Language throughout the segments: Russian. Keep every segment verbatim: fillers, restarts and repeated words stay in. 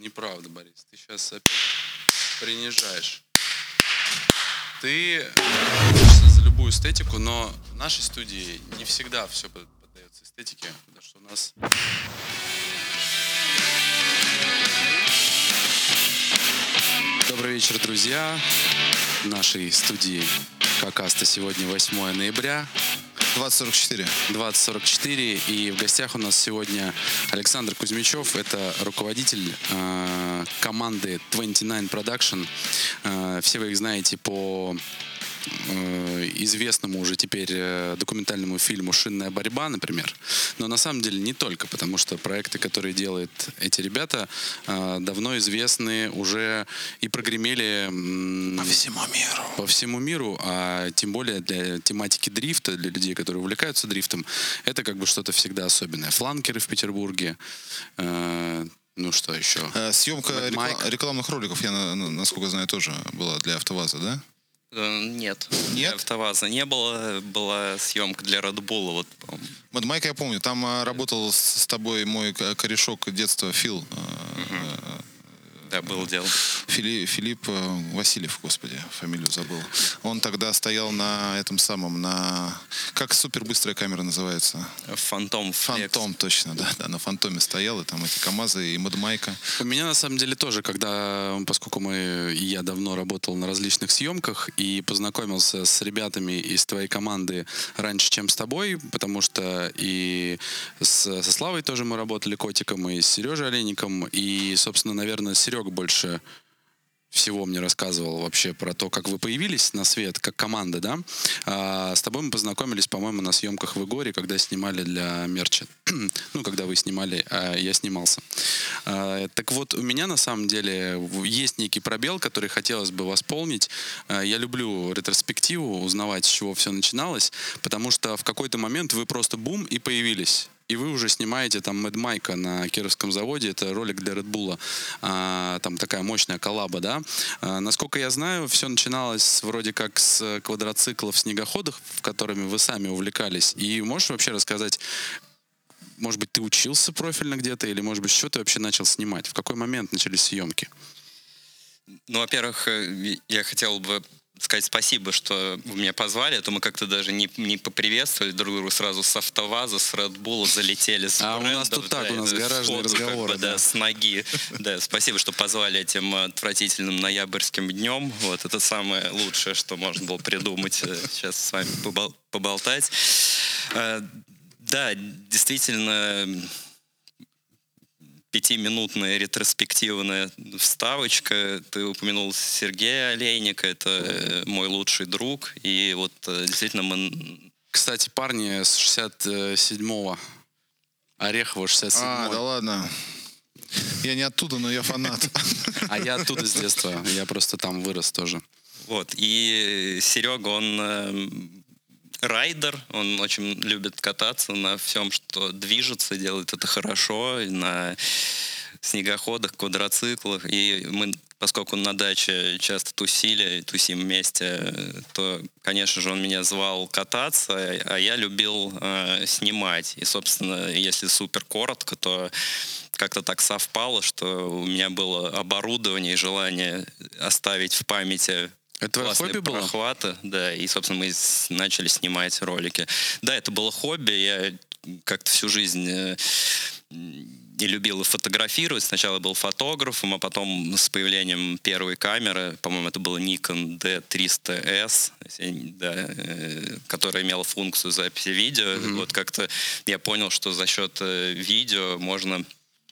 Неправда, Борис. Ты сейчас опять принижаешь. Ты конечно, за любую эстетику, но в нашей студии не всегда все поддается эстетике, потому что у нас... Добрый вечер, друзья. В нашей студии Какаста сегодня восьмое ноября. двадцать сорок четыре. двадцать сорок четыре. И в гостях у нас сегодня Александр Кузьмичев. Это руководитель э, команды двадцать девять Production. Э, все вы их знаете по э, известному уже теперь э, документальному фильму «Шинная борьба», например. Но на самом деле не только, потому что проекты, которые делают эти ребята, э, давно известны уже и прогремели м, По всему миру. по всему миру, а тем более для тематики дрифта, для людей, которые увлекаются дрифтом, это как бы что-то всегда особенное. Фланкеры в Петербурге, э, ну что еще? Э, съемка Mad рекла- Mike. рекламных роликов, я, на- на- насколько знаю, тоже была для АвтоВАЗа, да? Э, Нет, Нет? АвтоВАЗа не было, была съемка для Red Bull, вот, по-моему. Мad Mike я помню, там а, работал с, с тобой мой к- корешок детства Фил. э, Да, было дело. Фили- Филипп э, Васильев, господи, фамилию забыл. Он тогда стоял на этом самом, на... Как супербыстрая камера называется? Фантом Флекс. Фантом, точно, да, да, на Фантоме стоял, и там эти КамАЗы, и Мад Майка. У меня на самом деле тоже, когда, поскольку мы, и я давно работал на различных съемках и познакомился с ребятами из твоей команды раньше, чем с тобой, потому что и с, со Славой тоже мы работали котиком, и с Сережей Олейником, и, собственно, наверное, Серега больше всего мне рассказывал вообще про то, как вы появились на свет, как команда, да? А с тобой мы познакомились, по-моему, на съемках в Игоре, когда снимали для мерча. Ну, когда вы снимали, а я снимался. А, так вот, у меня на самом деле есть некий пробел, который хотелось бы восполнить. А, я люблю ретроспективу, узнавать, с чего все начиналось, потому что в какой-то момент вы просто бум и появились. И вы уже снимаете там Mad Mike на Кировском заводе, это ролик для Red Bull, а, там такая мощная коллаба, да. А, насколько я знаю, все начиналось вроде как с квадроциклов, снегоходов, в которыми вы сами увлекались. И можешь вообще рассказать, может быть, ты учился профильно где-то, или, может быть, что ты вообще начал снимать? В какой момент начались съемки? Ну, во-первых, э, я хотел бы сказать спасибо, что вы меня позвали, а то мы как-то даже не, не поприветствовали друг друга, сразу с АвтоВАЗа, с Red Bull залетели с А у нас брендов, тут так, да, у нас это гаражные сходу, как бы, разговоры, да, да. с ноги. Да, спасибо, что позвали этим отвратительным ноябрьским днем. Вот, это самое лучшее, что можно было придумать э, сейчас с вами побол- поболтать. Э, Да, действительно, пятиминутная ретроспективная вставочка. Ты упомянул Сергея Олейника, это э, мой лучший друг. И вот э, действительно мы... Кстати, парни с шестьдесят седьмого, Орехово шестьдесят седьмой. А, да ладно. Я не оттуда, но я фанат. А я оттуда с детства, я просто там вырос тоже. Вот. И Серега, он э, райдер, он очень любит кататься на всем, что движется, делает это хорошо, и на снегоходах, квадроциклах. И мы, поскольку на даче часто тусили, тусим вместе, то, конечно же, он меня звал кататься, а я любил э, снимать. И, собственно, если супер коротко, то как-то так совпало, что у меня было оборудование и желание оставить в памяти Это твое классные хобби было? прохваты, да, и, собственно, мы с- начали снимать ролики. Да, это было хобби, я как-то всю жизнь э, не любил и фотографировать. Сначала был фотографом, а потом с появлением первой камеры, по-моему, это был Nikon ди триста эс, да, э, которая имела функцию записи видео. Мгм. Вот как-то я понял, что за счет э, видео можно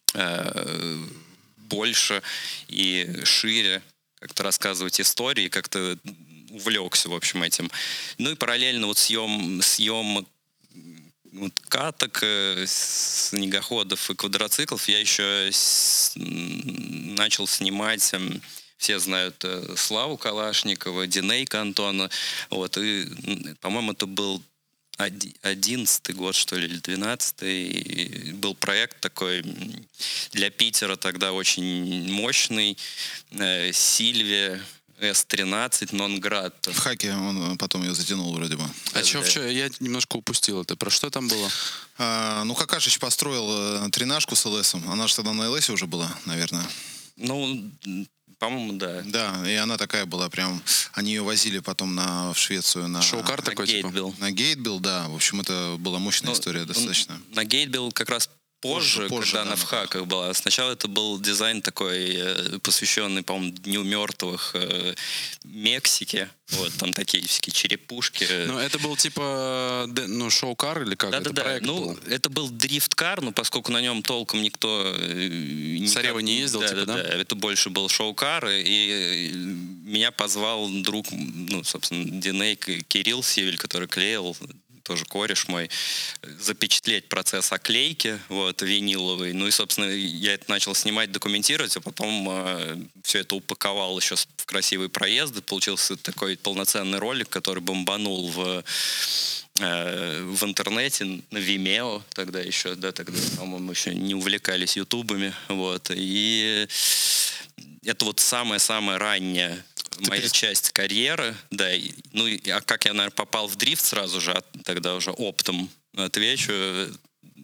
э, больше и шире как-то рассказывать истории, как-то увлекся, в общем, этим. Ну и параллельно вот съем, съем вот каток, э, снегоходов и квадроциклов я еще с- м, начал снимать. эм, Все знают э, Славу Калашникова, Динейка Антона. Вот, и, м, по-моему, это был оди- одиннадцатый год, что ли, или двенадцатый. И был проект такой м, для Питера тогда очень мощный. э, Сильвия эс тринадцать Нонград. В хаке он потом ее затянул вроде бы. А Да, чё, да. в чё? Я немножко упустил это. Про что там было? А, ну, Какашич построил э, тринашку с ЛСом. Она же тогда на ЛСе уже была, наверное. Ну, по-моему, да. Да, и она такая была прям... Они ее возили потом на, в Швецию на... Шоу-кар На такой, типа? Гейтбилл. На Гейтбилл, да. В общем, это была мощная Ну, история достаточно. На Гейтбилл как раз позже, Позже, позже, когда да, она в на хаках была. Сначала это был дизайн такой, э, посвященный, по-моему, Дню мертвых э, Мексики. Вот, там такие всякие черепушки. Ну, это был типа, д- ну, шоу-кар или как? Это Да-да-да. проект Ну, был? это был дрифт-кар, но поскольку на нем толком никто... э, никак- Сарева не ездил, типа, да? Да-да-да. Это больше был шоу-кар, и, и меня позвал друг, ну, собственно, Диней К- Кирилл Сивель, который клеил, тоже кореш мой, запечатлеть процесс оклейки, вот, виниловый. Ну и, собственно, я это начал снимать, документировать, а потом э, все это упаковал еще с- в красивые проезды. Получился такой полноценный ролик, который бомбанул в, э, в интернете, на Vimeo тогда еще, да, тогда, по-моему, еще не увлекались ютубами, вот. И это вот самая-самая ранняя моя перес- часть карьеры, да. и- Ну, и- а как я, наверное, попал в дрифт сразу же, а тогда уже оптом отвечу. э,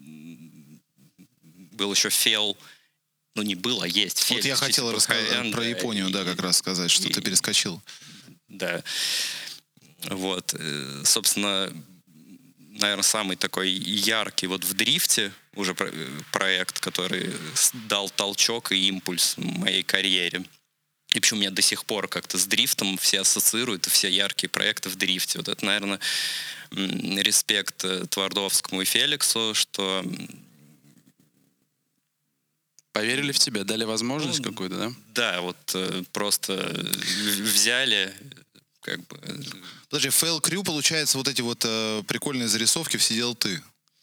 Был еще фел, ну не был, а есть фел. Вот я хотел рассказать про Японию, да, как раз сказать, что ты перескочил. Да. Вот. э, Собственно, наверное, самый такой яркий вот в дрифте уже про- э, проект, который с- дал толчок и импульс моей карьере. И почему меня до сих пор как-то с дрифтом все ассоциируют, и все яркие проекты в дрифте. Вот это, наверное, м, респект э, Твардовскому и Феликсу, что м, Поверили в тебя, дали возможность Ну, какую-то, да? да, вот э, просто в- взяли, как бы, э, Подожди, в Fail Crew, получается, вот эти вот э, прикольные зарисовки все делал ты.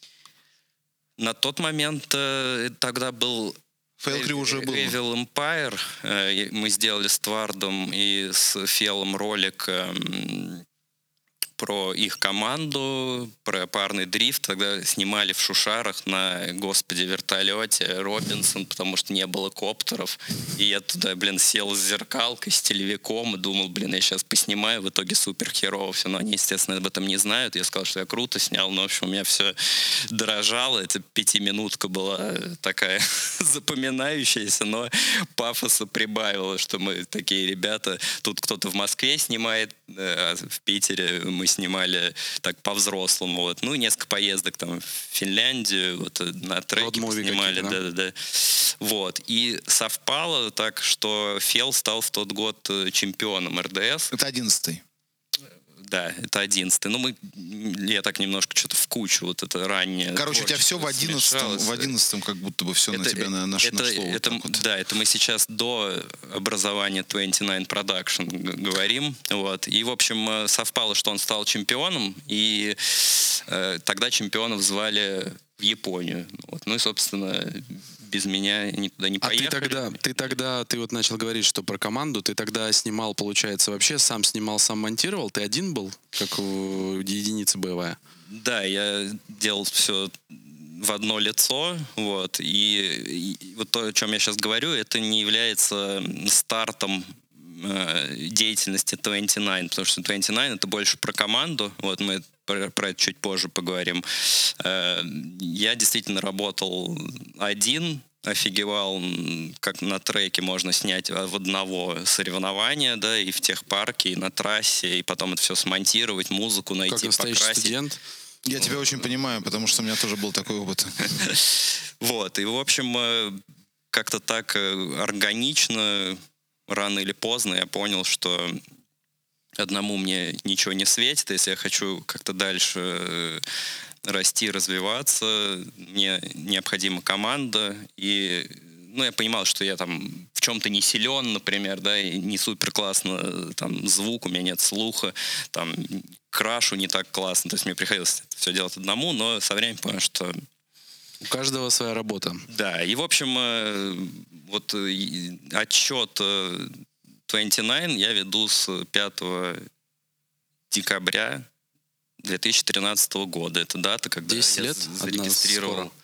на тот момент э, тогда был Fail Crew уже был. Evil Empire. Э, и Мы сделали с Твардом и с Фелом ролик эм, про их команду, про парный дрифт. Тогда снимали в Шушарах на, господи, вертолете Робинсон, потому что не было коптеров. И я туда, блин, сел с зеркалкой, с телевиком и думал, блин, я сейчас поснимаю, в итоге супер херово все. Но они, естественно, об этом не знают. Я сказал, что я круто снял, но, в общем, у меня все дрожало. Это пятиминутка была такая запоминающаяся, но пафоса прибавила, что мы такие ребята. Тут кто-то в Москве снимает, а в Питере мы снимали так по-взрослому. Вот. Ну, несколько поездок там в Финляндию, вот на треке Road movie снимали. какие-то, да? Да-да-да. Вот. И совпало так, что Фел стал в тот год э, чемпионом эр дэ эс. Это одиннадцатый. Да, это одиннадцатый. Ну, мы, я так немножко что-то в кучу, вот это раннее. Короче, у тебя все в творчество одиннадцатом, смешалось. в одиннадцатом как будто бы все на тебя на, наш- это, нашло. вот это, так вот. Да, это мы сейчас до образования двадцать девять Production г- говорим. Вот. И, в общем, э, совпало, что он стал чемпионом, и э, тогда чемпионов звали в Японию. Вот. Ну и, собственно, без меня никуда не А ты поехали. тогда, ты тогда, ты вот начал говорить, что про команду, ты тогда снимал, получается, вообще сам снимал, сам монтировал, ты один был, как у единица боевая? Да, я делал все в одно лицо, вот, и, и вот то, о чем я сейчас говорю, это не является стартом э, деятельности двадцать девять, потому что двадцать девять это больше про команду, вот, мы про, про это чуть позже поговорим. Э, я действительно работал один, офигевал, м, как на треке можно снять в одного соревнования, да, и в техпарке, и на трассе, и потом это все смонтировать, музыку найти, Как настоящий покрасить. студент? Я тебя очень понимаю, потому что у меня тоже был такой опыт. Вот, и, в общем, э, как-то так э, органично, рано или поздно я понял, что одному мне ничего не светит, если я хочу как-то дальше э, расти, развиваться, мне необходима команда, и ну, я понимал, что я там в чем-то не силен, например, да, и не супер классно, э, там, звук, у меня нет слуха, там, крашу не так классно, то есть мне приходилось это все делать одному, но со временем понял, что У каждого своя работа. да, и, в общем, э, вот э, и отчет э, двадцать девять я веду с пятого декабря две тысячи тринадцатого года. Это дата, когда десять я лет? з- Одна зарегистрировал. скоро.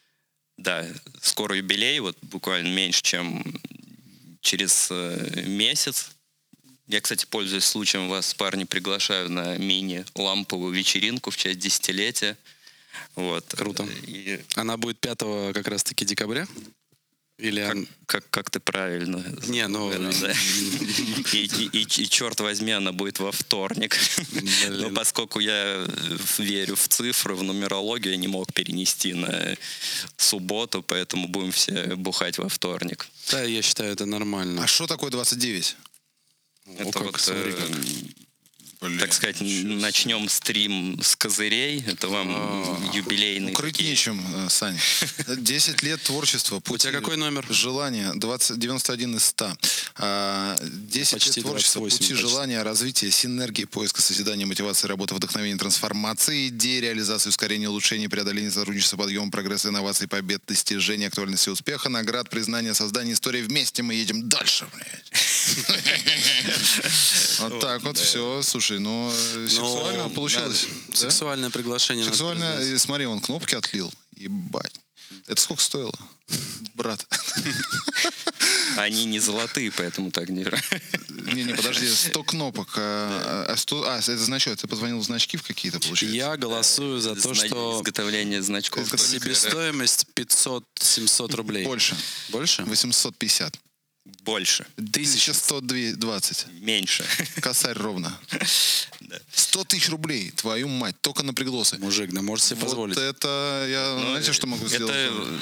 Да, скоро юбилей, вот буквально меньше, чем через э, месяц. Я, кстати, пользуясь случаем, вас, парни, приглашаю на мини-ламповую вечеринку в честь десятилетия. Вот. Круто. И Она будет пятого как раз-таки декабря? Или Как, он- как, как ты правильно. Не, ну... сказал, да. И, и- и- и, черт возьми, она будет во вторник. Но Блин. поскольку я верю в цифры, в нумерологию, я не мог перенести на субботу, поэтому будем все бухать во вторник. Да, я считаю, это нормально. А что такое двадцать девять? Это как, вот, смотри, э, как. Блин, так сказать, ничего себе. начнем стрим с козырей. Это вам юбилейный. Укрыть такие. нечем, э, Сань. десять лет творчества. У тебя какой номер? Желание. двадцать, девяносто один из ста. А, десять Почти лет творчества. двадцать восемь Пути почти. желания, развития, синергии, поиска, созидания, мотивации, работы, вдохновения, трансформации, идеи, реализации, ускорения, улучшения, преодоления, сотрудничества, подъема, прогресса, инноваций, побед, достижения, актуальности, успеха, наград, признания, создания истории. Вместе мы едем дальше, блядь. Вот так вот все. Слушай, ну э, сексуально Ну, получилось. да, да? Сексуальное приглашение. надо Сексуально, признать. э, смотри, он кнопки отлил. Ебать. Это сколько стоило? Брат. Они не золотые, поэтому так не... Не-не, подожди, сто кнопок. А, а, сто, а, это значит, ты позвонил в значки в какие-то, получается? Я голосую за то, Зна- что Изготовление значков. себестоимость пятьсот-семьсот рублей. Больше. Больше? восемьсот пятьдесят. Больше. тысяча сто двадцать. Меньше. Косарь ровно. сто тысяч рублей, твою мать, только на приглосы. Мужик, да можешь себе позволить. Вот это я, Ну, знаете, что могу сделать? Это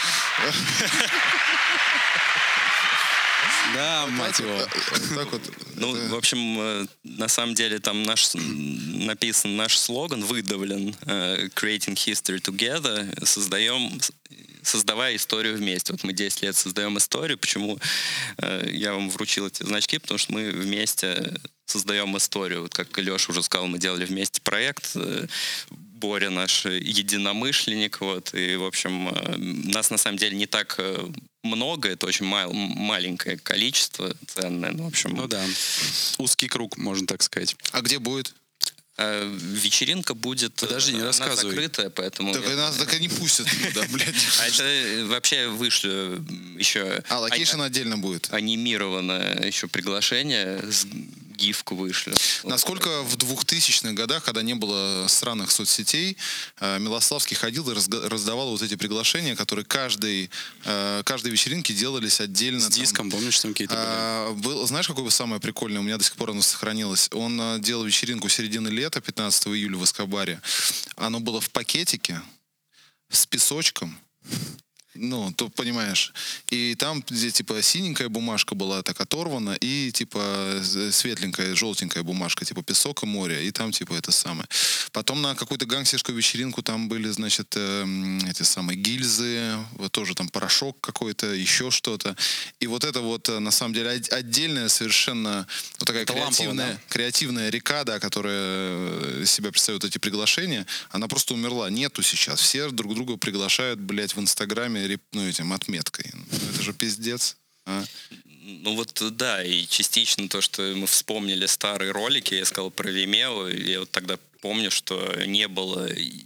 Да, мать его. Так вот. Ну, это- в общем, э, на самом деле там наш м, написан наш слоган, выдавлен э, Creating History Together, создаем, создавая историю вместе. Вот мы десять лет создаем историю. Почему э, я вам вручил эти значки? Потому что мы вместе создаем историю. Вот как Леша уже сказал, мы делали вместе проект. э, Боря наш единомышленник. Вот, и, в общем, э, нас на самом деле не так э, много, это очень мал- маленькое количество ценное. Ну, в общем, Ну да. Узкий круг, можно так сказать. А где будет? э, вечеринка будет... Подожди, не она рассказывай. закрытая, поэтому... Так и нас так и не пустят туда, блядь. А это э, вообще я вышлю еще... А, локейшн отдельно будет. Анимированное еще приглашение, с гифку вышлю. Насколько в двухтысячных годах, когда не было сраных соцсетей, э, Милославский ходил и разга- раздавал вот эти приглашения, которые каждой, э, каждой вечеринке делались отдельно. С там. диском, помнишь, там какие-то были? А, был, знаешь, какое бы самое прикольное? У меня до сих пор оно сохранилось. Он а, делал вечеринку середины лета, пятнадцатого июля в Эскобаре. Оно было в пакетике с песочком. Ну, ты понимаешь. И там, где, типа, синенькая бумажка была так оторвана, и, типа, з- светленькая, желтенькая бумажка, типа, песок и море. И там, типа, это самое. Потом на какую-то гангстерскую вечеринку там были, значит, эм, эти самые гильзы, вот тоже там порошок какой-то, еще что-то. И вот это вот, э, на самом деле, от- отдельная совершенно вот такая Это лампово, креативная, да? креативная река, да, которая из себя представляет эти приглашения, она просто умерла. Нету сейчас. Все друг друга приглашают, блядь, в Инстаграме, реп- ну, этим отметкой. Ну, это же пиздец. а. Ну вот да, и частично то, что мы вспомнили старые ролики, я сказал про Vimeo, и я вот тогда помню, что не было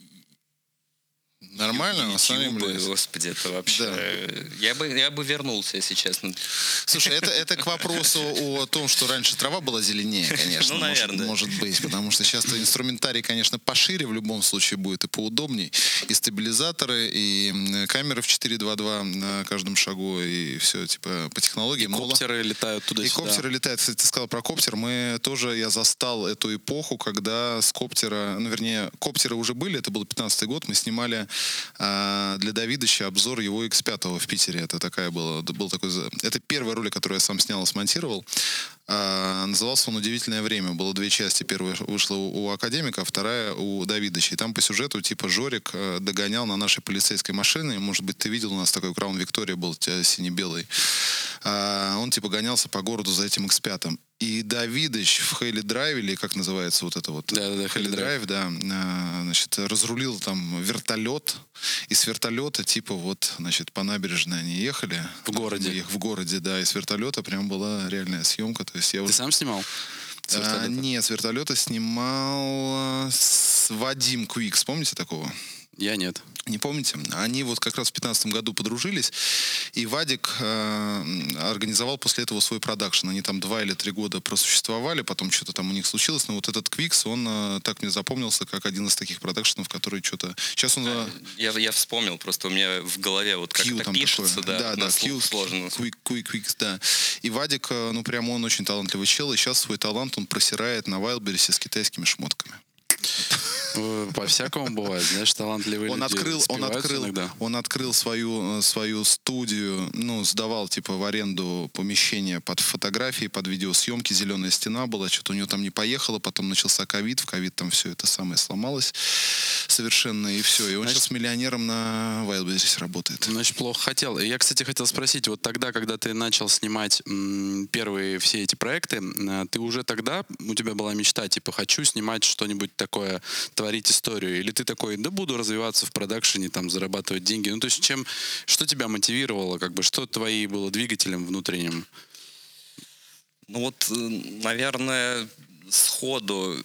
Нормально, на самом YouTube, деле. господи, это вообще... Да. Я бы, я бы вернулся, если честно. Слушай, это, это к вопросу о том, что раньше трава была зеленее, конечно. Ну, может- наверное. Может, быть, потому что сейчас инструментарий, конечно, пошире в любом случае будет и поудобней. И стабилизаторы, и м, камеры в четыре два два на каждом шагу, и все, типа, по технологиям. Но Коптеры летают И туда-сюда. коптеры летают. Кстати, ты сказал про коптер. Мы тоже, я застал эту эпоху, когда с коптера, ну, вернее, коптеры уже были, это был пятнадцатый год, мы снимали а, для Давидыча обзор его икс пять в Питере. Это такая была, был такой, за- это первый ролик, который я сам снял и смонтировал. А, назывался он «Удивительное время». Было две части. Первая вышла у, у Академика, а вторая у Давидыча. И там по сюжету, типа, Жорик э, догонял на нашей полицейской машине. Может быть, ты видел, у нас такой Краун Виктория был, э, сине-белый. А, он, типа, гонялся по городу за этим икс пять. И Давидыч в Хейли Драйв, или как называется вот это вот? Да-да-да, Хейли Хейли Драйв, да. а, Значит, разрулил там вертолет. И с вертолета, типа, вот, значит, по набережной они ехали. В городе. Мы ех- В городе, да. И с вертолета прям была реальная съемка. То есть я Ты уже... сам снимал? С А, вертолета? нет, с вертолета снимал а, с Вадим Квикс. Помните такого? Я нет. Не помните? Они вот как раз в пятнадцатом году подружились, и Вадик э, организовал после этого свой продакшн. Они там два или три года просуществовали, потом что-то там у них случилось, но вот этот Quix, он э, так мне запомнился, как один из таких продакшенов, который что-то... Сейчас он... э, Я, я вспомнил, просто у меня в голове вот как Q это там пишется, такое. да, да, на да, слух Q, сложно. Quick, Quick, Quix, да. И Вадик, э, ну прям он очень талантливый чел, и сейчас свой талант он просирает на Wildberries с китайскими шмотками. Э, По-всякому бывает, знаешь, талантливые Он люди открыл, он спиваются открыл, иногда. он открыл свою, э, свою студию, ну, сдавал, типа, в аренду помещение под фотографии, под видеосъемки, зеленая стена была, что-то у него там не поехало, потом начался ковид, в ковид там все это самое сломалось совершенно, и все. И он Значит, сейчас миллионером на Wildberries работает. Значит, плохо хотел. И я, кстати, хотел спросить, вот тогда, когда ты начал снимать м, первые все эти проекты, э, ты уже тогда, у тебя была мечта, типа, хочу снимать что-нибудь такое, творить историю? Или ты такой, да буду развиваться в продакшене, там, зарабатывать деньги? Ну, то есть, чем, что тебя мотивировало, как бы, что твои было двигателем внутренним? Ну вот, э, наверное, сходу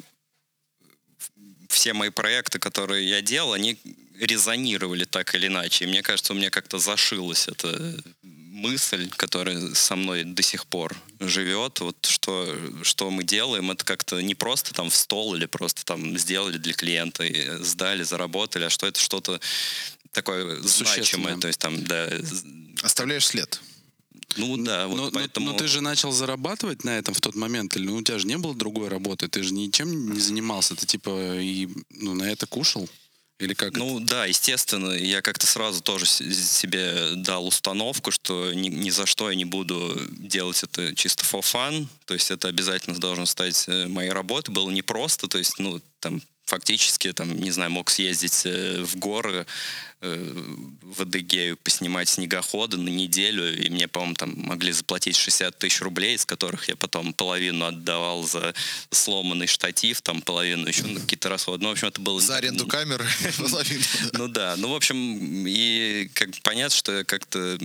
все мои проекты, которые я делал, они резонировали так или иначе. И мне кажется, у меня как-то зашилась эта мысль, которая со мной до сих пор живет. Вот что, что мы делаем, это как-то не просто там в стол или просто там сделали для клиента, и сдали, заработали, а что это что-то такое значимое. То есть там, да... Оставляешь след. Ну да, вот но, поэтому... но, но ты же начал зарабатывать на этом в тот момент, или ну, у тебя же не было другой работы, ты же ничем не занимался, ты типа и ну, на это кушал? Или как? Ну да, естественно, я как-то сразу тоже себе дал установку, что ни, ни за что я не буду делать это чисто for fun, то есть это обязательно должно стать моей работой. Было непросто, то есть, ну, там, фактически, там, не знаю, мог съездить в горы, в Адыгею, поснимать снегоходы на неделю, и мне, по-моему, там могли заплатить шестьдесят тысяч рублей, из которых я потом половину отдавал за сломанный штатив, там половину еще на какие-то расходы. Ну, в общем, это было... За аренду камеры половину. Ну да, ну, в общем, и как понятно, что я как-то...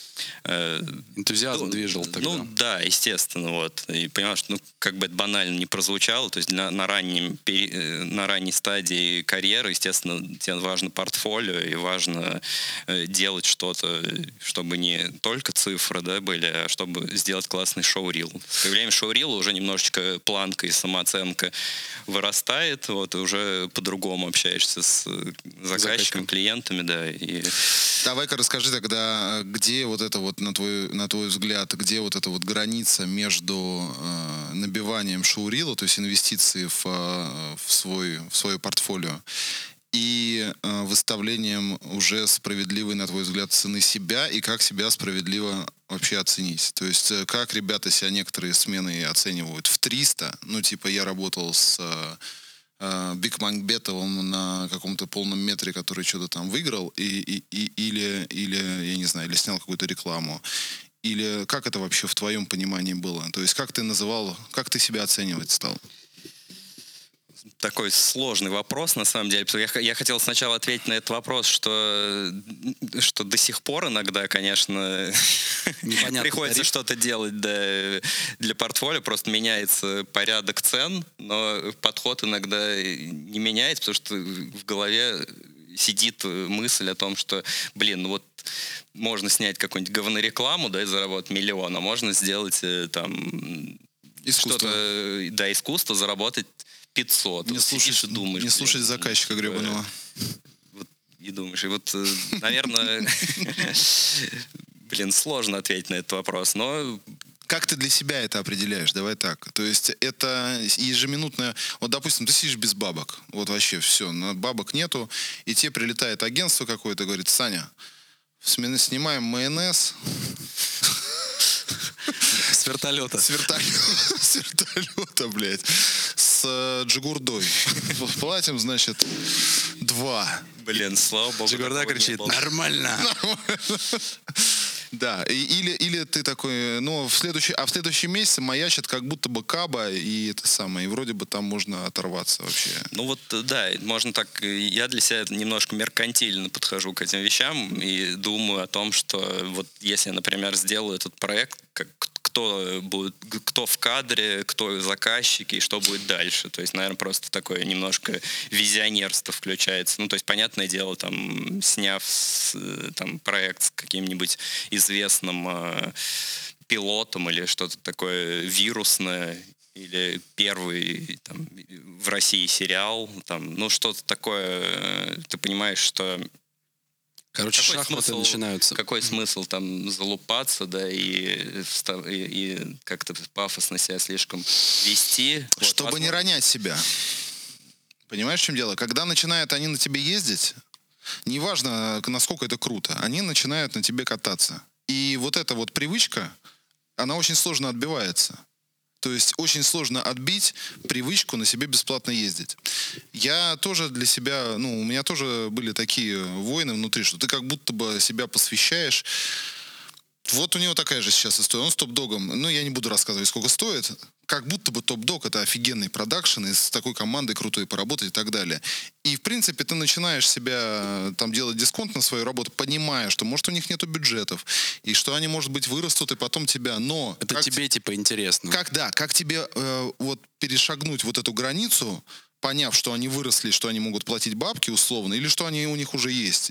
Энтузиазм ну, движил тогда. Ну да, естественно, вот. И понимал, что ну, как бы это банально не прозвучало, то есть на, на, раннем, на ранней стадии карьеры, естественно, тебе важно портфолио и важно э, делать что-то, чтобы не только цифры, да, были, а чтобы сделать классный шоу-рил. С появлением шоу-рила уже немножечко планка и самооценка вырастает, вот, и уже по-другому общаешься с заказчиками, клиентами, да. И... Давай-ка расскажи тогда, где вот это вот, на твой, на твой взгляд, где вот эта вот граница между э, набиванием шоурила, то есть инвестиции в, в, свой, в свое портфолио, и э, выставлением уже справедливой, на твой взгляд, цены себя, и как себя справедливо вообще оценить. То есть э, как ребята себя некоторые смены оценивают в триста, ну типа я работал с... Э, Бекмамбетовым на каком-то полном метре, который что-то там выиграл, и, и, и, или, или, я не знаю, или снял какую-то рекламу. Или как это вообще в твоем понимании было? То есть как ты называл, как ты себя оценивать стал? Такой сложный вопрос, на самом деле. Я, я хотел сначала ответить на этот вопрос, что, что до сих пор иногда, конечно, приходится что-то делать для, для портфолио, просто меняется порядок цен, но подход иногда не меняется, потому что в голове сидит мысль о том, что, блин, ну вот можно снять какую-нибудь говнорекламу, да, и заработать миллион, а можно сделать там что-то, да, искусство, заработать пятьсот. Не, вот слушать, и думаешь, не слушать заказчика гребаного. Вот, и думаешь, и вот, наверное, блин, сложно ответить на этот вопрос, но... Как ты для себя это определяешь? Давай так. То есть это ежеминутное... Вот, допустим, ты сидишь без бабок. Вот вообще все. Бабок нету. И тебе прилетает агентство какое-то, говорит, Саня, снимаем майонез... С вертолета. С вертолета, с вертолета, блядь. С Джигурдой. Платим, значит, два. Блин, слава богу. Джигурда кричит, нормально. Да, или, или ты такой, ну, в следующий, а в следующем месяце маячит как будто бы каба, и это самое, и вроде бы там можно оторваться вообще. Ну вот, да, можно так, я для себя немножко меркантильно подхожу к этим вещам и думаю о том, что вот если я, например, сделаю этот проект, как кто будет, кто в кадре, кто заказчики и что будет дальше. То есть, наверное, просто такое немножко визионерство включается. Ну, то есть, понятное дело, там, сняв с, там, проект с каким-нибудь известным э, пилотом или что-то такое вирусное, или первый там, в России сериал, там, ну, что-то такое, ты понимаешь, что... Короче, какой шахматы смысл, начинаются. Какой смысл там залупаться, да, и, и, и как-то пафосно себя слишком вести. Чтобы вот, не ронять себя. Понимаешь, в чем дело? Когда начинают они на тебе ездить, неважно, насколько это круто, они начинают на тебе кататься. И вот эта вот привычка, она очень сложно отбивается. То есть очень сложно отбить привычку на себе бесплатно ездить. Я тоже для себя, ну, у меня тоже были такие войны внутри, что ты как будто бы себя посвящаешь. Вот у него такая же сейчас история. Он с Топ-Догом, ну, я не буду рассказывать, сколько стоит. Как будто бы Топ-Дог — это офигенный продакшн, и с такой командой крутой поработать и так далее. И, в принципе, ты начинаешь себя там делать дисконт на свою работу, понимая, что, может, у них нету бюджетов, и что они, может быть, вырастут, и потом тебя, но... Это как тебе, те- типа, интересно. Как, да, как тебе э, вот перешагнуть вот эту границу, поняв, что они выросли, что они могут платить бабки условно, или что они у них уже есть.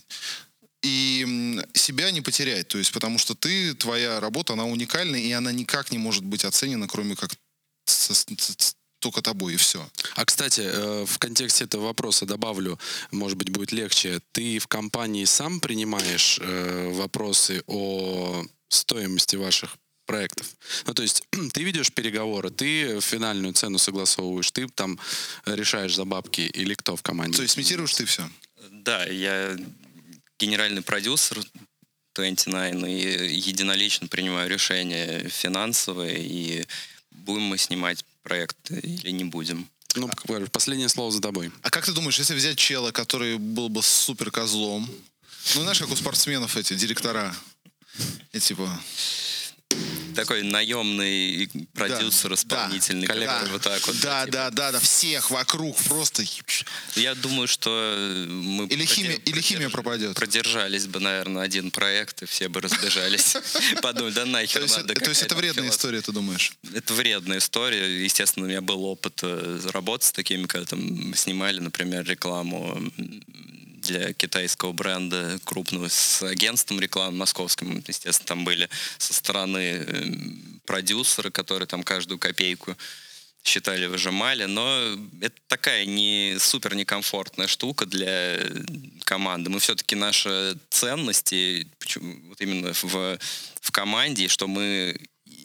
И м, себя не потерять, то есть, потому что ты, твоя работа, она уникальна, и она никак не может быть оценена, кроме как с- с- с- только тобой, и все. А, кстати, э, в контексте этого вопроса добавлю, может быть, будет легче. Ты в компании сам принимаешь э, вопросы о стоимости ваших проектов? Ну, то есть ты ведешь переговоры, ты финальную цену согласовываешь, ты там решаешь за бабки, или кто в команде? То есть сымитируешь ты все. Да, я генеральный продюсер двадцать девять и единолично принимаю решения финансовые, и будем мы снимать проект или не будем. Ну, как говорю, последнее слово за тобой. А как ты думаешь, если взять чела, который был бы супер козлом, ну, знаешь, как у спортсменов эти директора, и типа... Такой наемный продюсер, Да, исполнительный, да, который да, вот так вот. Да, типа. да, да, да, всех вокруг просто... Я думаю, что мы Или химия- или химия пропадет. Продержались бы, наверное, один проект, и все бы разбежались. Подумали, да То нахер есть, надо. это- то есть это какая-то вредная философия. история, ты думаешь? Это вредная история. Естественно, у меня был опыт э, работы с такими, когда там снимали, например, рекламу м, для китайского бренда крупного с агентством рекламы московским. Естественно, там были со стороны э, продюсеры, которые там каждую копейку считали, выжимали, но это такая не супер некомфортная штука для команды. Мы все-таки наши ценности, почему- вот именно в, в команде, что мы,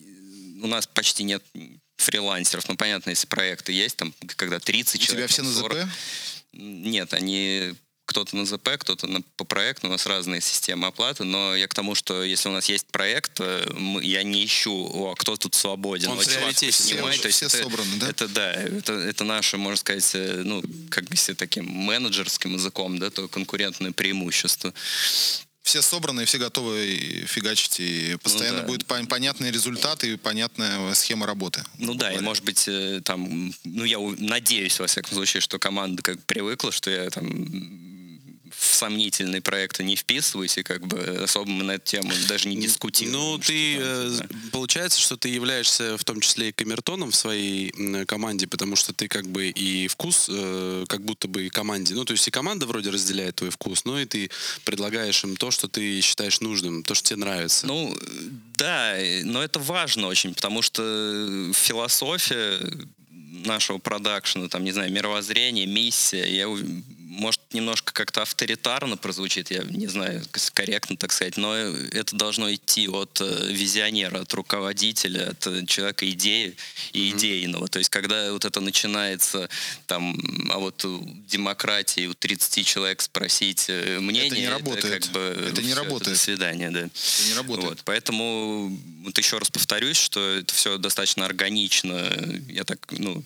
у нас почти нет фрилансеров. Ну, понятно, если проекты есть, там, когда тридцать У тебя человек. все на сорок. ЗП? Нет, они кто-то на ЗП, кто-то на, по проекту, у нас разные системы оплаты, но я к тому, что если у нас есть проект, э, мы- я не ищу, о, кто тут свободен, Он вот в чувак приоритете. поснимай. Все- То есть все это, собраны, да? Это да, это, это наше, можно сказать, э, ну, как бы если таким менеджерским языком, да, то конкурентное преимущество. Все собраны, и все готовы и фигачить, и постоянно да. будет пон- понятный результат и понятная схема работы. Ну да, и говоря. может быть, э, там, ну я у- надеюсь, во всяком случае, что команда как привыкла, что я там м, в сомнительные проекты не вписываюсь, и как бы особо мы на эту тему даже не дискутируем. Ну, что ты, там, э, типа. получается, что ты являешься в том числе и камертоном в своей м, команде, потому что ты как бы и вкус, э, как будто бы и команде. Ну, то есть и команда вроде разделяет твой вкус, но и ты предлагаешь им то, что ты считаешь нужным, то, что тебе нравится. Ну, да, э, но это важно очень, потому что философия нашего продакшена, там, не знаю, мировоззрение, миссия, я, ув- может, немножко как-то авторитарно прозвучит, я не знаю, как корректно так сказать, но это должно идти от э, визионера, от руководителя, от э, человека идеи и идейного. То есть, когда вот это начинается, там, а вот у демократии у тридцати человек спросить э, мнение, не работает. как бы Это не всё, работает. до свидания, да. Это не работает. Вот, поэтому вот еще раз повторюсь, что это все достаточно органично. Я так, ну,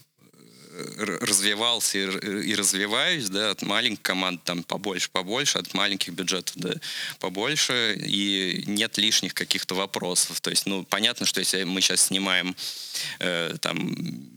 р- развивался и, р- и развиваюсь, да, от маленьких команд там побольше, побольше, от маленьких бюджетов, да, побольше, и нет лишних каких-то вопросов. То есть, ну, понятно, что если мы сейчас снимаем э, там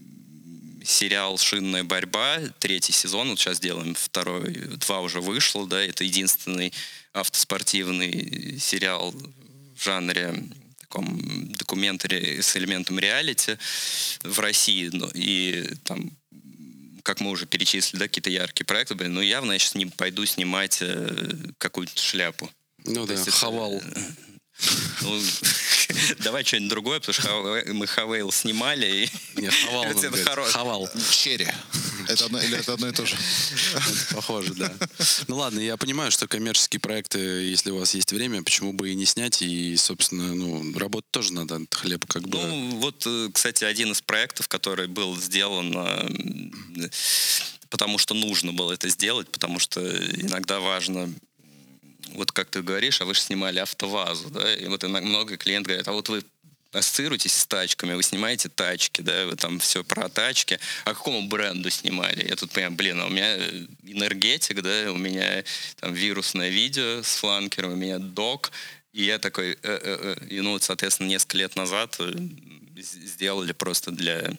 сериал «Шинная борьба», третий сезон, вот сейчас делаем второй, два уже вышло, да, это единственный автоспортивный сериал в жанре таком документаре с элементом реалити в России. Ну, и там, как мы уже перечислили, да, какие-то яркие проекты были, но явно я сейчас не пойду снимать э, какую-то шляпу. Ну То да, есть Хавал. это, ну, давай что-нибудь другое, потому что Хава- мы Хавейл снимали. И... Не, Хавал. Это надо говорить. хоро- Хавал. Черри. Это одно, или это одно и то же? Похоже, да. Ну ладно, я понимаю, что коммерческие проекты, если у вас есть время, почему бы и не снять, и, собственно, ну, работать тоже надо, хлеб как бы... Ну, вот, э, кстати, один из проектов, который был сделан, э, потому что нужно было это сделать, потому что иногда важно, вот как ты говоришь, а вы же снимали «АвтоВАЗу», да, и вот иногда много клиентов говорят, а вот вы ассоциируетесь с тачками, вы снимаете тачки, да, вы там все про тачки, а какому бренду снимали? Я тут понимаю, блин, а у меня энергетик, да, у меня там вирусное видео с фланкером, у меня док, и я такой, э-э-э. И, ну, вот, соответственно, несколько лет назад сделали просто для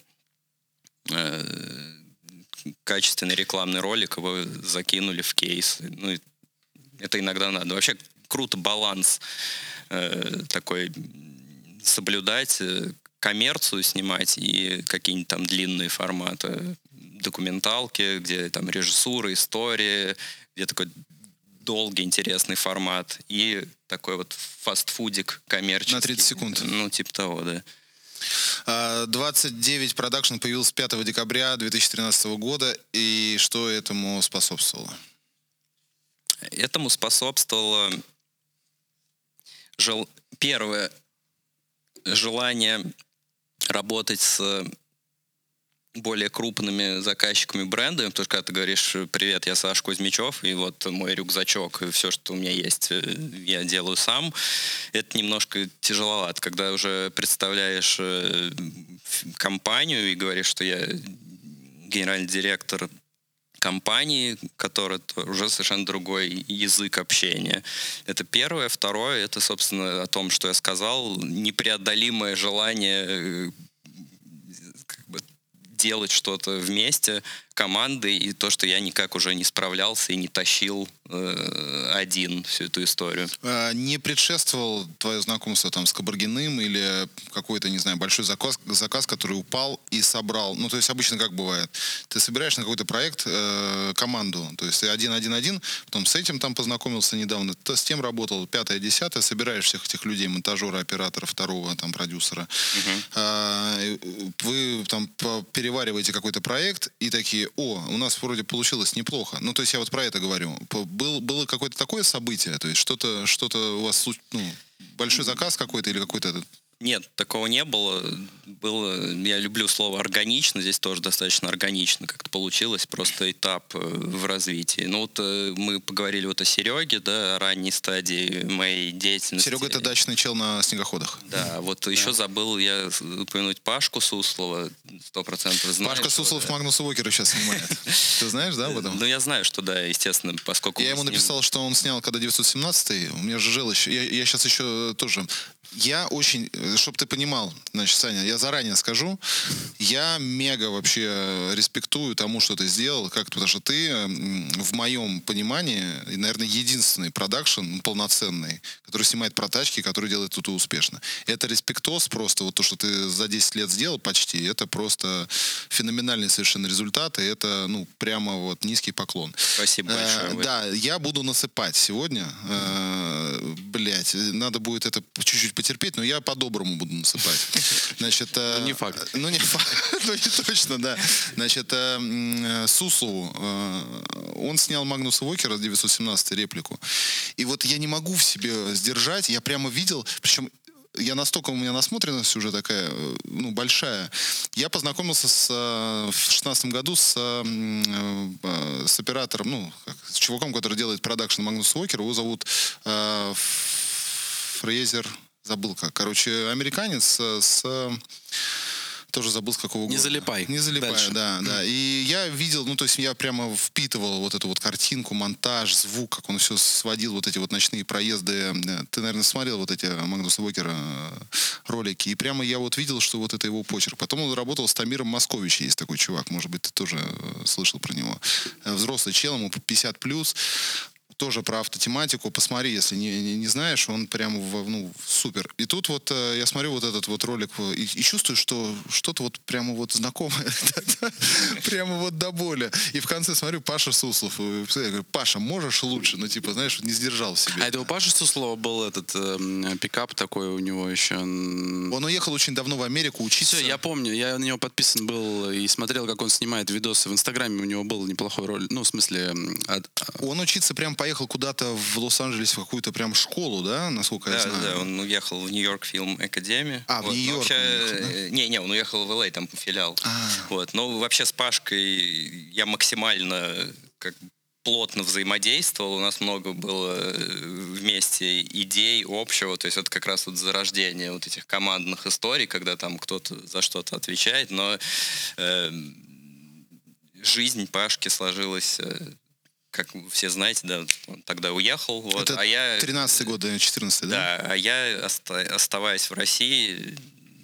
э, качественный рекламный ролик, его закинули в кейс. Ну, это иногда надо. Вообще круто баланс э, такой соблюдать, э, коммерцию снимать и какие-нибудь там длинные форматы, документалки, где там режиссура, история, где такой долгий, интересный формат, и такой вот фастфудик коммерческий. На тридцать секунд. Ну, типа того, да. двадцать девять продакшн появился пятого декабря две тысячи тринадцатого года, и что этому способствовало? Этому способствовало жел... первое желание работать с более крупными заказчиками, брендами, потому что когда ты говоришь «Привет, я Саша Кузьмичев, и вот мой рюкзачок, и все, что у меня есть, я делаю сам», это немножко тяжеловато, когда уже представляешь компанию и говоришь, что я генеральный директор компании, которая уже совершенно другой язык общения. Это первое. Второе, это, собственно, о том, что я сказал, непреодолимое желание как бы делать что-то вместе, командой, и то, что я никак уже не справлялся и не тащил э, один всю эту историю. А не предшествовал твое знакомство там с Кабаргиным или какой-то, не знаю, большой заказ, заказ, который упал и собрал? Ну, то есть обычно как бывает? Ты собираешь на какой-то проект э, команду, то есть ты один-один-один, потом с этим там познакомился недавно, то с тем работал, пятое, десятое, собираешь всех этих людей, монтажера, оператора, второго там продюсера. Угу. А, вы там перевариваете какой-то проект и такие: о, у нас вроде получилось неплохо. Ну, то есть я вот про это говорю. Был, было какое-то такое событие, то есть что-то, что-то у вас, ну, большой заказ какой-то или какой-то этот... Нет, такого не было. Было, я люблю слово «органично», здесь тоже достаточно органично как-то получилось, просто этап в развитии. Ну вот мы поговорили вот о Сереге, да, о ранней стадии моей деятельности. Серега — это дачный чел на снегоходах. Да, вот да. Еще забыл я упомянуть Пашку Суслова, сто процентов знаешь. Пашка Суслов да. Магнуса Уокера сейчас снимает. Ты знаешь, да, об этом? Ну, я знаю, что да, естественно, поскольку... Я ему написал, что он снял когда девятьсот семнадцатый, у меня же жил еще... Я, я сейчас еще тоже... Я очень, чтобы ты понимал, значит, Саня, я заранее скажу, я мега вообще респектую тому, что ты сделал, как, потому что ты, в моем понимании, наверное, единственный продакшн полноценный, который снимает про тачки, который делает тут успешно. Это респектос просто, вот то, что ты за десять лет сделал почти, это просто феноменальный совершенно результат, и это, ну, прямо вот низкий поклон. Спасибо большое. Э, да, я буду насыпать сегодня, э, блять, надо будет это чуть-чуть потерпеть, но я по-доброму буду насыпать. Значит, э, ну, не факт. Ну, не факт. Ну, не точно, да. Значит, э, Суслову, э, он снял Магнуса Уокера девятьсот семнадцать реплику. И вот я не могу в себе сдержать, я прямо видел, причем я настолько, у меня насмотренность уже такая, ну, большая. Я познакомился с, в шестнадцатом году с, с оператором, ну, с чуваком, который делает продакшн Магнуса Уокера. Его зовут э, Фрейзер, забыл как. Короче, американец с... Тоже забыл, с какого года. Не залипай. Не залипай, Дальше. да, да. И я видел, ну, то есть я прямо впитывал вот эту вот картинку, монтаж, звук, как он все сводил, вот эти вот ночные проезды. Ты, наверное, смотрел вот эти Магнуса Уокера ролики. И прямо я вот видел, что вот это его почерк. Потом он работал с Тамиром Московичем, есть такой чувак, может быть, ты тоже слышал про него. Взрослый чел, ему пятьдесят плюс. тоже про автотематику. Посмотри, если не, не, не знаешь, он прям в- ну, супер. И тут вот э, я смотрю вот этот вот ролик э, и, и чувствую, что что-то вот прямо вот знакомое. Прямо вот до боли. И в конце смотрю, Паша Суслов. И я говорю, Паша, можешь лучше? Ну, типа, знаешь, не сдержал в себе. А это у Паши Суслова был этот эм, пикап такой у него еще. Он уехал очень давно в Америку учиться. Все, я помню, я на него подписан был и смотрел, как он снимает видосы в Инстаграме, у него был неплохой роль, ну, в смысле... м, от- Он учиться прям поехал куда-то в Лос-Анджелес в какую-то прям школу, да, насколько я Да, знаю. да, он уехал в Нью-Йорк Фильм Академию. А, в Вот, но Нью-Йорк вообще, он уехал, да? э, Не, не, он уехал в Л А, там филиал. А. Вот, но вообще с Пашкой я максимально как плотно взаимодействовал, у нас много было э, вместе идей общего, то есть это как раз вот зарождение вот этих командных историй, когда там кто-то за что-то отвечает, но э, жизнь Пашки сложилась, э, как все знаете, да, он тогда уехал, вот, Это а я... тринадцатый год, четырнадцатый, да? Да, а я, оста- оставаясь в России,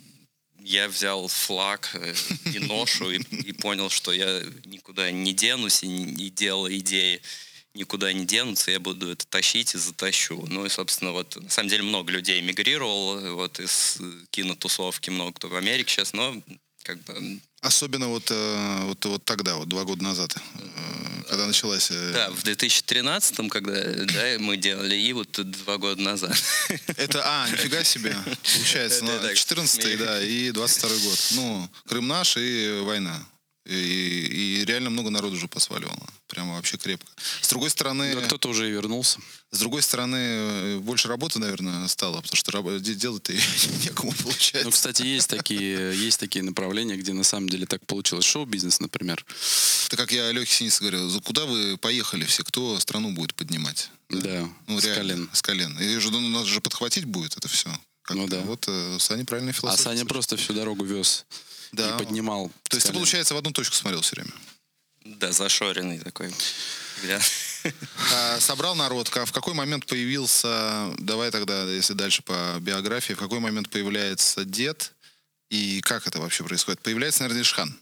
я взял флаг э, и ношу и, и понял, что я никуда не денусь, и, не- и дело, идеи никуда не денутся, я буду это тащить и затащу. Ну и, собственно, вот, на самом деле, много людей эмигрировало, вот, из э, кинотусовки, много кто в Америке сейчас, но как бы... Особенно вот, э, вот, вот тогда, вот два года назад, э, когда началась... э, Да, в две тысячи тринадцатом, когда да, мы делали, и вот два года назад. Это, а, нифига себе. Получается, Да, ну, да, четырнадцатый, смею. да, и двадцать второй год. Ну, Крым наш и война. И, и реально много народу уже посваливало. Прямо вообще крепко. С другой стороны, Да, кто-то уже и вернулся. с другой стороны, э, больше работы, наверное, стало, потому что раб- де- делать-то и некому Ну, получается. кстати, есть такие, есть такие направления, где на самом деле так получилось. Шоу-бизнес, например. Это как я Лехе Синице говорил, за куда вы поехали все, кто страну будет поднимать? Да, Ну, с реально, колен. С колен. И же, ну, надо же подхватить будет это все. Ну да. Вот э, Саня правильная А философия. Саня просто всю дорогу вез Да. и поднимал. То есть с ты, колен. получается, в одну точку смотрел все время? Да, зашоренный такой. Да. А, собрал народ. Ка- В какой момент появился, давай тогда, если дальше по биографии, в какой момент появляется дед и как это вообще происходит? Появляется, наверное, Ишхан.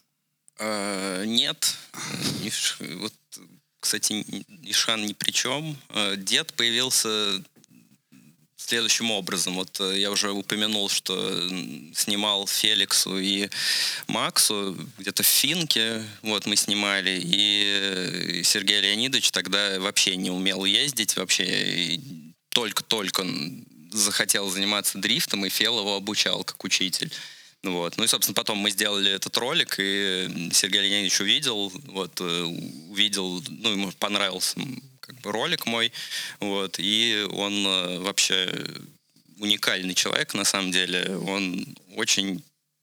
А, Нет. Иш- Вот, кстати, Ишан ни при чем. А, Дед появился следующим образом. Вот э, я уже упомянул, что м, снимал Феликсу и Максу где-то в Финке. Вот мы снимали. И э, Сергей Леонидович тогда вообще не умел ездить. Вообще и только-только он захотел заниматься дрифтом, и Фел его обучал как учитель. Вот. Ну и, собственно, потом мы сделали этот ролик, и Сергей Леонидович увидел, вот, э, увидел, ну, ему понравился м, как бы ролик мой, вот, и он э, вообще уникальный человек, на самом деле, он очень,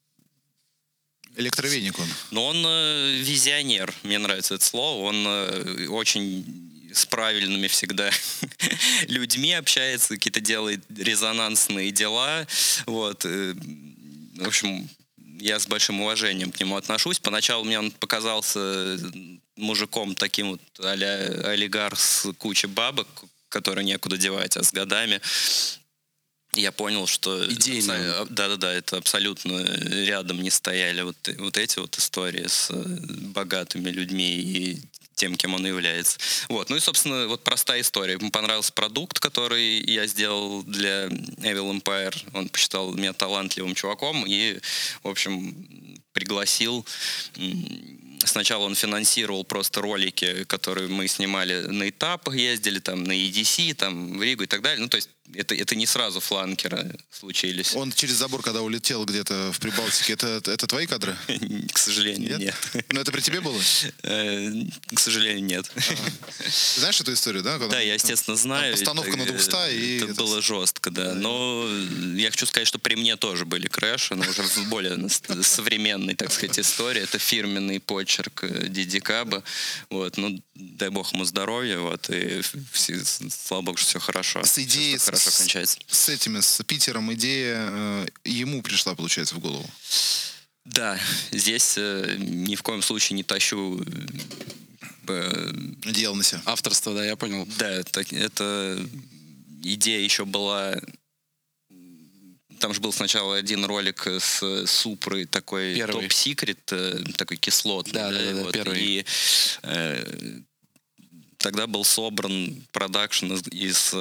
Электровеник он. но он э, визионер, мне нравится это слово, он э, очень с правильными всегда людьми общается, какие-то делает резонансные дела, вот, э, в общем, я с большим уважением к нему отношусь. Поначалу мне он показался мужиком таким вот а-ля олигарх с кучей бабок, который некуда девать, а с годами я понял, что... Идейно. абсо- Да-да-да, это абсолютно рядом не стояли вот, вот эти вот истории с э, богатыми людьми и тем, кем он является. Вот. Ну и, собственно, вот простая история. Ему понравился продукт, который я сделал для Evil Empire. Он посчитал меня талантливым чуваком и, в общем, пригласил. М, Сначала он финансировал просто ролики, которые мы снимали на этапах, ездили там на и ди си, там в Ригу и так далее. Ну, то есть это, это не сразу фланкеры случились. Он через забор, когда улетел где-то в Прибалтике, это, это твои кадры? К сожалению, нет. Ну, это при тебе было? Э, К сожалению, нет. Ты знаешь эту историю, да? Когда Да, я, там- естественно, там знаю. постановка Это, на двухста, и... Это было жестко, да. Но я хочу сказать, что при мне тоже были крэши, но уже в более нас- современной, так сказать, истории. Это фирменный почерк э, Диди Каба. Вот. Ну, дай бог ему здоровья. Вот. И все- слава богу, что все хорошо. С Всё, идеей, что хорошо с- кончается. С этими, с Питером идея э, ему пришла, получается, в голову. Да, здесь э, ни в коем случае не тащу э, Делал на себя. Авторство, да, я понял. Да, так, это идея еще была... Там же был сначала один ролик с Супрой, такой Первый. топ-секрет, такой кислотный. Да, да, да, да, вот, первый. И э, тогда был собран продакшн из... из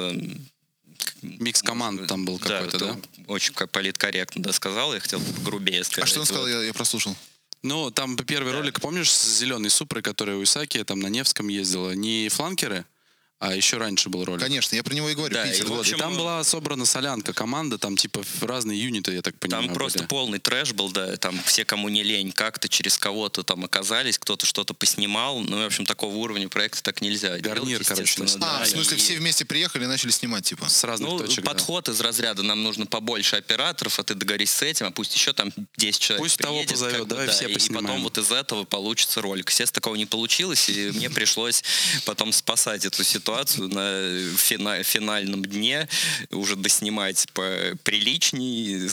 Микс команд там был какой-то, да? Очень политкорректно, да, сказал. Я хотел грубее сказать. А что он сказал? Вот. Я, я прослушал. Ну, там первый да. ролик, помнишь, с зеленой Супрой, которая у Исаки там на Невском ездила? Не фланкеры, а еще раньше был ролик. Конечно, я про него и говорю. Да, Питер. и, Вот, общем, и там была собрана солянка, команда, там типа разные юниты, я так понимаю. Там просто были. полный трэш был, да, там все, кому не лень, как-то через кого-то там оказались, кто-то что-то поснимал, ну, в общем, такого уровня проекта так нельзя Гарнир, делать, короче, естественно, А, да, в смысле, и- все вместе приехали и начали снимать, типа. С разных Ну, точек, да. подход из разряда, нам нужно побольше операторов, а ты договорись с этим, а пусть еще там десять человек Пусть того приедет, позовет, как бы, да, и все и поснимаем. потом вот из этого получится ролик. Естественно, такого не получилось, и мне пришлось потом спасать эту ситуацию на фина- финальном дне, уже доснимать приличней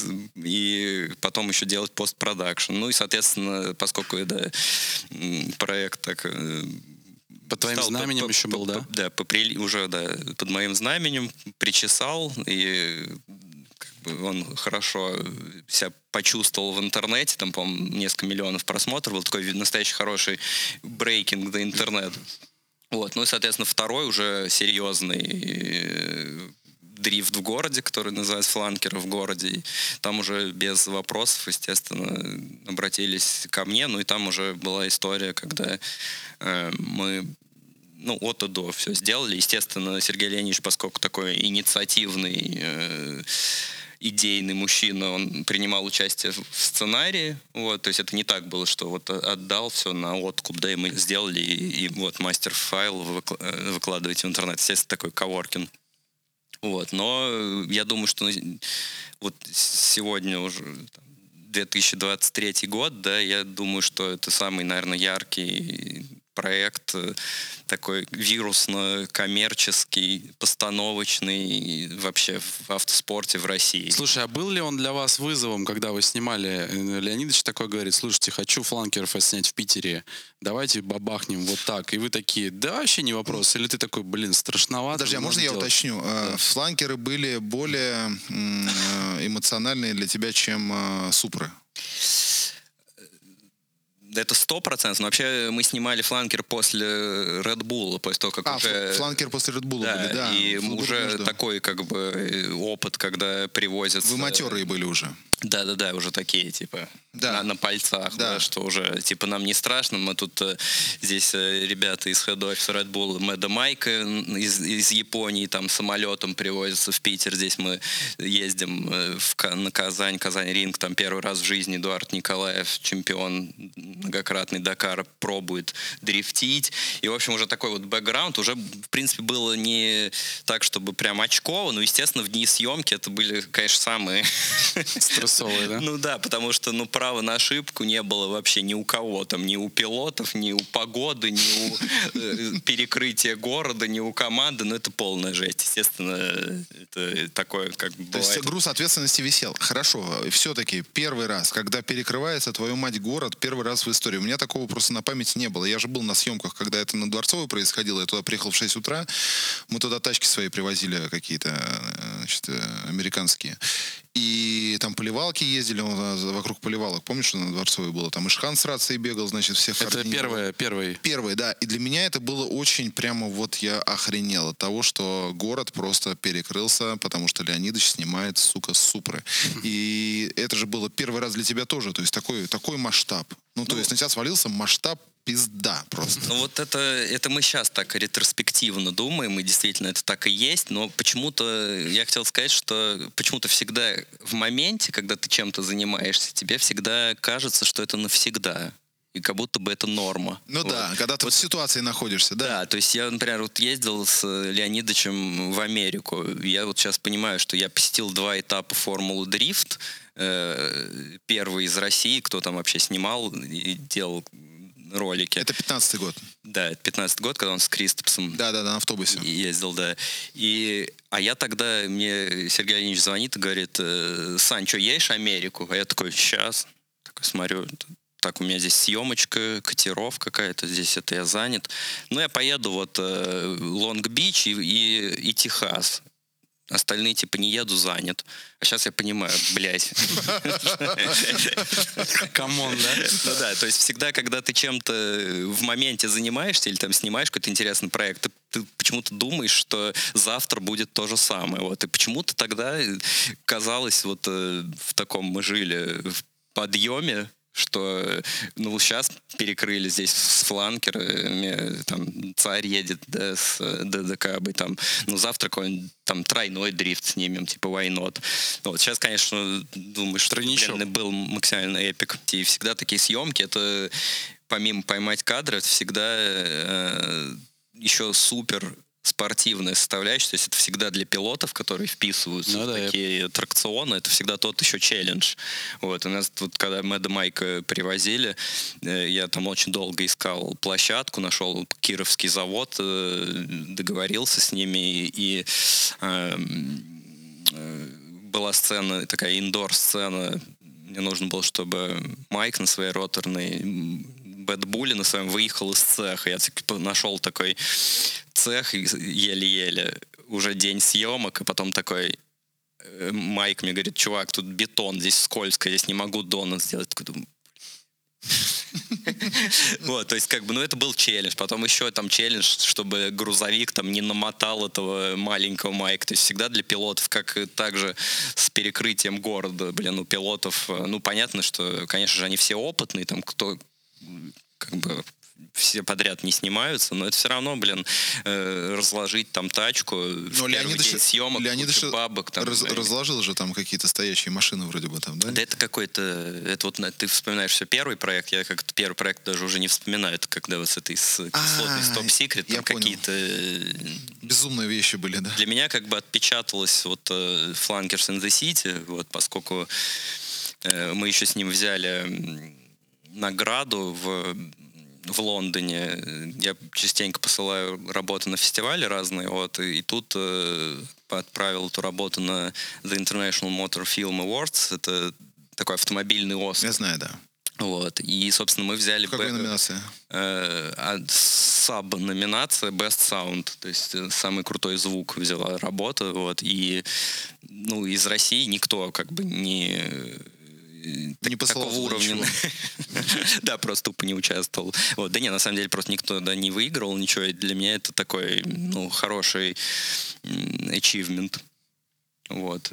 и потом еще делать постпродакшн. Ну и, соответственно, поскольку это м, проект так... э, Под твоим стал знаменем по- еще по- был, по- да? Да, по прили- уже да, под моим знаменем причесал, и как бы он хорошо себя почувствовал в интернете, там, по-моему, несколько миллионов просмотров, был такой настоящий хороший брейкинг до интернет. Вот, ну и, соответственно, второй уже серьезный э, дрифт в городе, который называется «Фланкеры в городе». И там уже без вопросов, естественно, обратились ко мне. Ну и там уже была история, когда э, мы ну, от и до все сделали. Естественно, Сергей Леонидович, поскольку такой инициативный, э, идейный мужчина, он принимал участие в сценарии. Вот, то есть это не так было, что вот отдал все на откуп, да, и мы сделали, и, и вот мастер-файл выкла- выкладываете в интернет. Естественно, такой коворкинг. Вот, но я думаю, что вот сегодня уже там, две тысячи двадцать третий год, да, я думаю, что это самый, наверное, яркий проект, такой вирусно-коммерческий, постановочный вообще в автоспорте в России. Слушай, а был ли он для вас вызовом, когда вы снимали? Леонидович такой говорит: слушайте, хочу фланкеров снять в Питере, давайте бабахнем вот так. И вы такие: да, вообще не вопрос. Или ты такой: блин, страшновато. Подожди, а можно я делать? уточню? Да. Фланкеры были более эмоциональные для тебя, чем Супры? Это сто процентов. Но вообще мы снимали фланкер после Red Bull, после того, как а, уже... фланкер после Red Bull да, были, да. И Фланкер уже между... такой как бы опыт, когда привозят... Вы матерые были уже. Да-да-да, уже такие, типа, да. на, на пальцах, да. Да, что уже, типа, нам не страшно. Мы тут, э, здесь э, ребята из Head Office Red Bull, Мэда Майка из, из Японии, там, самолетом привозятся в Питер. Здесь мы ездим э, в, на Казань, Казань-Ринг, там, первый раз в жизни Эдуард Николаев, чемпион многократный Дакара, пробует дрифтить. И, в общем, уже такой вот бэкграунд. Уже, в принципе, было не так, чтобы прям очково, но, естественно, в дни съемки это были, конечно, самые... Стрессовые, да? Ну да, потому что, ну, права на ошибку не было вообще ни у кого там, ни у пилотов, ни у погоды, ни у э, перекрытия города, ни у команды. Ну, это полная жесть. Естественно, это такое, как бы бывает. То есть груз ответственности висел. Хорошо. Все-таки первый раз, когда перекрывается, твою мать, город, первый раз в истории. У меня такого просто на памяти не было. Я же был на съемках, когда это на Дворцовой происходило. Я туда приехал в шесть утра. Мы туда тачки свои привозили какие-то, значит, американские. И там поливалки ездили, вокруг поливалок. Помнишь, что на Дворцовой было? Там Ишхан с рацией бегал, значит, всех... Это первое, первый. Первый, да. И для меня это было очень прямо вот я охренел от того, что город просто перекрылся, потому что Леонидович снимает, сука, Супры. И это же было первый раз для тебя тоже. То есть такой, такой масштаб. Ну, то Ну, есть на тебя свалился масштаб пизда просто. Ну вот это, это мы сейчас так ретроспективно думаем, и действительно это так и есть, но почему-то, я хотел сказать, что почему-то всегда в моменте, когда ты чем-то занимаешься, тебе всегда кажется, что это навсегда. И как будто бы это норма. Ну вот. да, когда ты вот в ситуации находишься, да. Да, то есть я, например, вот ездил с Леонидовичем в Америку. Я вот сейчас понимаю, что я посетил два этапа Формулы Дрифт. Первый из России, кто там вообще снимал и делал ролики. Это пятнадцатый год. Да, это пятнадцатый год, когда он с Кристопсом Да-да-да, на автобусе. ездил, да. И, а я тогда, мне Сергей Леонидович звонит и говорит: Сань, что, едешь Америку? А я такой: сейчас. Такой смотрю, так, у меня здесь съемочка, котировка какая-то, здесь это я занят. Ну, я поеду вот Лонг-Бич и, и, и Техас. Остальные, типа, не еду, занят. А сейчас я понимаю, блядь. Камон, да? Ну да, то есть всегда, когда ты чем-то в моменте занимаешься или там снимаешь какой-то интересный проект, ты ты почему-то думаешь, что завтра будет то же самое. Вот. И почему-то тогда казалось, вот э, в таком мы жили, в подъеме, что, ну, сейчас перекрыли здесь с фланкерами, там, царь едет, да, с ДДК, там, ну, завтра какой-нибудь там тройной дрифт снимем, типа, why not? Вот, сейчас, конечно, думаю, что, блин, был максимально эпик. И всегда такие съемки, это, помимо поймать кадры, это всегда э, еще супер спортивная составляющая, то есть это всегда для пилотов, которые вписываются ну, в да, такие я... аттракционы, это всегда тот еще челлендж. Вот, у нас тут, когда Мэда Майка привозили, я там очень долго искал площадку, нашел Кировский завод, договорился с ними, и э, была сцена, такая индор-сцена, мне нужно было, чтобы Майк на своей роторной Бэтбуле на своем выехал из цеха. Я типа, нашел такой цех еле-еле. Уже день съемок, и потом такой Майк мне говорит, чувак, тут бетон, здесь скользко, здесь не могу донат сделать. Вот, то есть, как бы, ну, это был челлендж. Потом еще там челлендж, чтобы грузовик там не намотал этого маленького Майка. То есть всегда для пилотов, как и также с перекрытием города, блин, у пилотов, ну, понятно, что, конечно же, они все опытные, там, кто как бы все подряд не снимаются, но это все равно, блин, э, разложить там тачку в первый день съемок, куча бабок. Там, раз, разложил же там какие-то стоящие машины вроде бы там, да? Да это какой-то, это вот ты вспоминаешь все первый проект, я как-то первый проект даже уже не вспоминаю, это когда вот с этой с кислотной Stop Secret, там какие-то... Безумные вещи были, да? Для меня как бы отпечаталось вот Flankers in the City, вот, поскольку э, мы еще с ним взяли награду в в Лондоне. Я частенько посылаю работы на фестивали разные, вот, и, и тут э, отправил эту работу на The International Motor Film Awards. Это такой автомобильный Оскар. Я знаю, да. Вот. И, собственно, мы взяли... В какой б... номинации? Э, саб-номинация Best Sound, то есть самый крутой звук взяла работа, вот, и, ну, из России никто как бы не... Не такого уровня. Да, просто тупо не участвовал. Вот. Да не, на самом деле просто никто да, не выигрывал ничего. И для меня это такой, ну, хороший achievement. Вот.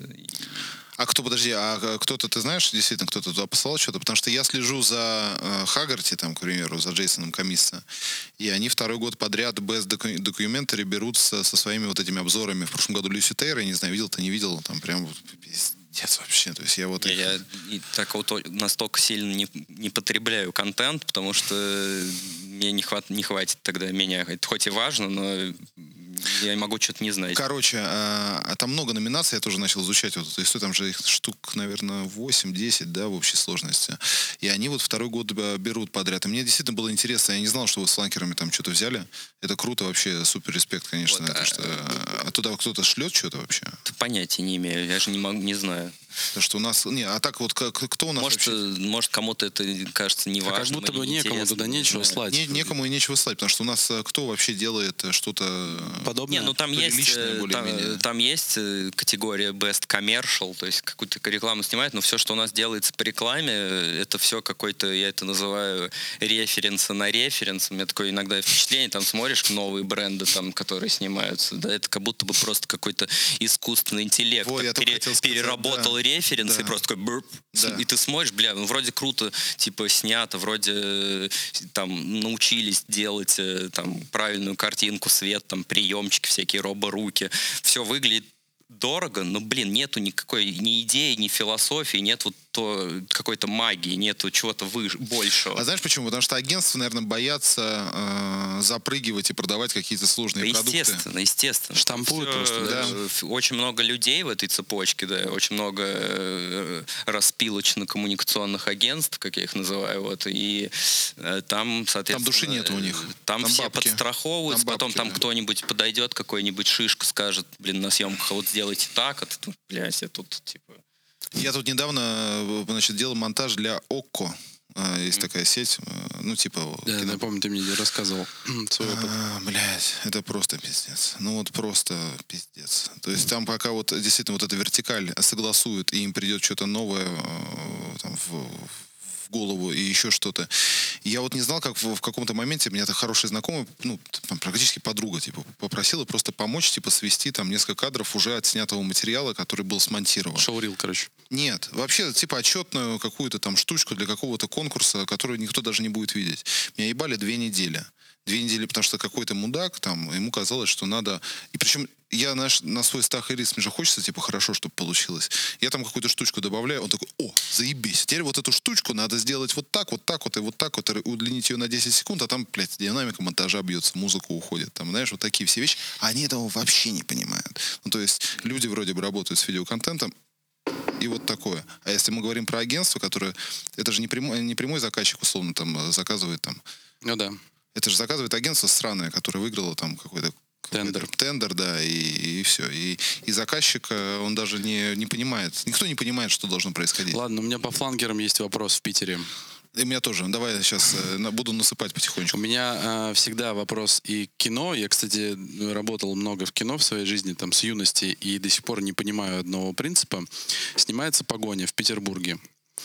А кто, подожди, а кто-то, ты знаешь, действительно, кто-то туда послал что-то? Потому что я слежу за э, Хаггарти, там, к примеру, за Джейсоном Комиссо, и они второй год подряд без документари берутся со своими вот этими обзорами. В прошлом году Люси Тейра, я не знаю, видел ты, не видел, там прям пиздец вообще. То есть я вот... Я, их... я и так вот настолько сильно не, не потребляю контент, потому что мне не, хват, не хватит тогда меня. Это хоть и важно, но... Я могу что-то не знать. Короче, а, там много номинаций, я тоже начал изучать вот эту историю, там же их штук, наверное, восемь-десять, да, в общей сложности. И они вот второй год берут подряд. И мне действительно было интересно, я не знал, что вы с фланкерами там что-то взяли. Это круто вообще, супер респект, конечно. Вот, это, а, что, а туда кто-то шлет что-то вообще? Понятия не имею, я же не могу, не знаю. Потому что у нас... Не, а так вот кто у нас может, вообще... Может, кому-то это кажется не важно. А как будто бы некому туда нечего слать. Не, некому и нечего слать, потому что у нас кто вообще делает что-то подобное? Не, ну там есть, там, там есть категория Best Commercial, то есть какую-то рекламу снимают, но все, что у нас делается по рекламе, это все какой-то, я это называю, референс на референс. У меня такое иногда впечатление, там смотришь новые бренды, там, которые снимаются, да, это как будто бы просто какой-то искусственный интеллект Во, пере, сказать, переработал да. референс, Да. и просто такой бурп, да. и ты смотришь, бля, ну вроде круто, типа снято, вроде там научились делать там правильную картинку, свет, там приемчики всякие, роборуки, все выглядит дорого, но, блин, нету никакой ни идеи, ни философии, нет вот то, какой-то магии, нету чего-то выше, большего. А знаешь почему? Потому что агентства, наверное, боятся э, запрыгивать и продавать какие-то сложные да продукты. Естественно, естественно. Штампуют Все, просто, да. Очень много людей в этой цепочке, да, очень много э, распилочно-коммуникационных агентств, как я их называю, вот, и э, там, соответственно... Там души нет у них. Там, там все бабки. подстраховываются, там потом бабки, там да. кто-нибудь подойдет, какой-нибудь шишка скажет, блин, на съемках, а вот сделайте так, а ты, блядь, я тут, типа... Я тут недавно, значит, делал монтаж для Окко. Есть mm-hmm. такая сеть, ну, типа... Да, кино... я помню, ты мне рассказывал свой опыт. А, блядь, это просто пиздец. Ну, вот просто пиздец. То есть там пока вот действительно вот эта вертикаль согласует, и им придет что-то новое там, в, в голову и еще что-то. И я вот не знал, как в, в каком-то моменте меня хороший знакомый, ну, там, практически подруга, типа, попросила просто помочь, типа, свести там несколько кадров уже от снятого материала, который был смонтирован. Шоурил, короче. Нет, вообще, типа, отчетную какую-то там штучку для какого-то конкурса, которую никто даже не будет видеть. Меня ебали две недели. Две недели, потому что какой-то мудак там, ему казалось, что надо... И причем я наш, на свой стах и риск, мне же хочется, типа, хорошо, чтобы получилось. Я там какую-то штучку добавляю, он такой, о, заебись. Теперь вот эту штучку надо сделать вот так, вот так вот и вот так вот, и удлинить ее на десять секунд, а там, блядь, динамика монтажа бьется, музыка уходит. Там, знаешь, вот такие все вещи. А они этого вообще не понимают. Ну, то есть люди вроде бы работают с видеоконтентом, и вот такое. А если мы говорим про агентство, которое... Это же не прямой, не прямой заказчик, условно, там, заказывает там... Ну да. Это же заказывает агентство странное, которое выиграло там какой-то Тендер. какой-то тендер, да, и, и все. И, и заказчик, э, он даже не, не понимает, никто не понимает, что должно происходить. Ладно, у меня по флангерам есть вопрос в Питере. И у меня тоже. Давай я сейчас э, на- буду насыпать У потихонечку. меня э, всегда вопрос и к кино. Я, кстати, работал много в кино в своей жизни, там, с юности, и до сих пор не понимаю одного принципа. Снимается «Погоня» в Петербурге.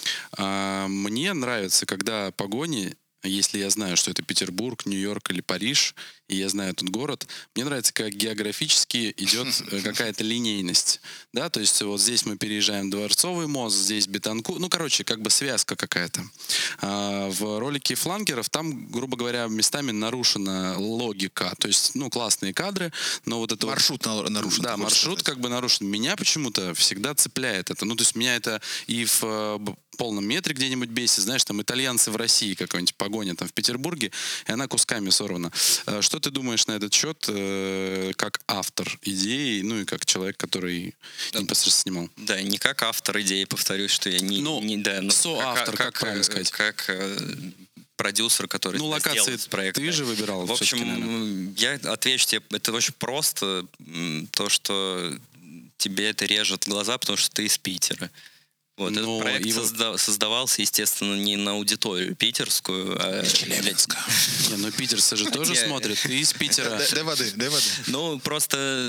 А, мне нравится, когда «Погони», если я знаю, что это Петербург, Нью-Йорк или Париж, и я знаю этот город, мне нравится, как географически идет э, какая-то линейность. Да, то есть вот здесь мы переезжаем Дворцовый мост, здесь Бетанкур. Ну, короче, как бы связка какая-то. А в ролике «Флангеров» там, грубо говоря, местами нарушена логика. То есть, ну, классные кадры, но вот это... вот- Маршрут на- нарушен. Да, ты хочешь маршрут сказать. как бы нарушен. Меня почему-то всегда цепляет это. Ну, то есть меня это и в э, б- полном метре где-нибудь бесит. Знаешь, там итальянцы в России какой-нибудь «Погоня» там в Петербурге, и она кусками сорвана. Э, Что ты думаешь на этот счет, э, как автор идеи, ну и как человек, который непосредственно снимал? Да, не как автор идеи, повторюсь, что я не... Ну, не да, но соавтор, как правильно э, сказать? Как э, продюсер, который Ну, сделал локации этот проект. ты да. же выбирал В всё-таки, общем, я отвечу тебе, это очень просто, м, то, что тебе это режет глаза, потому что ты из Питера. Вот, Ну, этот проект и вот- созда- создавался, естественно, не на аудиторию питерскую, а... Челябинска. Не, ну питерцы же тоже Я- смотрят. Ты из Питера. Дай, дай воды, дай воды. Ну, просто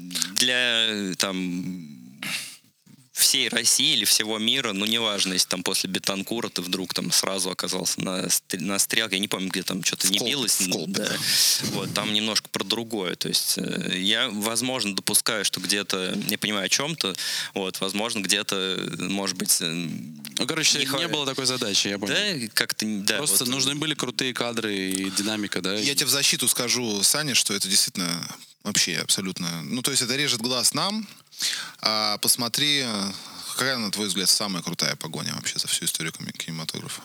для там всей России или всего мира, ну, неважно, если там после Бетанкура ты вдруг там сразу оказался на, стр- на стрелке, я не помню, где там что-то В не Колпе, билось. в Колпе, да. да. Вот, там немножко про другое. То есть э, я, возможно, допускаю, что где-то, я понимаю о чем-то, вот, возможно, где-то, может быть... э, Ну, короче, не не, хва- было такой задачи, я понял. Да, как-то, да. Просто вот, нужны были крутые кадры и динамика, да? Я тебе в защиту скажу, Сане, что это действительно вообще абсолютно... Ну, то есть это режет глаз нам, а посмотри, какая, на твой взгляд, самая крутая «Погоня» вообще за всю историю кини- кинематографа?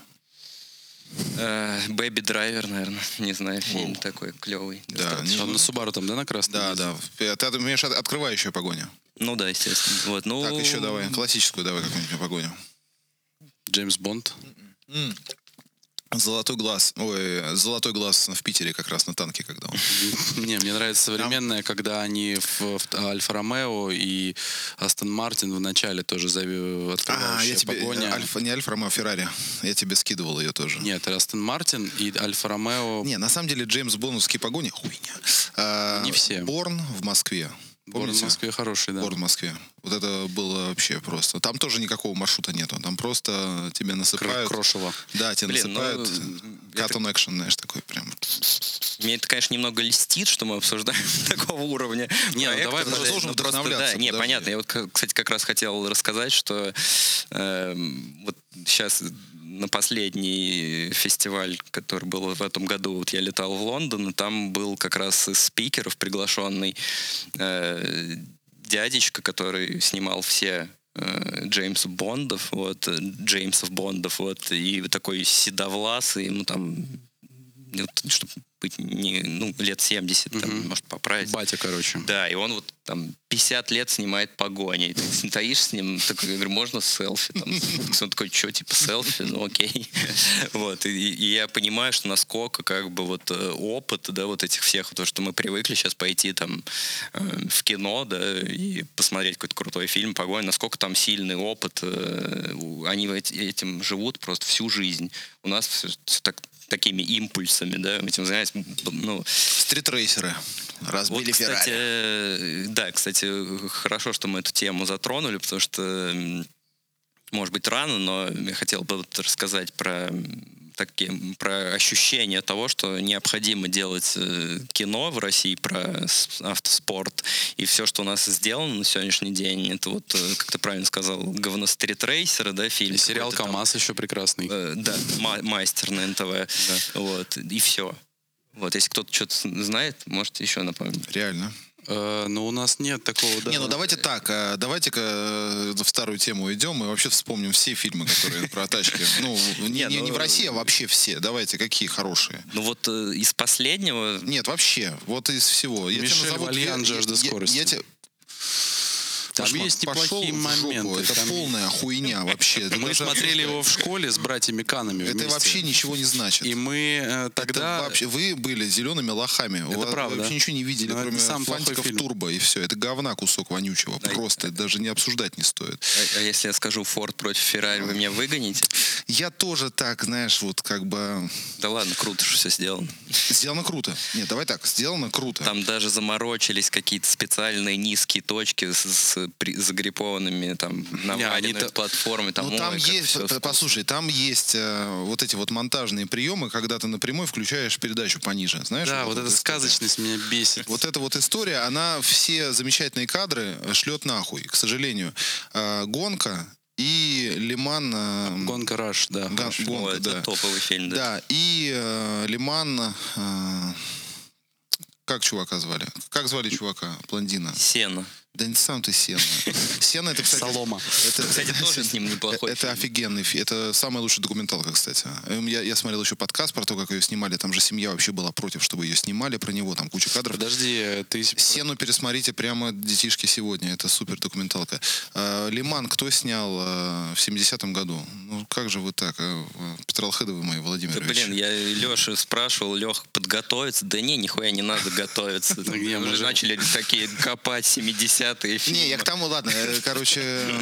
э, Бэби Драйвер, наверное, не знаю, фильм Воу. такой клевый. Да, достаточно. не- Он на Субару там, да, на красном? Да, ездит? да. Ты имеешь от- открывающую «Погоню». Ну да, естественно. Вот, ну, Так, еще давай. Классическую давай какую-нибудь «Погоню». Джеймс Бонд. «Золотой глаз». Ой, «Золотой глаз» в Питере как раз на танке, когда он. Не, мне нравится современная, когда они в, в Альфа-Ромео и Астон Мартин в начале тоже зави- А, открывающая я тебе... погоня. Альфа, не Альфа Ромео, а Феррари. Я тебе скидывал ее тоже. Нет, Астон Мартин и Альфа-Ромео. Не, на самом деле Джеймс Бондовские погони хуйня. А, Не все. Борн в Москве. Борн в Помните? Москве хороший, да. Борн в Москве. Вот это было вообще просто. Там тоже никакого маршрута нету. Там просто тебе Кр- насыпают. Крошево. Да, тебе Блин, ну, насыпают. это- Cut on action, знаешь, такой прям. мне это, конечно, немного льстит, что мы обсуждаем такого уровня. Не, ну проект, давай, но подожди, должен ну, просто, вдохновляться, Да, не, подожди. понятно. Я вот, к- кстати, как раз хотел рассказать, что эм, вот сейчас на последний фестиваль, который был в этом году, вот я летал в Лондон, и там был как раз из спикеров приглашенный э, дядечка, который снимал все э, Джеймса Бондов, вот, э, Джеймсов Бондов, вот, и такой седовласый, ему там, чтобы быть не, ну, лет семьдесят, там, Мгм. может, поправить. Батя, короче. Да, и он вот там пятьдесят лет снимает «Погони». И ты стоишь с ним, такой, я говорю, можно селфи? Там, он такой, что, типа, селфи? Ну, окей. Вот, и, и я понимаю, что насколько, как бы, вот э, опыт, да, вот этих всех, то, что мы привыкли сейчас пойти там э, в кино, да, и посмотреть какой-то крутой фильм «Погонь», насколько там сильный опыт, э, у- они эти- этим живут просто всю жизнь. У нас все, так, такими импульсами, да, этим занимаются, ну, Стритрейсеры. Разбили вот, кстати, Феррари. э, да, кстати, хорошо, что мы эту тему затронули, потому что, м, может быть, рано, но я хотел бы вот рассказать про м, такие, про ощущение того, что необходимо делать э, кино в России про с- автоспорт. И все, что у нас сделано на сегодняшний день, это вот, э, как ты правильно сказал, говностритрейсеры, да, фильм. И сериал какой-то там, «КамАЗ» еще прекрасный. э, да, ма- мастер на эн тэ вэ. Да. Вот, и все. Вот, если кто-то что-то знает, можете еще напомнить. Реально. Э, но у нас нет такого, да. Не, ну давайте так, э, давайте-ка э, в старую тему идем и вообще вспомним все фильмы, которые про тачки. Ну, не, Не, не- не ну- в России, а вообще все. Давайте, какие хорошие. Ну вот э, из последнего... Нет, вообще, вот из всего. Я тебе Мишель назову Вальян, две- «Жажда я- я- скорости». Я тебе- Там Кошмар. есть Пошел неплохие в жопу. моменты. Это Там- полная хуйня вообще. Это Мы даже смотрели обсуждать. его в школе с братьями Канами Это вместе. вообще ничего не значит. И мы э, тогда... Это вообще, вы были зелеными лохами. Это Вы правда. вообще ничего не видели, Но это кроме самый плохой фантиков фильм. турбо, и все. Это говна кусок вонючего. Да, Просто даже не обсуждать не стоит. А, а если я скажу Форд против Феррари, вы меня выгоните? Я тоже так, знаешь, вот как бы... Да ладно, круто, что все сделано. Сделано круто. Нет, давай так, сделано круто. Там даже заморочились какие-то специальные низкие точки с, с при- загриппованными там наваренными они-то- платформы. Там, Ну, там ой, как есть, всё п- вкусно. послушай, там есть э, вот эти вот монтажные приемы, когда ты напрямую включаешь передачу пониже, знаешь? Да, вот эта история? сказочность меня бесит. Вот эта вот история, она все замечательные кадры шлет нахуй, к сожалению. Э, гонка и Лиман... э, Гонка Раш, да. Гон- хорошо. гонка, Ой, это да. топовый фильм, да. Да, и э, Лиман... э, как чувака звали? Как звали чувака? Блондина. Сена. Да не сам ты Сена. Сена это, кстати... Солома. Это, Кстати, тоже с ним неплохой Это фильм. офигенный фильм. Это самая лучшая документалка, кстати. Эм, Я, я смотрел еще подкаст про то, как ее снимали. Там же семья вообще была против, чтобы ее снимали про него. Там куча кадров. Подожди, ты... Сену пересмотрите прямо, детишки, сегодня. Это супер документалка. А, Лиман кто снял а, в семидесятом году? Ну, как же вы так? а, Петролхедовы мои, Да, Владимирович. блин, я Леша спрашивал, Лех, подготовиться? Да не, нихуя не надо готовиться. где, Мы мы уже же- начали такие копать семидесятые фильмы. Не, я к тому, ладно, э, короче,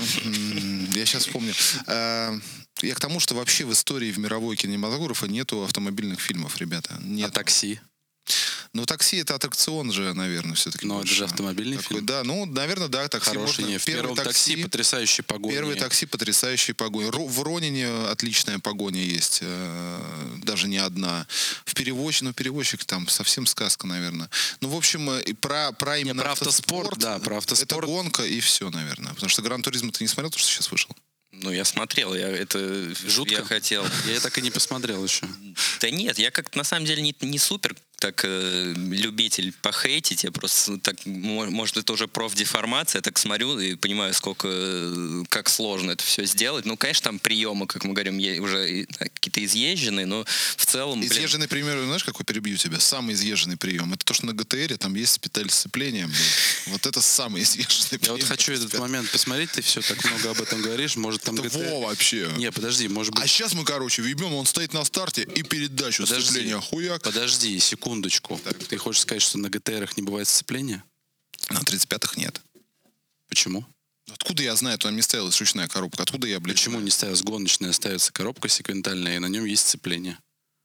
м, я сейчас вспомню. А, Я к тому, что вообще в истории в мировой кинематографа нету автомобильных фильмов, ребята. А Нет. такси? Ну, такси это аттракцион же, наверное, все-таки. Но это же автомобильный Такой, фильм. Да, ну, наверное, да, такси Хороший, можно. не. В первом такси потрясающий погони. Первый такси потрясающий погоня. Ро- В Ронине отличная погоня есть, э, даже не одна. В перевозчик, ну перевозчик там совсем сказка, наверное. Ну, в общем, э, и про, про именно про автоспорт, да, про автоспорт. Это гонка и все, наверное. Потому что Гран Туризмо ты не смотрел, то, что сейчас вышел? Ну, я смотрел, я это... Жутко? Я хотел... Я так и не посмотрел еще. Да нет, я как-то на самом деле не, не супер так э, любитель похейтить, я просто так, мо- может, это уже профдеформация, я так смотрю и понимаю, сколько, э, как сложно это все сделать. Ну, конечно, там приемы, как мы говорим, е- уже и- какие-то изъезженные, но в целом, блин, Изъезженный пример, знаешь, какой перебью тебя? Самый изъезженный прием. Это то, что на ГТРе там есть педаль сцепления. блин. Вот это самый изъезженный Я прием. вот хочу этот момент посмотреть, ты все так много об этом говоришь, может там Да ГТ... во вообще. Не, подожди, может А быть... сейчас мы, короче, въебем, он стоит на старте и передачу Подожди. сцепления хуяк. Подожди, секундочку. Ты хочешь сказать, что на ГТРах не бывает сцепления? На тридцать пятых нет. Почему? Откуда я знаю, там не ставилась ручная коробка? Откуда я, блядь, Почему знаю? не ставилась гоночная, ставится коробка секвентальная, и на нем есть сцепление?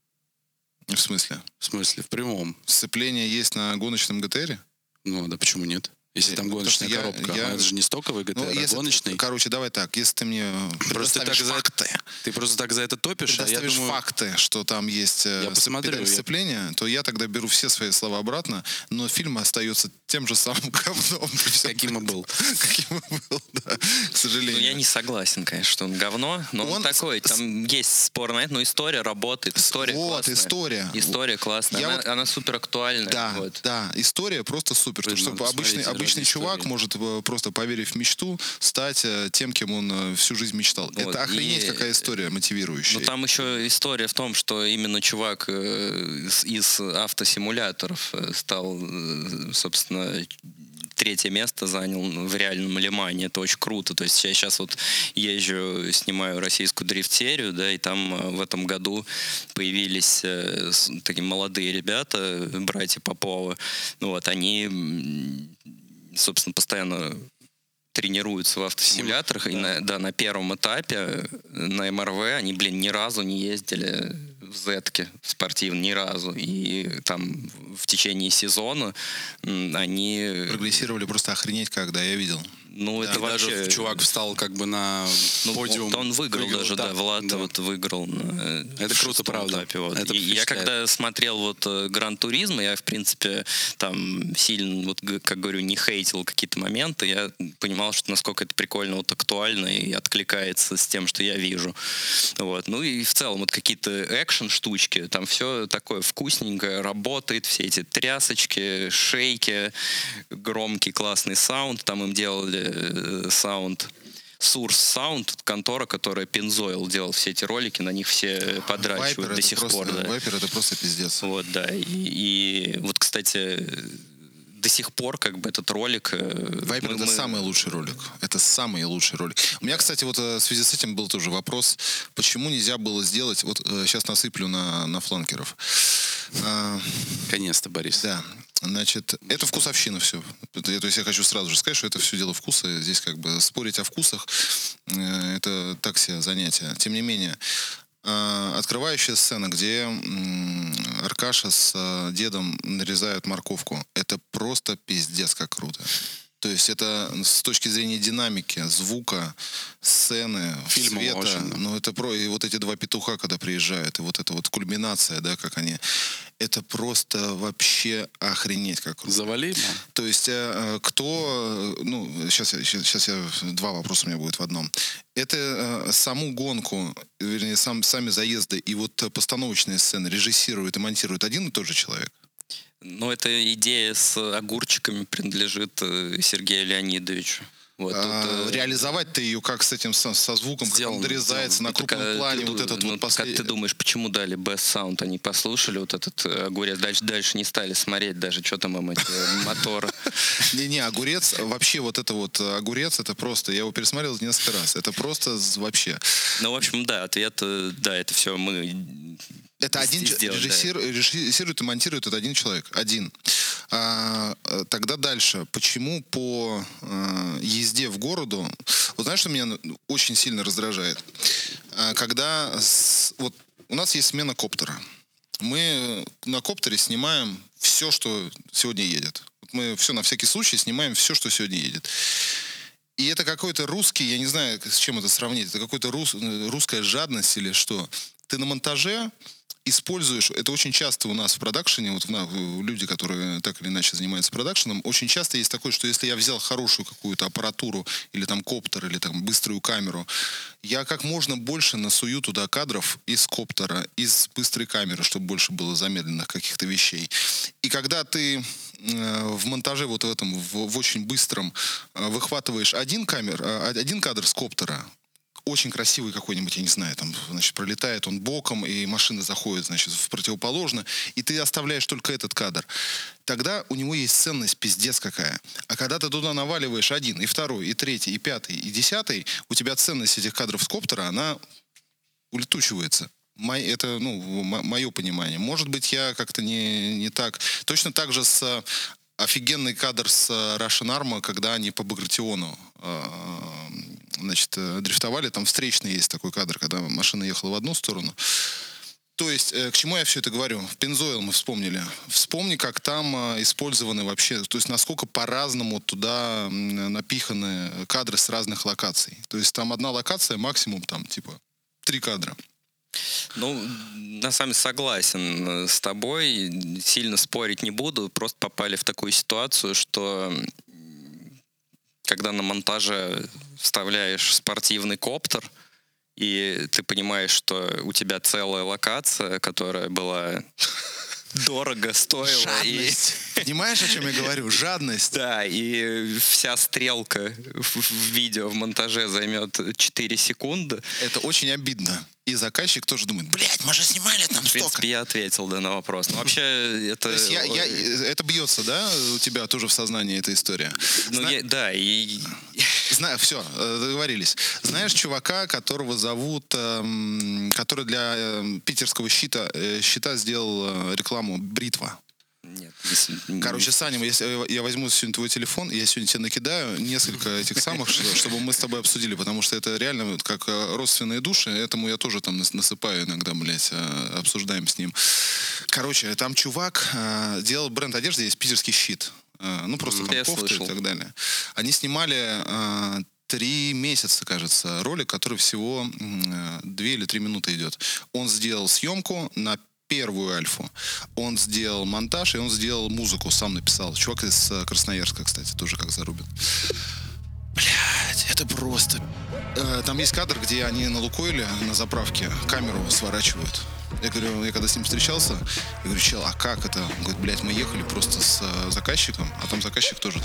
В смысле? В смысле, в прямом. Сцепление есть на гоночном ГТРе? Ну, да почему нет? Если Э, там потому что гоночная я- коробка. я- А это же не стоковый ГТР, Ну, а если, гоночный. короче, давай так, если ты мне Просто ты так, предоставишь за это, факты, ты просто так за это топишь, а я предоставишь думаю... факты, что там есть э, Я посмотрю, педаль я- сцепления, то я тогда беру все свои слова обратно, но фильм остается тем же самым говном. при всем Каким и был. Каким и был, да, к сожалению. ну, я не согласен, конечно, что он говно, но он, Он такой, с- там есть спор на это, но история работает, история Вот, классная. история. История классная, Я она, вот- она супер актуальная. Да, вот. да, история просто супер. Блин, Потому что надо посмотреть обычный, ради обычный чувак истории. может э, просто поверив в мечту, стать э, тем, кем он э, всю жизнь мечтал. Вот, Это охренеть и- какая история мотивирующая. Ну, там еще история в том, что именно чувак э, из, из автосимуляторов э, стал, э, собственно, третье место занял в реальном Лимане. Это очень круто. То есть я сейчас вот езжу, снимаю российскую дрифт-серию, да, и там э, в этом году появились э, с- такие молодые ребята, братья Поповы. Ну, вот, они, м, собственно, постоянно тренируются в автосимуляторах, и на, да, на первом этапе на эм эр вэ они, блин, ни разу не ездили в зетке спортивно, ни разу. И там в течение сезона м, они... Прогрессировали просто охренеть как, да, я видел. Ну, Да, это даже вообще... чувак встал как бы на Ну, подиум. он, он выиграл, выиграл, даже, да, да, Влад да. вот выиграл. На, Это в круто, шестом правда. этапе, вот. Это И я впечатляет. когда смотрел вот Гран Туризмо, я, в принципе, там сильно, вот, г- как говорю, не хейтил какие-то моменты. Я понимал, что насколько это прикольно, вот актуально и откликается с тем, что я вижу. Вот. Ну и в целом вот какие-то экшен-штучки, там все такое вкусненькое, работает, все эти трясочки, шейки, громкий классный саунд, там им делали э, саунд. Source Sound, контора, которая Pennzoil делал все эти ролики, на них все подрачивают Viper до это сих просто, пор. Да. Viper это просто пиздец. Вот, да. И, и вот, кстати, до сих пор как бы этот ролик... Viper мы- это мы- самый лучший ролик. Это самый лучший ролик. У меня, кстати, вот э, в связи с этим был тоже вопрос, почему нельзя было сделать... Вот э, сейчас насыплю на, на фланкеров. А, Наконец-то, Борис. Да, значит, это вкусовщина все. То есть я хочу сразу же сказать, что это все дело вкуса. Здесь как бы спорить о вкусах, э, это так себе занятие. Тем не менее, э, открывающая сцена, где м, Аркаша с э, дедом нарезают морковку, это просто пиздец как круто. То есть это с точки зрения динамики, звука, сцены, Фильма света. очень, да. Ну, это про... И вот эти два петуха, когда приезжают, и вот эта вот кульминация, да, как они... Это просто вообще охренеть как круто. Завали. да. То есть э, кто... э, Ну, сейчас, я- щас, щас я... Два вопроса у меня будет в одном. Это э, саму гонку, вернее, сам, сами заезды и вот э, постановочные сцены режиссирует и монтирует один и тот же человек. Ну, эта идея с огурчиками принадлежит э, Сергею Леонидовичу. Вот тут, А, э, реализовать-то ее как с этим со, со звуком, как Сделано, он дорезается сделано. на Ну, так, крупном а плане, ты вот ду- этот ну, вот Как послед- ты думаешь, почему дали Best Sound? Они послушали вот этот э, огурец, дальше, дальше не стали смотреть даже, что там им эти э, моторы. Не-не, огурец, вообще вот это вот э, огурец, это просто, я его пересмотрел несколько раз, это просто з- вообще. Ну, в общем, да, ответ, э, да, это все мы Это один ч- сделали, да. режиссер, режиссирует и монтирует это один человек, один. А, э, тогда дальше. Почему по э, езде в городу... Вот знаешь, что меня ну, очень сильно раздражает? А, когда... с- вот у нас есть смена коптера. Мы на коптере снимаем все, что сегодня едет. Вот мы все на всякий случай снимаем все, что сегодня едет. И это какой-то русский, я не знаю, с чем это сравнить, это какой-то рус, русская жадность или что. Ты на монтаже используешь, это очень часто у нас в продакшене, вот в на- в люди, которые так или иначе занимаются продакшеном, очень часто есть такое, что если я взял хорошую какую-то аппаратуру, или там коптер, или там быструю камеру, я как можно больше насую туда кадров из коптера, из быстрой камеры, чтобы больше было замедленных каких-то вещей. И когда ты э, в монтаже вот в этом, в, в очень быстром, э, выхватываешь один, камер, э, один кадр с коптера, очень красивый какой-нибудь, я не знаю, там, значит, пролетает он боком, и машина заходит, значит, в противоположно, и ты оставляешь только этот кадр. Тогда у него есть ценность пиздец какая. А когда ты туда наваливаешь один, и второй, и третий, и пятый, и десятый, у тебя ценность этих кадров с коптера, она улетучивается. Мой- Это, ну, мое понимание. Может быть, я как-то не, не так... Точно так же с э, офигенный кадр с э, Russian Arma, когда они по Багратиону э, значит, э, дрифтовали. Там встречный есть такой кадр, когда машина ехала в одну сторону. То есть, э, к чему я все это говорю? Pennzoil мы вспомнили. Вспомни, как там э, использованы вообще, то есть, насколько по-разному туда м, напиханы кадры с разных локаций. То есть, там одна локация, максимум, там, типа, три кадра. Ну, на самом деле согласен э, с тобой, сильно спорить не буду, просто попали в такую ситуацию, что м, когда на монтаже вставляешь спортивный коптер, и ты понимаешь, что у тебя целая локация, которая была дорого стоила. И, Жадность. Понимаешь, о чем я говорю? Жадность. да, и вся стрелка в, в видео, в монтаже займет четыре секунды. Это очень обидно. И заказчик тоже думает, блядь, мы же снимали там В столько. принципе, я ответил, да, на вопрос. Но вообще, это... То есть я, я, это бьется, да, у тебя тоже в сознании эта история? Ну, Зна- я- да, и... Знаю, все, договорились. Знаешь чувака, которого зовут, эм, который для эм, питерского щита, э, щита сделал э, рекламу «Бритва». Нет, не- Короче, Саня, если я возьму сегодня твой телефон, я сегодня тебе накидаю несколько этих самых, что- чтобы мы с тобой обсудили, потому что это реально вот как э, родственные души, этому я тоже там нас- насыпаю иногда, блядь, э, обсуждаем с ним. Короче, там чувак э, делал бренд одежды, есть питерский щит. э, ну, просто там Я кофты слышал. и так далее. Они снимали э, три месяца, кажется, ролик, который всего э, две или три минуты идет. Он сделал съемку на первую альфу. Он сделал монтаж, и он сделал музыку, сам написал. Чувак из э, Красноярска, кстати, тоже как Зарубин. Блять, это просто... Э, Там есть кадр, где они на Лукойле, на заправке, камеру сворачивают. Я говорю, я когда с ним встречался, я говорю, чел, а как это? Он говорит, блядь, мы ехали просто с э, заказчиком, а там заказчик тоже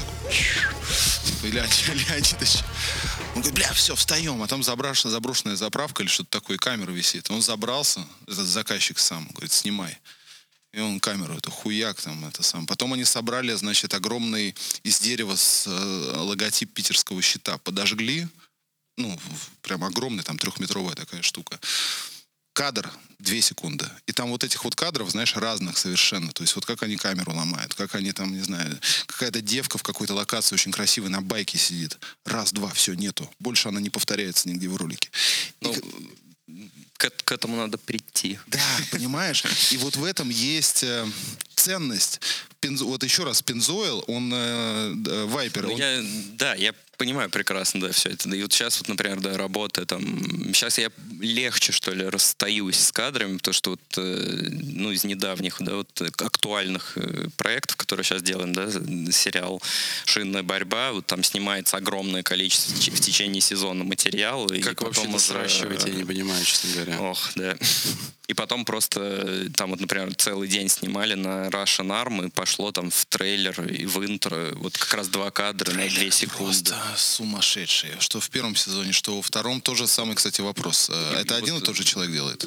такой, Леонид Леонидович. Он говорит, бля, все, встаем, а там заброшенная, заброшенная заправка или что-то такое, камера висит. Он забрался, этот заказчик сам, говорит, снимай. И он камеру, это хуяк там, это сам. Потом они собрали, значит, огромный из дерева с, э, логотип питерского щита. Подожгли, ну, прям огромный, там, трехметровая такая штука. Кадр две секунды. И там вот этих вот кадров, знаешь, разных совершенно. То есть вот как они камеру ломают, как они там, не знаю, какая-то девка в какой-то локации очень красивой на байке сидит. Раз, два, все, нету. Больше она не повторяется нигде в ролике. Ну, И... к, к этому надо прийти. Да, понимаешь? И вот в этом есть э, ценность. Пензо, вот еще раз, Пензоил, он э, Вайпер. Ну, Он... я, да, я понимаю прекрасно, да, все это. И вот сейчас вот, например, да, работа там... Сейчас я легче, что ли, расстаюсь с кадрами, потому что вот, э, ну, из недавних, да, вот актуальных э, проектов, которые сейчас делаем, да, сериал «Шинная борьба», вот там снимается огромное количество в течение сезона материала. Как вы вообще это сращиваете, я не понимаю, честно говоря. Ох, да. И потом просто там вот, например, целый день снимали на Russian Arm, и пошло там в трейлер и в интро. Вот как раз два кадра трейлер на две секунды. Просто сумасшедшие. Что в первом сезоне, что во втором. Тоже самый, кстати, вопрос. Это и один вот и тот же человек делает?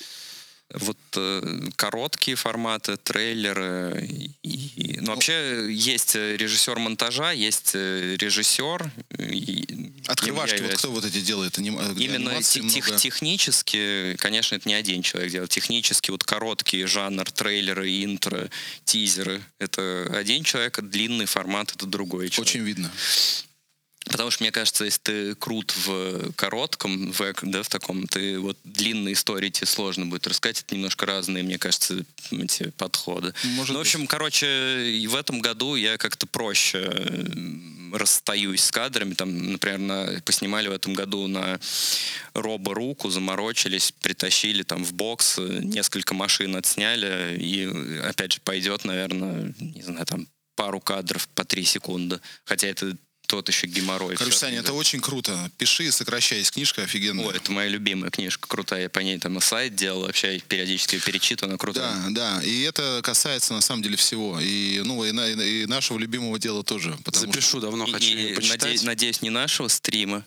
Вот э, короткие форматы, трейлеры. И, и, ну, вообще есть режиссер монтажа, есть режиссер. И, Открывашки, вот кто вот эти делает? Аним... Именно тех, много... технически, конечно, это не один человек делает. Технически вот короткие жанр, трейлеры, интро, тизеры. Это один человек, а длинный формат это другой человек. Очень видно. Потому что, мне кажется, если ты крут в коротком, в, да, в таком, ты вот длинные истории тебе сложно будет рассказать. Это немножко разные, мне кажется, эти подходы. Может ну, в общем, быть. короче, в этом году я как-то проще расстаюсь с кадрами. Там, например, на, поснимали в этом году на робо-руку, заморочились, притащили там в бокс, несколько машин отсняли, и опять же пойдет, наверное, не знаю, там пару кадров по три секунды. Хотя это тот еще геморрой. Короче, Саня, это очень круто. Пиши и сокращай, есть книжка офигенная. О, это моя любимая книжка, крутая. Я по ней там и сайт делал, вообще периодически ее перечитываю, она крутая. Да, да, и это касается на самом деле всего. И, ну, и, и, и нашего любимого дела тоже. Запишу, что... давно и, хочу и, почитать. Надеюсь, надеюсь, не нашего стрима.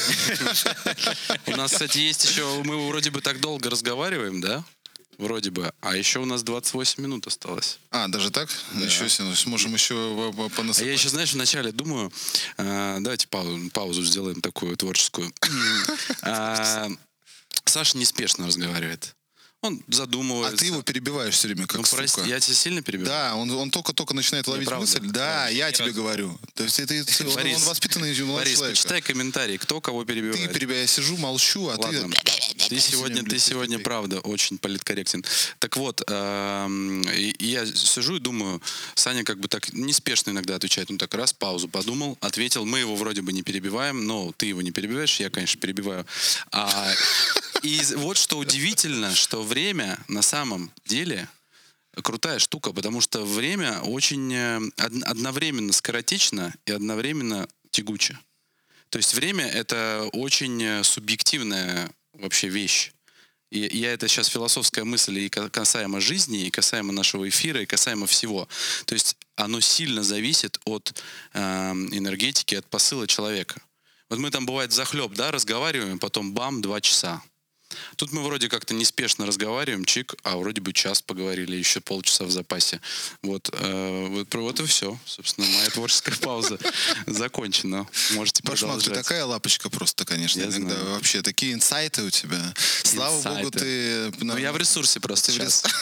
У нас, кстати, есть еще... Мы вроде бы так долго разговариваем, да? Вроде бы. А еще у нас двадцать восемь минут осталось. А, даже так? Да. Ничего себе. Сможем еще понасыпать. А я еще, знаешь, вначале думаю, э, давайте паузу, паузу сделаем такую творческую. Саша неспешно разговаривает. Он задумывается. А ты его перебиваешь все время, как ну, сука. Прости, я тебя сильно перебиваю? Да, он, он только-только начинает ловить правда, мысль. Да, правда. я Ни тебе разу. говорю. То есть это, это, он, Борис, он воспитанный молодой Борис, человек. почитай комментарии, кто кого перебивает. Ты перебиваешь, я сижу, молчу, а Ладно. ты... Ты сегодня, ты сегодня, правда, очень политкорректен. Так вот, эм, и- и я сижу и думаю, Саня как бы так неспешно иногда отвечает. Ну так раз, паузу подумал, ответил. Мы его вроде бы не перебиваем, но ты его не перебиваешь, я, конечно, перебиваю. А, и вот что удивительно, что время на самом деле крутая штука, потому что время очень э, од- одновременно скоротечно и одновременно тягуче. То есть время — это очень э, субъективная вообще вещь. И я это сейчас философская мысль и ка- касаемо жизни, и касаемо нашего эфира, и касаемо всего. То есть оно сильно зависит от э, энергетики, от посыла человека. Вот мы там, бывает, взахлеб, да, разговариваем, потом бам, два часа. Тут мы вроде как-то неспешно разговариваем, чик, а вроде бы час поговорили, еще полчаса в запасе. Вот, э, вот, про- вот и все. Собственно, моя творческая пауза закончена. Можете Пашмак, ты продолжать. такая лапочка просто, конечно. Я Иногда знаю. вообще такие инсайты у тебя. Слава Инсайты. богу, ты... Ну, я в ресурсе просто Ты в сейчас.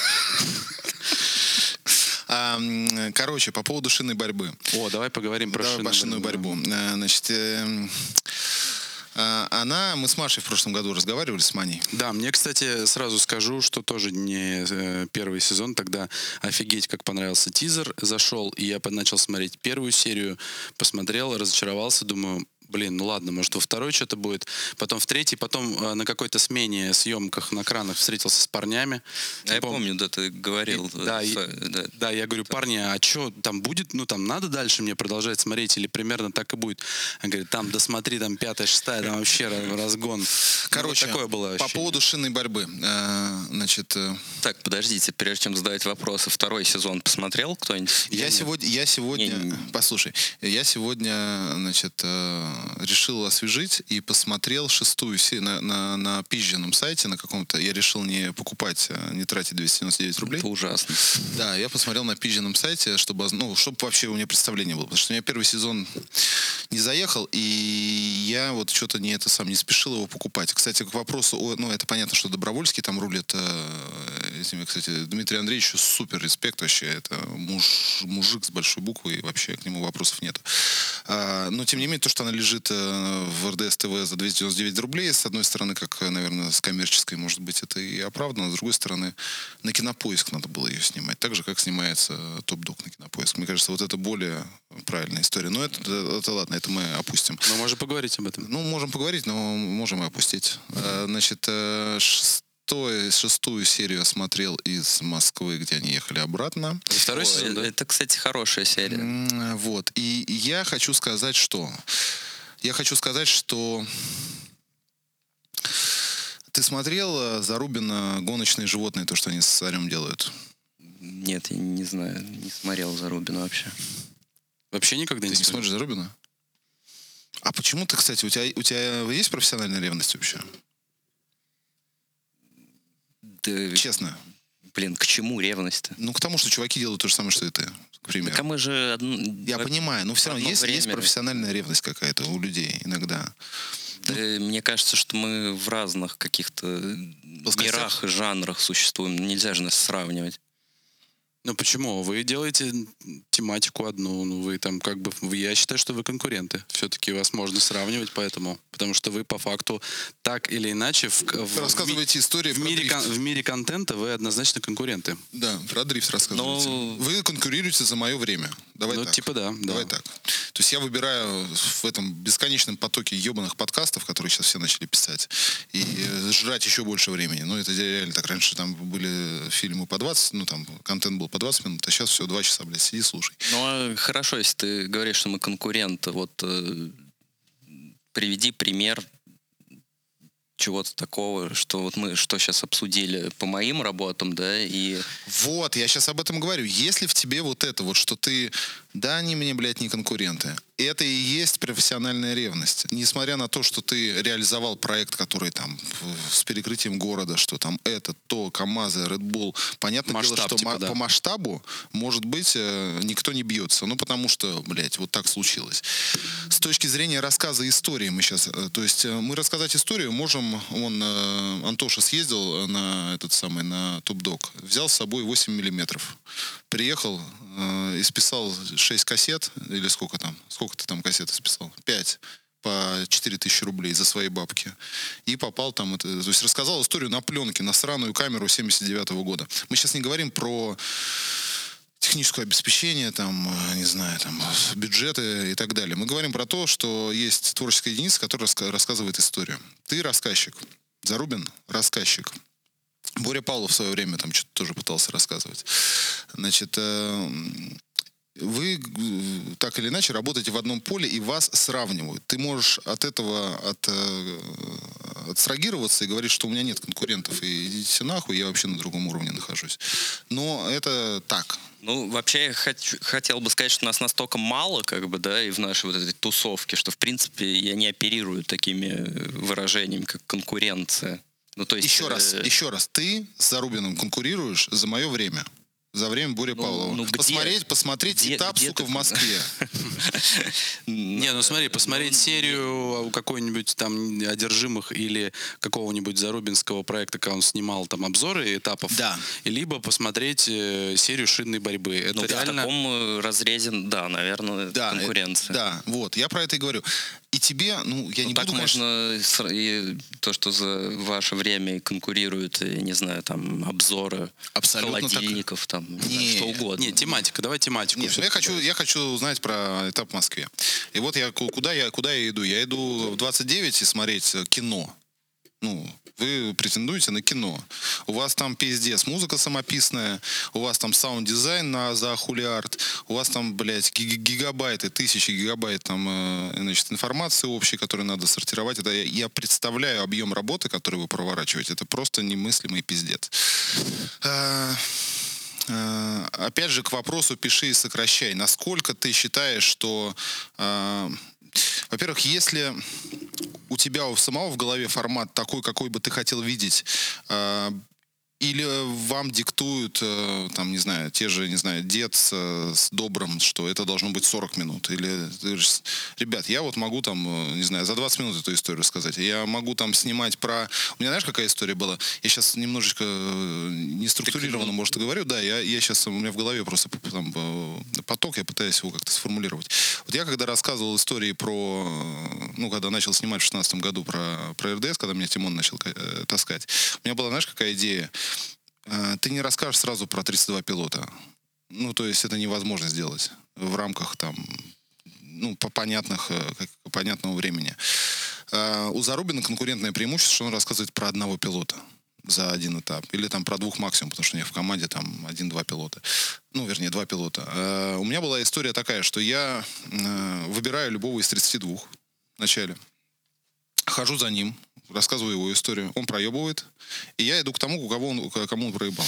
А, м, Короче, по поводу шинной борьбы. О, давай поговорим про Давай шинную по шинную борьбу. А, Значит, э, А, Она, мы с Машей в прошлом году разговаривали, с Маней. Да, мне, кстати, сразу скажу, что тоже не э, первый сезон, тогда офигеть, как понравился тизер, зашел, и я под- начал смотреть первую серию, посмотрел, разочаровался, думаю, блин, ну ладно, может во второй что-то будет, потом в третий, потом э, на какой-то смене, съемках на кранах встретился с парнями. А я Пом- помню, да, ты говорил. И- да, э, и- с- да. Да, я говорю, парни, а что там будет? Ну, там надо дальше мне продолжать смотреть или примерно так и будет? Он говорит, там досмотри, там пятая, шестая, там вообще ra- разгон. Короче, Ну, вот такое было по ощущение. поводу шинной борьбы. Э, Значит, э, Так, подождите, прежде чем задавать вопросы, второй сезон посмотрел кто-нибудь? я, нет. сегодня, я сегодня, Не, не. послушай, я сегодня, значит, э, решил освежить и посмотрел шестую серию на, на, на пизженном сайте, на каком-то, я решил не покупать, э, не тратить двести девяносто девять рублей. Это ужасно. Да, я посмотрел на пизженном сайте, чтобы, оз- ну, чтобы вообще у меня представление было. Потому что у меня первый сезон не заехал, и я вот что-то не это сам не спешил его покупать. Кстати, к вопросу, о, ну, это понятно, что Добровольский там рулит. э, этими, кстати, Дмитрий Андреевич супер респект вообще. Это муж, мужик с большой буквы, и вообще к нему вопросов нет. А, но, тем не менее, то, что она лежит э, в эр дэ эс тэ вэ за двести девяносто девять рублей, с одной стороны, как, наверное, с коммерческой, может быть, это и оправдано, с другой стороны, на Кинопоиск надо было ее снимать. Так же, как снимается Топ-Дог на Кинопоиск. Мне кажется, вот это более правильная история. Но это, это ладно, это мы опустим. Мы можем поговорить об этом. Ну, можем поговорить, но можем и опустить. А, Значит, э, шестой, шестую серию осмотрел из Москвы, где они ехали обратно. Это второй О, сезон, да? Это, кстати, хорошая серия. М, Вот. И я хочу сказать, что... Я хочу сказать, что... Ты смотрел э, Зарубина «Гоночные животные», то, что они с царем делают? Нет, я не знаю, не смотрел Зарубина вообще. Вообще никогда Ты не не смотрел? смотришь Зарубина? А почему ты, кстати, у тебя, у тебя есть профессиональная ревность вообще? Да, Честно. блин, к чему ревность-то? Ну, к тому, что чуваки делают то же самое, что и ты, к примеру. Так а мы же... одн- Я в- понимаю, но все равно одно есть, есть время- профессиональная ревность какая-то у людей иногда. Да, мне кажется, что мы в разных каких-то Плоскостях. мирах и жанрах существуем. Нельзя же нас сравнивать. Ну почему? Вы делаете тематику одну, ну вы там как бы, вы- я считаю, что вы конкуренты. Все-таки вас можно сравнивать, поэтому, потому что вы по факту так или иначе в, в, Вы рассказываете истории в, про мире, дрифт. кон- в мире контента вы однозначно конкуренты. Да, про дрифт рассказываете. Ну- Вы конкурируете за мое время. Давай Ну, так. типа да, Давай да. так. То есть я выбираю в этом бесконечном потоке ебаных подкастов, которые сейчас все начали писать, и э, жрать еще больше времени. Ну, это реально так. Раньше там были фильмы по двадцать, ну, там контент был по двадцать минут, а сейчас все, два часа, блядь, сиди, слушай. Ну, а хорошо, если ты говоришь, что мы конкуренты, вот э, приведи пример чего-то такого, что вот мы что сейчас обсудили по моим работам, да, и Вот, я сейчас об этом говорю. Если в тебе вот это вот, что ты... Да, они мне, блядь, не конкуренты. Это и есть профессиональная ревность. Несмотря на то, что ты реализовал проект, который там в- с перекрытием города, что там это, то, КамАЗы, Red Bull. Понятное Масштаб, дело, что типа, ма- да. по масштабу, может быть, э, никто не бьется. Ну, потому что, блядь, вот так случилось. С точки зрения рассказа истории мы сейчас... э, То есть э, мы рассказать историю можем... Он, э, Антоша съездил на этот самый, на Топ-Дог. Взял с собой восемь миллиметров. Приехал, э, и списал шесть кассет, или сколько там, сколько ты там кассет списал? пять по четыре тысячи рублей за свои бабки. И попал там, это, то есть рассказал историю на пленке, на сраную камеру семьдесят девятого года. Мы сейчас не говорим про техническое обеспечение, там, э, не знаю, там, бюджеты и так далее. Мы говорим про то, что есть творческая единица, которая раска- рассказывает историю. Ты рассказчик. Зарубин — рассказчик. Боря Павлов в свое время там что-то тоже пытался рассказывать. Значит, э, вы э, так или иначе работаете в одном поле, и вас сравнивают. Ты можешь от этого от, э, отстрагироваться и говорить, что у меня нет конкурентов, и идите нахуй, я вообще на другом уровне нахожусь. Но это так. ну, вообще я хочу, хотел бы сказать, что нас настолько мало, как бы, да, и в нашей вот этой тусовке, что, в принципе, я не оперирую такими выражениями, как конкуренция. Ну, то есть... Еще раз, э, еще раз. Ты с Зарубиным конкурируешь за мое время. За время Бори Ну, Павлова. ну, где- посмотреть, посмотреть где- этап, где сука, ты- в Москве. Не, ну смотри, посмотреть серию у какой-нибудь там «Одержимых» или какого-нибудь зарубинского проекта, когда он снимал там обзоры этапов, Да. и либо посмотреть э, серию «Шинной борьбы». Это Ну, в реально... таком э, разрезе, да, наверное, Да, конкуренция. э, да, вот, я про это и говорю. и тебе, ну, я ну, не так буду, конечно... можно и то, что за ваше время конкурируют, я не знаю, там, обзоры Абсолютно холодильников, так. там, не Не, знаю, что угодно. Нет, тематика, давай тематику. Нет, ну, я хочу, я хочу узнать про этап в Москве. И вот я ку- куда я куда я иду? Я иду в двадцать девять и смотреть э, кино. Ну, вы претендуете на кино. У вас там пиздец, музыка самописная, у вас там саунд-дизайн на, за хулиард, у вас там, блядь, ги- гигабайты, тысячи гигабайт там, э, значит, информации общей, которую надо сортировать. Это я, я представляю объем работы, который вы проворачиваете. Это просто немыслимый пиздец. А, а, Опять же, к вопросу «пиши и сокращай». Насколько ты считаешь, что... а, Во-первых, если у тебя у самого в голове формат такой, какой бы ты хотел видеть, а, или вам диктуют, э, там, не знаю, те же, не знаю, дед с, э, с добрым, что это должно быть сорок минут. Или, ты же с- ребят, я вот могу там, э, не знаю, за двадцать минут эту историю рассказать. Я могу там снимать про... У меня, знаешь, какая история была? Я сейчас немножечко э, не структурированно, может, и говорю. Да, я, я сейчас, у меня в голове просто п- там, э, поток, я пытаюсь его как-то сформулировать. Вот я когда рассказывал истории про... э, Ну, когда начал снимать в шестнадцатом году про, про эр дэ эс, когда меня Тимон начал э, таскать, у меня была, знаешь, какая идея? Э, Ты не расскажешь сразу про тридцать два пилота. Ну, то есть это невозможно сделать в рамках там, ну, по понятных, э, как- по понятного времени. Э, У Зарубина конкурентное преимущество, что он рассказывает про одного пилота за один этап. Или там про двух максимум, потому что у них в команде там один-два пилота. Ну, вернее, два пилота. Э, У меня была история такая, что я э, выбираю любого из тридцати двух вначале. Хожу за ним, рассказываю его историю. Он проебывает, и я иду к тому, у кого он, к- кому он проебал.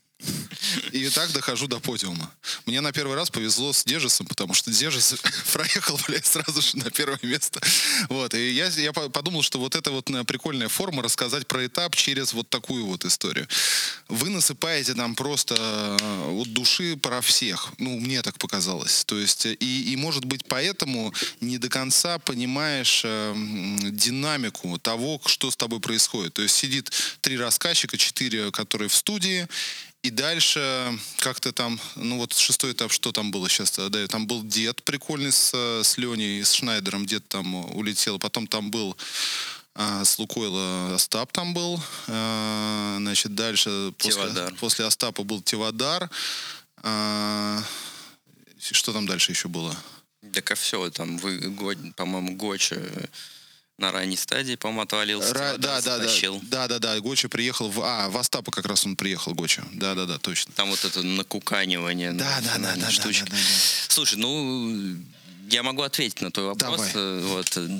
И так дохожу до подиума. Мне на первый раз повезло с Дежесом, потому что Дежес проехал, блядь, сразу же на первое место. Вот. И я, я по- подумал, что вот это вот э, прикольная форма рассказать про этап через вот такую вот историю. Вы насыпаете там просто э, вот души про всех. Ну, мне так показалось. То есть, э, и, и может быть, поэтому не до конца понимаешь э, м, динамику того, что с тобой происходит. То есть сидит три рассказчика, четыре, которые в студии, и дальше как-то там, ну вот шестой этап, что там было сейчас? Да, там был дед прикольный с, с Леней, с Шнайдером, дед там улетел. Потом там был а, с Лукойла Остап там был. А, значит, дальше после, Тивадар. после Остапа был Тивадар. А, что там дальше еще было? Так а все, там, вы, Го- по-моему, Гоча на ранней стадии, по-моему, отвалился. Ра- да, да, да, затащил. да, да, да, Гоча приехал в... А, в Остапа как раз он приехал, Гоча. Да, да, да, точно. Там вот это накуканивание. Да, на да, да, финальной да, да, штучке. да, да, да. Слушай, ну, я могу ответить на твой вопрос. Давай. Э, Вот. э,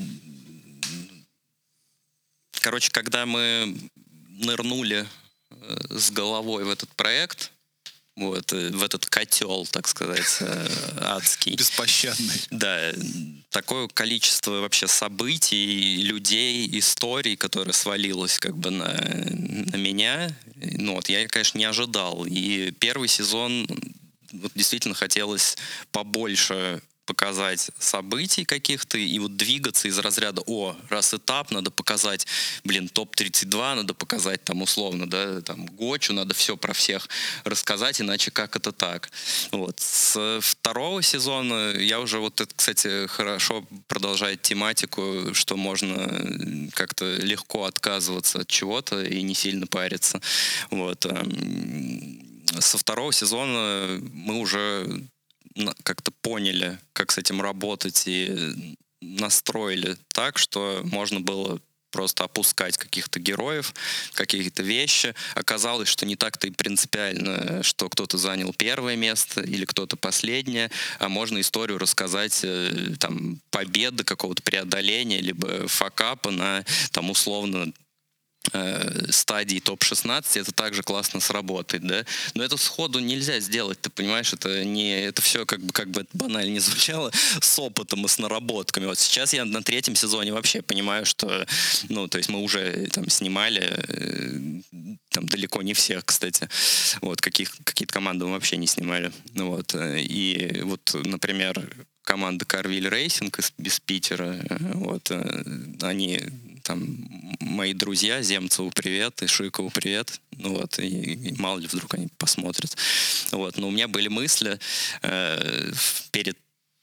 Короче, когда мы нырнули э, с головой в этот проект, вот, э, в этот котел, так сказать, э, адский. Беспощадный. Да, такое количество вообще событий, людей, историй, которое свалилось как бы на, на меня, ну вот я, конечно, не ожидал. И первый сезон вот, действительно хотелось побольше показать событий каких-то и вот двигаться из разряда, о, раз этап, надо показать, блин, топ тридцать два, надо показать там условно, да, там Гочу, надо все про всех рассказать, иначе как это так? Вот. С второго сезона я уже вот это, кстати, хорошо продолжает тематику, что можно как-то легко отказываться от чего-то и не сильно париться. Вот. Со второго сезона мы уже как-то поняли, как с этим работать, и настроили так, что можно было просто опускать каких-то героев, какие-то вещи. Оказалось, что не так-то и принципиально, что кто-то занял первое место или кто-то последнее, а можно историю рассказать там, победы, какого-то преодоления, либо факапа на там, условно стадии топ шестнадцать, это также классно сработает, да, но это сходу нельзя сделать, ты понимаешь, это не, это все как бы, как бы это банально не звучало, с опытом и с наработками. Вот сейчас я на третьем сезоне вообще понимаю, что, ну, то есть мы уже там снимали, там далеко не всех, кстати, вот, каких, какие-то команды мы вообще не снимали, вот, и вот, например, команда Carville Racing из, из Питера, вот, они там мои друзья, Земцеву привет, и Шикову привет, ну вот, и, и мало ли вдруг они посмотрят, вот, но у меня были мысли э, перед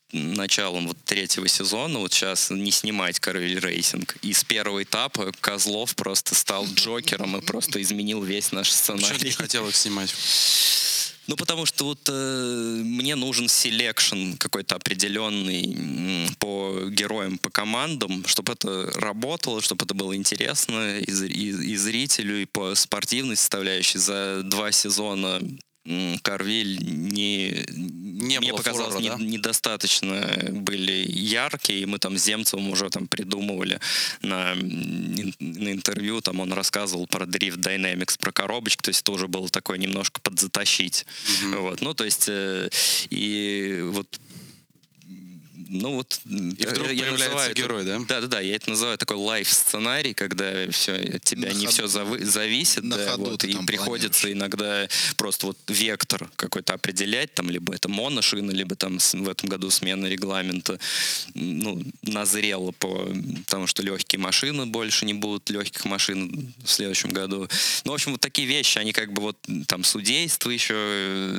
началом вот третьего сезона вот сейчас не снимать Карвель Рейсинг. И с первого этапа Козлов просто стал Джокером и просто изменил весь наш сценарий. Почему ты не хотел их снимать? Ну, потому что вот э, мне нужен селекшн какой-то определенный м, по героям, по командам, чтобы это работало, чтобы это было интересно и, и, и зрителю, и по спортивной составляющей. За два сезона Карвиль не, не мне показалось, фурора, не, да? недостаточно были яркие, и мы там с Земцевым уже там придумывали на, на интервью, там он рассказывал про Drift Dynamics, про коробочки, то есть это уже было такое немножко подзатащить. Mm-hmm. Вот. Ну, то есть э, и вот ну вот и вдруг я появляется герой, это, да? Да-да-да, я это называю такой лайф-сценарий, когда все от тебя на не ходу, все зави- зависит, да, вот, и приходится планируешь. Иногда просто вот вектор какой-то определять, там, либо это моношина, либо там в этом году смена регламента, ну, назрела по тому, что легкие машины больше не будут, легких машин в следующем году. Ну, в общем, вот такие вещи, они как бы вот там судейство еще...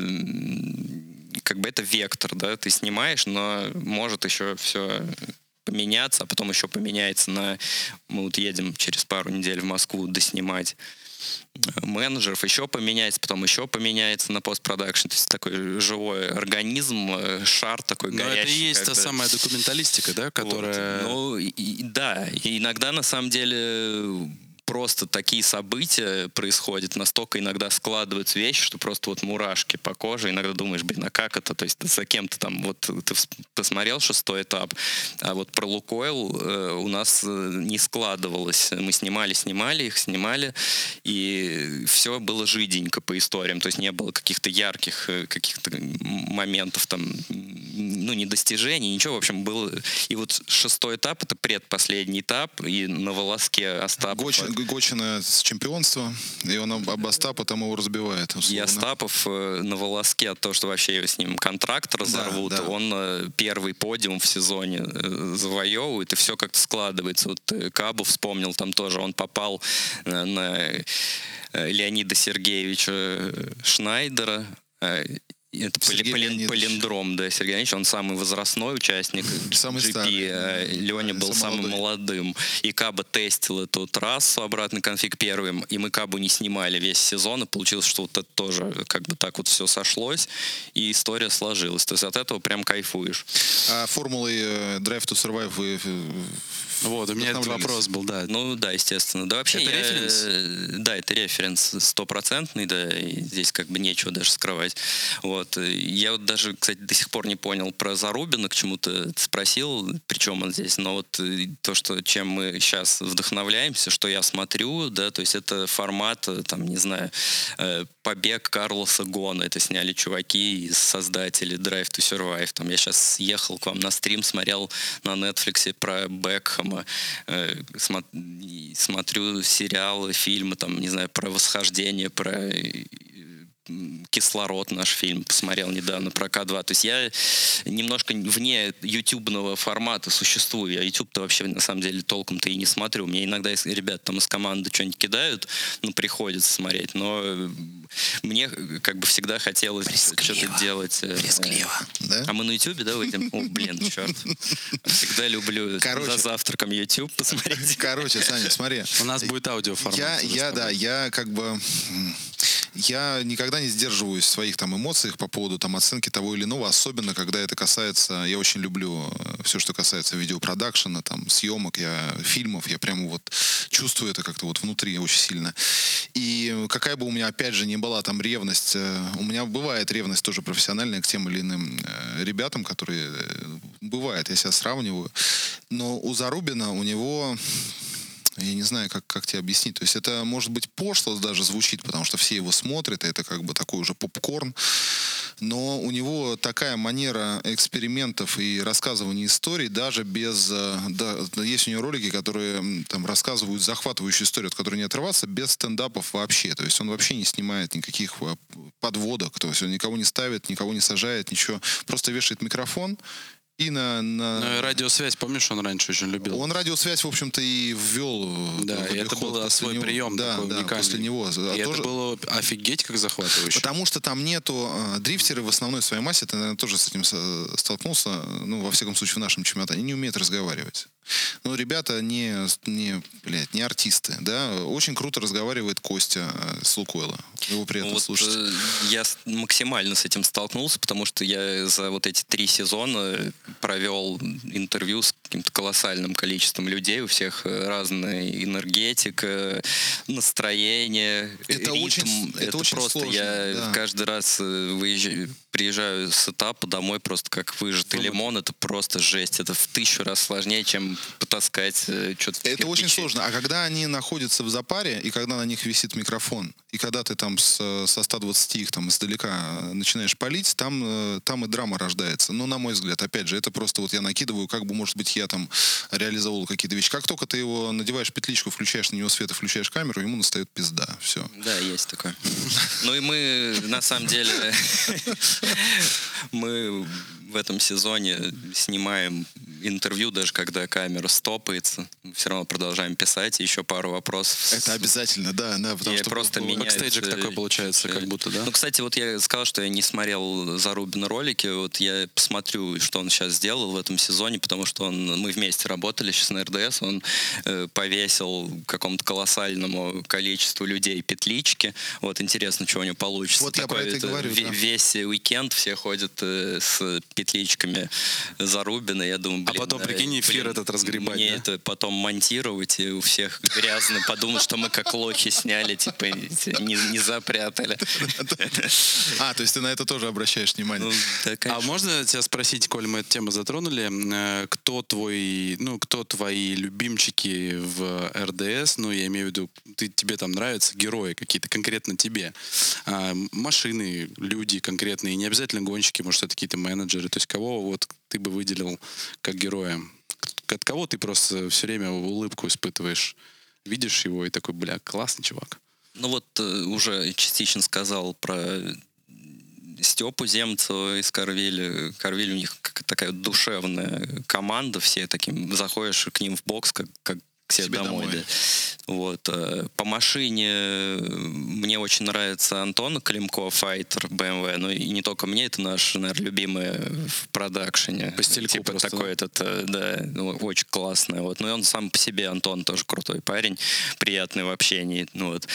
как бы это вектор, да, ты снимаешь, но может еще все поменяться, а потом еще поменяется на... Мы вот едем через пару недель в Москву доснимать менеджеров, еще поменяется, потом еще поменяется на постпродакшн. То есть такой живой организм, шар такой но горячий. Но это и есть когда... та самая документалистика, да, которая... Вот. Ну, и, да, и иногда на самом деле... просто такие события происходят, настолько иногда складываются вещи, что просто вот мурашки по коже, иногда думаешь, блин, а как это? То есть за кем-то там, вот ты посмотрел шестой этап, а вот про Лукойл э, у нас не складывалось. Мы снимали, снимали их, снимали, и все было жиденько по историям, то есть не было каких-то ярких каких-то моментов там, ну, недостижений, ничего, в общем, было. И вот шестой этап, это предпоследний этап, и на волоске Остапов... Гочин, Гочина с чемпионства, и он об, об Остапа там его разбивает. Условно. И Остапов э, на волоске от того, что вообще с ним контракт разорвут, да, да. Он э, первый подиум в сезоне э, завоевывает, и все как-то складывается. Вот э, Кабу вспомнил, там тоже он попал э, на э, Леонида Сергеевича Шнайдера, э, это полин, полиндром, да, Сергей Леонидович, он самый возрастной участник самый джи пи, старый, а Леня был самым молодым. И Каба тестил эту трассу, обратный конфиг первым, и мы Кабу не снимали весь сезон, и получилось, что вот это тоже как бы так вот все сошлось, и история сложилась. То есть от этого прям кайфуешь. А формулой Drive to Survive вы... Вот, у меня этот вопрос был, да. Ну да, естественно. Да, вообще это я, референс? Да, это референс стопроцентный, да, и здесь как бы нечего даже скрывать. Вот. Я вот даже, кстати, до сих пор не понял про Зарубина, к чему ты спросил, причем он здесь, но вот то, что, чем мы сейчас вдохновляемся, что я смотрю, да, то есть это формат, там, не знаю, побег Карлоса Гона, это сняли чуваки из создателей Drive to Survive, там, я сейчас ехал к вам на стрим, смотрел на Netflix про Бекхэма, смотрю сериалы, фильмы, там, не знаю, про восхождение, про «Кислород», наш фильм, посмотрел недавно про К два. То есть я немножко вне ютубного формата существую. Я YouTube-то вообще на самом деле толком-то и не смотрю. Мне иногда ребята там из команды что-нибудь кидают, ну, приходится смотреть. Но мне как бы всегда хотелось Прескливо. что-то делать. Прескливо. Да? А мы на ютубе, да, выйдем? О, блин, черт. Всегда люблю Короче, за завтраком YouTube посмотреть. Короче, Саня, смотри. У нас будет аудиоформат. Я, я да, я как бы... Я никогда не сдерживаюсь в своих там эмоциях по поводу там оценки того или иного, особенно когда это касается, я очень люблю все, что касается видеопродакшена, там, съемок, я, фильмов, я прямо вот чувствую это как-то вот внутри очень сильно. И какая бы у меня, опять же, не была там ревность, у меня бывает ревность тоже профессиональная к тем или иным ребятам, которые, бывает, я себя сравниваю, но у Зарубина, у него... Я не знаю, как, как тебе объяснить. То есть это, может быть, пошло даже звучит, потому что все его смотрят, и это как бы такой уже попкорн. Но у него такая манера экспериментов и рассказывания историй, даже без... Да, есть у него ролики, которые там рассказывают захватывающую историю, от которой не отрываться, без стендапов вообще. То есть он вообще не снимает никаких подводок, то есть он никого не ставит, никого не сажает, ничего. Просто вешает микрофон И на, на... Ну, и радиосвязь, помнишь, он раньше очень любил? Он радиосвязь, в общем-то, и ввел. Да, и это был свой него. прием Да, такой да, уникальный. после него. И а это тоже... было офигеть как захватывающе. Потому что там нету... Дрифтеры в основной своей массе, ты, наверное, тоже с этим столкнулся, ну, во всяком случае, в нашем чемпионате, они не умеют разговаривать. Ну, ребята не, не, блядь, не артисты, да. Очень круто разговаривает Костя с Лукойла. Его приятно вот, слушать. Э, я максимально с этим столкнулся, потому что я за вот эти три сезона провел интервью с каким-то колоссальным количеством людей, у всех разная энергетика, настроение, это ритм. Очень, это, это очень просто сложно, я да. каждый раз выезжаю, приезжаю с этапа домой просто как выжатый Вы... лимон. Это просто жесть. Это в тысячу раз сложнее, чем потаскать что-то. Это очень сложно. А когда они находятся в запаре, и когда на них висит микрофон, и когда ты там с, со ста двадцати их там издалека начинаешь палить, там, там и драма рождается. Но, на мой взгляд, опять же, это просто вот я накидываю, как бы, может быть, я там реализовал какие-то вещи. Как только ты его надеваешь петличку, включаешь на него свет и включаешь камеру, ему настает пизда. Все. Да, есть такое. Ну и мы, на самом деле, мы в этом сезоне снимаем интервью, даже когда камера стопается. Мы все равно продолжаем писать. Еще пару вопросов. Это обязательно, да. да потому и что просто меняется. Бэкстейджик такой получается, как будто, да? Ну, кстати, вот я сказал, что я не смотрел Зарубина ролики. Вот я посмотрю, что он сейчас сделал в этом сезоне, потому что он, мы вместе работали сейчас на эр дэ эс. Он э, повесил какому-то колоссальному количеству людей петлички. Вот интересно, что у него получится. Вот Такой, я про это и говорю, в- да. Весь уикенд все ходят э, с петличками Зарубина. Я думаю, блин, А потом, э, прикинь, эфир блин, этот разгребать, мне да? это потом монтировать, и у всех грязно подумать, что мы как лохи сняли, типа, не, не запрятали. А, то есть ты на это тоже обращаешь внимание. Ну, да, А конечно. можно тебя спросить, коль мы эту тему затронули, э, кто твой, ну, кто твои любимчики в эр дэ эс? Ну, я имею в виду, ты, тебе там нравятся герои какие-то, конкретно тебе. А, машины, люди конкретные, не обязательно гонщики, может, это какие-то менеджеры. То есть кого вот ты бы выделил как героя? От кого ты просто все время улыбку испытываешь? Видишь его и такой, бля, классный чувак. Ну вот э, уже частично сказал про Степу Земцева из Корвиля. Корвиль у них как такая вот душевная команда, все таким, заходишь к ним в бокс, как, как к себе, Себе домой. домой. Да. Вот. э, По машине мне очень нравится Антон Климко, файтер бэ эм вэ. Ну и не только мне, это наш, наверное, любимый в продакшене. По стильку Типа просто, такой да? этот, э, да, ну, очень классный. Вот. Ну и он сам по себе, Антон, тоже крутой парень, приятный в общении. Ну, вот.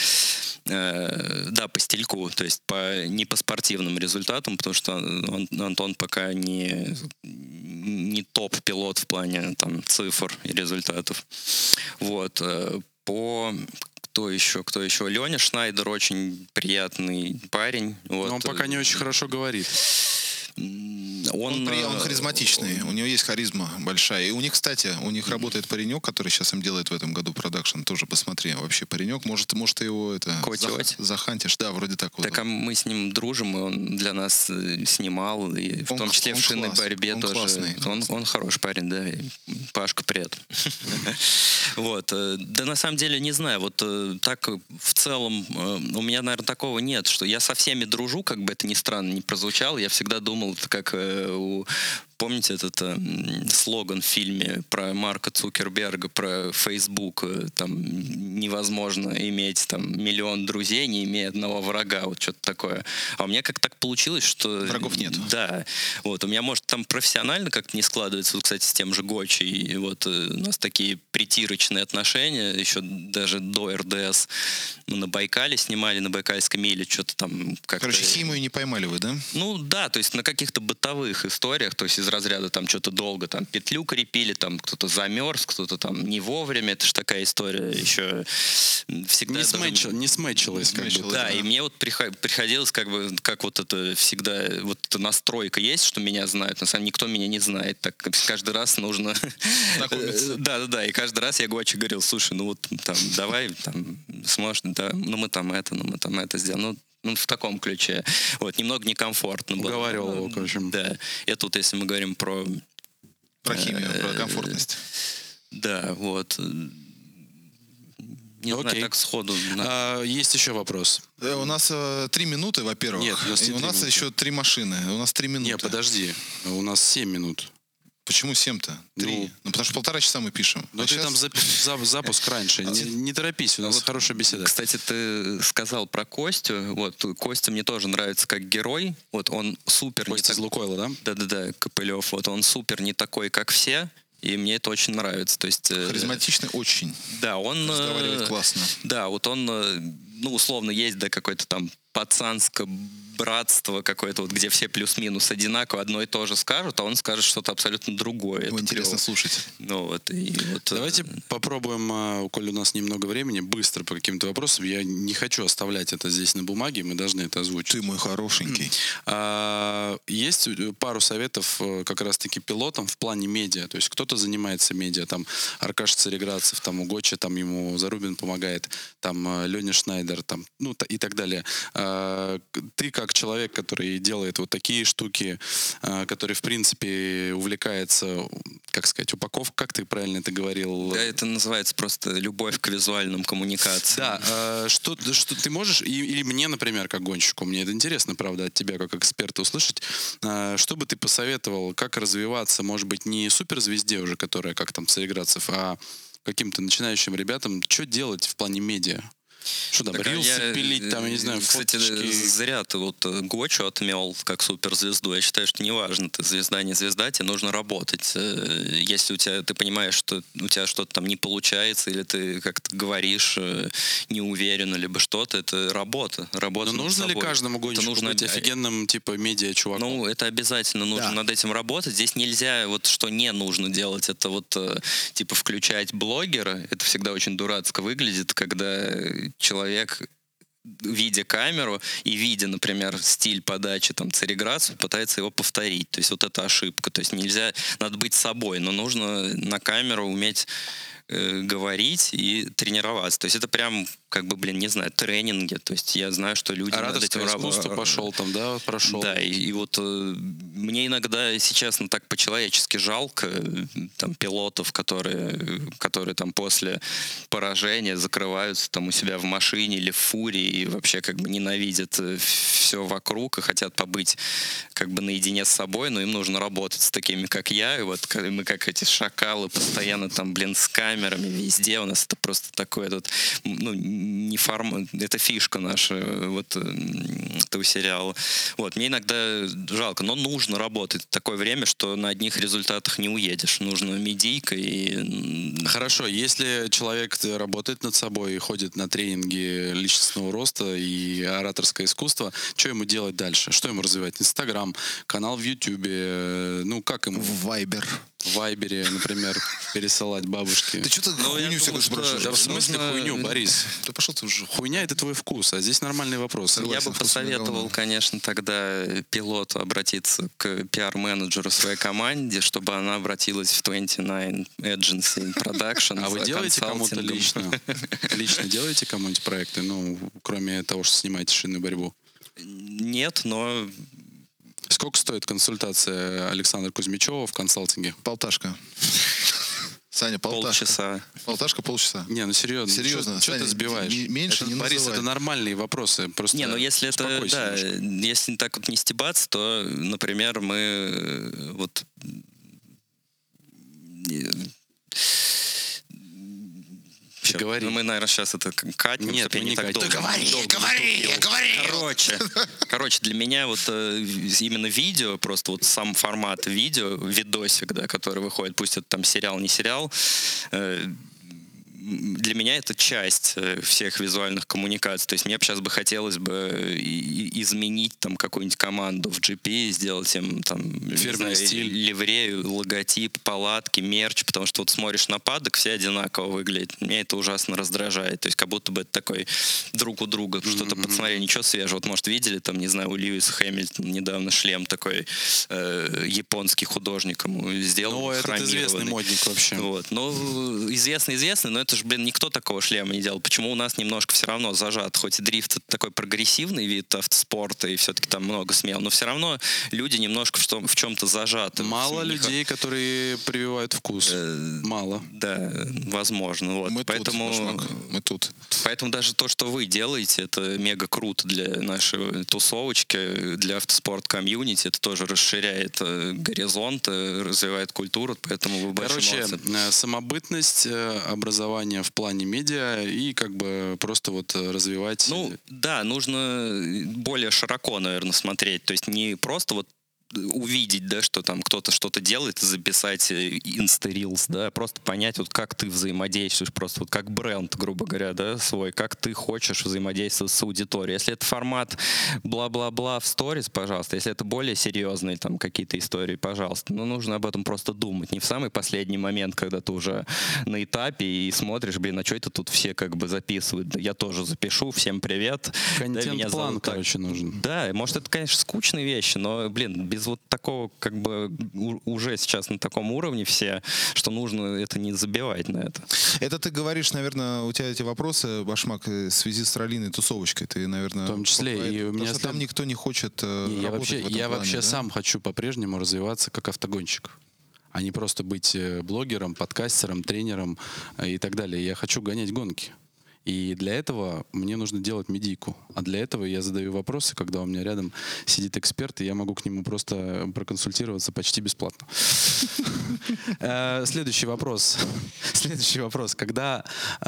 Э, Да, по стильку, то есть по, не по спортивным результатам, потому что он, Антон пока не, не топ-пилот в плане там, цифр и результатов. Вот. э, По кто еще? Кто еще? Леня Шнайдер очень приятный парень. Вот. Но он пока не очень хорошо говорит. Он, Он, при- он э, харизматичный, у него есть харизма большая. И у них, кстати, у них работает паренек, который сейчас им делает в этом году продакшн. Тоже посмотри, вообще паренек. Может, может ты его это Коти зах- Оти? захантишь. Да, вроде так. Так а мы с ним дружим, и он для нас э, снимал, и в Он том к- числе он в шинной класс, борьбе он тоже. классный. Он, он хороший парень, да. и Пашка, привет. Вот. э, Да на самом деле не знаю, вот э, так э, в целом э, у меня, наверное, такого нет, что я со всеми дружу, как бы это ни странно не прозвучало, я всегда думал, это как э, у... Помните этот э, м, слоган в фильме про Марка Цукерберга, про Facebook, э, там невозможно иметь там миллион друзей, не имея одного врага, вот что-то такое. А у меня как так получилось, что... Врагов нет. Да. Вот. У меня, может, там профессионально как-то не складывается, вот, кстати, с тем же Гочи, и вот э, у нас такие притирочные отношения, еще даже до эр дэ эс. Мы на Байкале снимали, на Байкальской миле, что-то там как-то... Короче, химию не поймали вы, да? Ну да, то есть на каких-то бытовых историях, то есть из разряда там что-то долго там петлю крепили, там кто-то замерз, кто-то там не вовремя, это же такая история еще всегда... Не, должен- смэчил, не смэчилось, как смэчилось, будто. Да, да. и мне вот прихо- приходилось как бы, как вот это всегда, вот эта настройка есть, что меня знают, на самом деле никто меня не знает, так как каждый раз нужно... Знакомиться. Да-да-да, и каждый раз я Гочи говорил, слушай, ну вот там давай, там, сможешь, да, ну мы там это, ну мы там это сделаем, ну ну, в таком ключе. Вот, немного некомфортно было. Уговаривал его, короче. Да. Это вот если мы говорим про... Про химию, про э, комфортность. Да, вот. Не знаю, Окей. так сходу. на- А, есть еще вопрос. Э, У нас э, три минуты, во-первых. Нет, у нас И не у три нас минуты. еще три машины. У нас три минуты. Не, подожди. У нас семь минут. Почему семь-то? Три. Ну, Ну, потому что полтора часа мы пишем. Но А ты щас- там запи- за- запуск раньше. Не, не торопись, у нас хорошая беседа. Кстати, ты сказал про Костю. Вот, Костя мне тоже нравится как герой. Вот он супер. не Костя из так- Лукойла, да? Да-да-да, Копылев. Вот он супер не такой, как все. И мне это очень нравится. То есть, э, Харизматичный очень. да, он... э, Разговаривает классно. Да, вот он, э, ну, условно, есть, да, какой-то там пацанское братство какое-то, вот, где все плюс-минус одинаково одно и то же скажут, а он скажет что-то абсолютно другое. Его Это интересно клево. слушать. Ну, вот, и вот, э, Давайте попробуем, а, коль у нас немного времени, быстро по каким-то вопросам. Я не хочу оставлять это здесь на бумаге, мы должны это озвучить. Ты мой хорошенький. А, Есть пару советов э, как раз-таки пилотам в плане медиа. То есть кто-то занимается медиа, там Аркаш Цареградцев, там Угоча, там ему Зарубин помогает, там э, Леня Шнайдер, там, ну та- и так далее. А, к- Ты как человек, который делает вот такие штуки, а, который в принципе увлекается, как сказать, упаковкой, как ты правильно это говорил? да, это называется просто любовь к визуальным коммуникациям. Да, э, что, что ты можешь, и- или мне, например, как гонщику, мне это интересно, правда, от тебя, как эксперта, услышать, э, что бы ты посоветовал, как развиваться, может быть, не суперзвезде уже, которая, как там, Цареградцев, а каким-то начинающим ребятам, что делать в плане медиа? Что там, Так, а рилсы я, пилить, там, я не знаю, кстати, фоточки? зря ты вот э, Гочу отмел как суперзвезду. Я считаю, что неважно, ты звезда, не звезда, тебе нужно работать. Э, Если у тебя, ты понимаешь, что у тебя что-то там не получается, или ты как-то говоришь э, неуверенно, либо что-то, это работа. Работа Но над нужно ли собой. каждому Это гонщику нужно быть э, офигенным, типа, медиа-чуваком? Ну, это обязательно нужно Да. над этим работать. Здесь нельзя, вот что не нужно делать, это вот э, типа включать блогера. Это всегда очень дурацко выглядит, когда человек, видя камеру и видя, например, стиль подачи там Цареградцева, пытается его повторить. То есть вот это ошибка. То есть нельзя, надо быть собой, но нужно на камеру уметь э, говорить и тренироваться. То есть это прям, как бы, блин, не знаю, тренинги. То есть я знаю, что люди над Ораторское этим искусство раб- пошел там, да, прошел. Да, и, и вот э, мне иногда, если честно, так по-человечески жалко э, там пилотов, которые, которые там после поражения закрываются там у себя в машине или в фуре и вообще как бы ненавидят все вокруг и хотят побыть как бы наедине с собой, но им нужно работать с такими, как я, и вот как- мы как эти шакалы постоянно там, блин, с камерами везде, у нас это просто такое тут, ну, не форм... это фишка наша вот м, этого сериала. Вот, мне иногда жалко, но нужно работать. Такое время, что на одних результатах не уедешь. Нужно медийка и... м, Хорошо, если человек работает над собой и ходит на тренинги личностного роста и ораторское искусство, что ему делать дальше? Что ему развивать? Инстаграм, канал в Ютубе, э, ну как ему В Вайбер. в Вайбере, например, пересылать бабушке? Ты что-то Ну, я хуйню всякую думаю, что- спрашиваешь? Да в смысле нужно- хуйню, Борис? Да пошел ты уже. Хуйня — это твой вкус, а здесь нормальный вопрос. Я Согласен, бы вкусное посоветовал, говно. конечно, тогда пилоту обратиться к пиар-менеджеру своей команде, чтобы она обратилась в двадцать девять Agency Production. А вы за делаете кому-то консалтингом. лично? Лично делаете кому-нибудь проекты? Ну, кроме того, что снимаете шинную борьбу. Нет, но Сколько стоит консультация Александра Кузьмичева в консалтинге? Полташка. Саня, полташка. полчаса. Полташка, полчаса. Не, ну серьезно. Серьезно, Что ты Саня, сбиваешь? м- меньше Это, не Борис, называй. это нормальные вопросы. Просто Не, ну если это, успокойся да, немножко. если так вот не стебаться, то, например, мы э, вот э, щас, Говори. ну, мы, наверное, сейчас это к- катнем, Нет, чтоб я мы не не так катим. долго. Да говори, долго не говори, тупил. говори. Короче, короче, для меня вот э, именно видео, просто вот сам формат видео, видосик, да, который выходит, пусть это там сериал, не сериал, э, для меня это часть э, всех визуальных коммуникаций. То есть мне сейчас бы хотелось бы и- и изменить там какую-нибудь команду в джи пи, сделать им там не Фирменный знаю, стиль. ливрею, логотип, палатки, мерч, потому что вот смотришь на падок, все одинаково выглядят. Меня это ужасно раздражает. То есть как будто бы это такой друг у друга что-то подсмотрели, ничего свежего. Вот, может, видели там, не знаю, у Льюиса Хэмилтона недавно шлем такой э, японский художник ему сделал, Ну, этот хромированный. известный модник вообще. Вот. Ну, известный-известный, но это же, блин, никто такого шлема не делал. Почему у нас немножко все равно зажат? Хоть и дрифт — это такой прогрессивный вид автоспорта, и все-таки там много смел, но все равно люди немножко в, что, в чем-то зажаты. Мало людей, которые прививают вкус. Мало. Да, возможно. Вот. Мы Поэтому, тут, Башмак, мы тут. Поэтому даже то, что вы делаете, это мега круто для нашей тусовочки, для автоспорт-комьюнити. Это тоже расширяет горизонты, развивает культуру, поэтому вы большие Короче, молодцы. самобытность, образование в плане медиа и как бы просто вот развивать... Ну, да, нужно более широко, наверное, смотреть. То есть не просто вот увидеть, да, что там кто-то что-то делает, и записать инста-рилс, да, просто понять, вот как ты взаимодействуешь, просто вот как бренд, грубо говоря, да, свой, как ты хочешь взаимодействовать с аудиторией. Если это формат бла-бла-бла в сторис, пожалуйста, если это более серьезные там какие-то истории, пожалуйста, но нужно об этом просто думать, не в самый последний момент, когда ты уже на этапе и смотришь, блин, а что это тут все как бы записывают, да, я тоже запишу, всем привет. Контент-план, да, короче, нужен. Да, может, это, конечно, скучные вещи, но, блин, без вот такого, как бы, уже сейчас на таком уровне все, что нужно это не забивать на это. Это ты говоришь, наверное, у тебя эти вопросы, Башмак, в связи с раллиной тусовочкой. Ты, наверное... В том числе. Потому, и у меня что след... там никто не хочет не, я вообще, в этом я плане, вообще да? сам хочу по-прежнему развиваться как автогонщик, а не просто быть блогером, подкастером, тренером и так далее. Я хочу гонять гонки. И для этого мне нужно делать медийку. А для этого я задаю вопросы, когда у меня рядом сидит эксперт, и я могу к нему просто проконсультироваться почти бесплатно. Следующий вопрос. Следующий вопрос. Когда,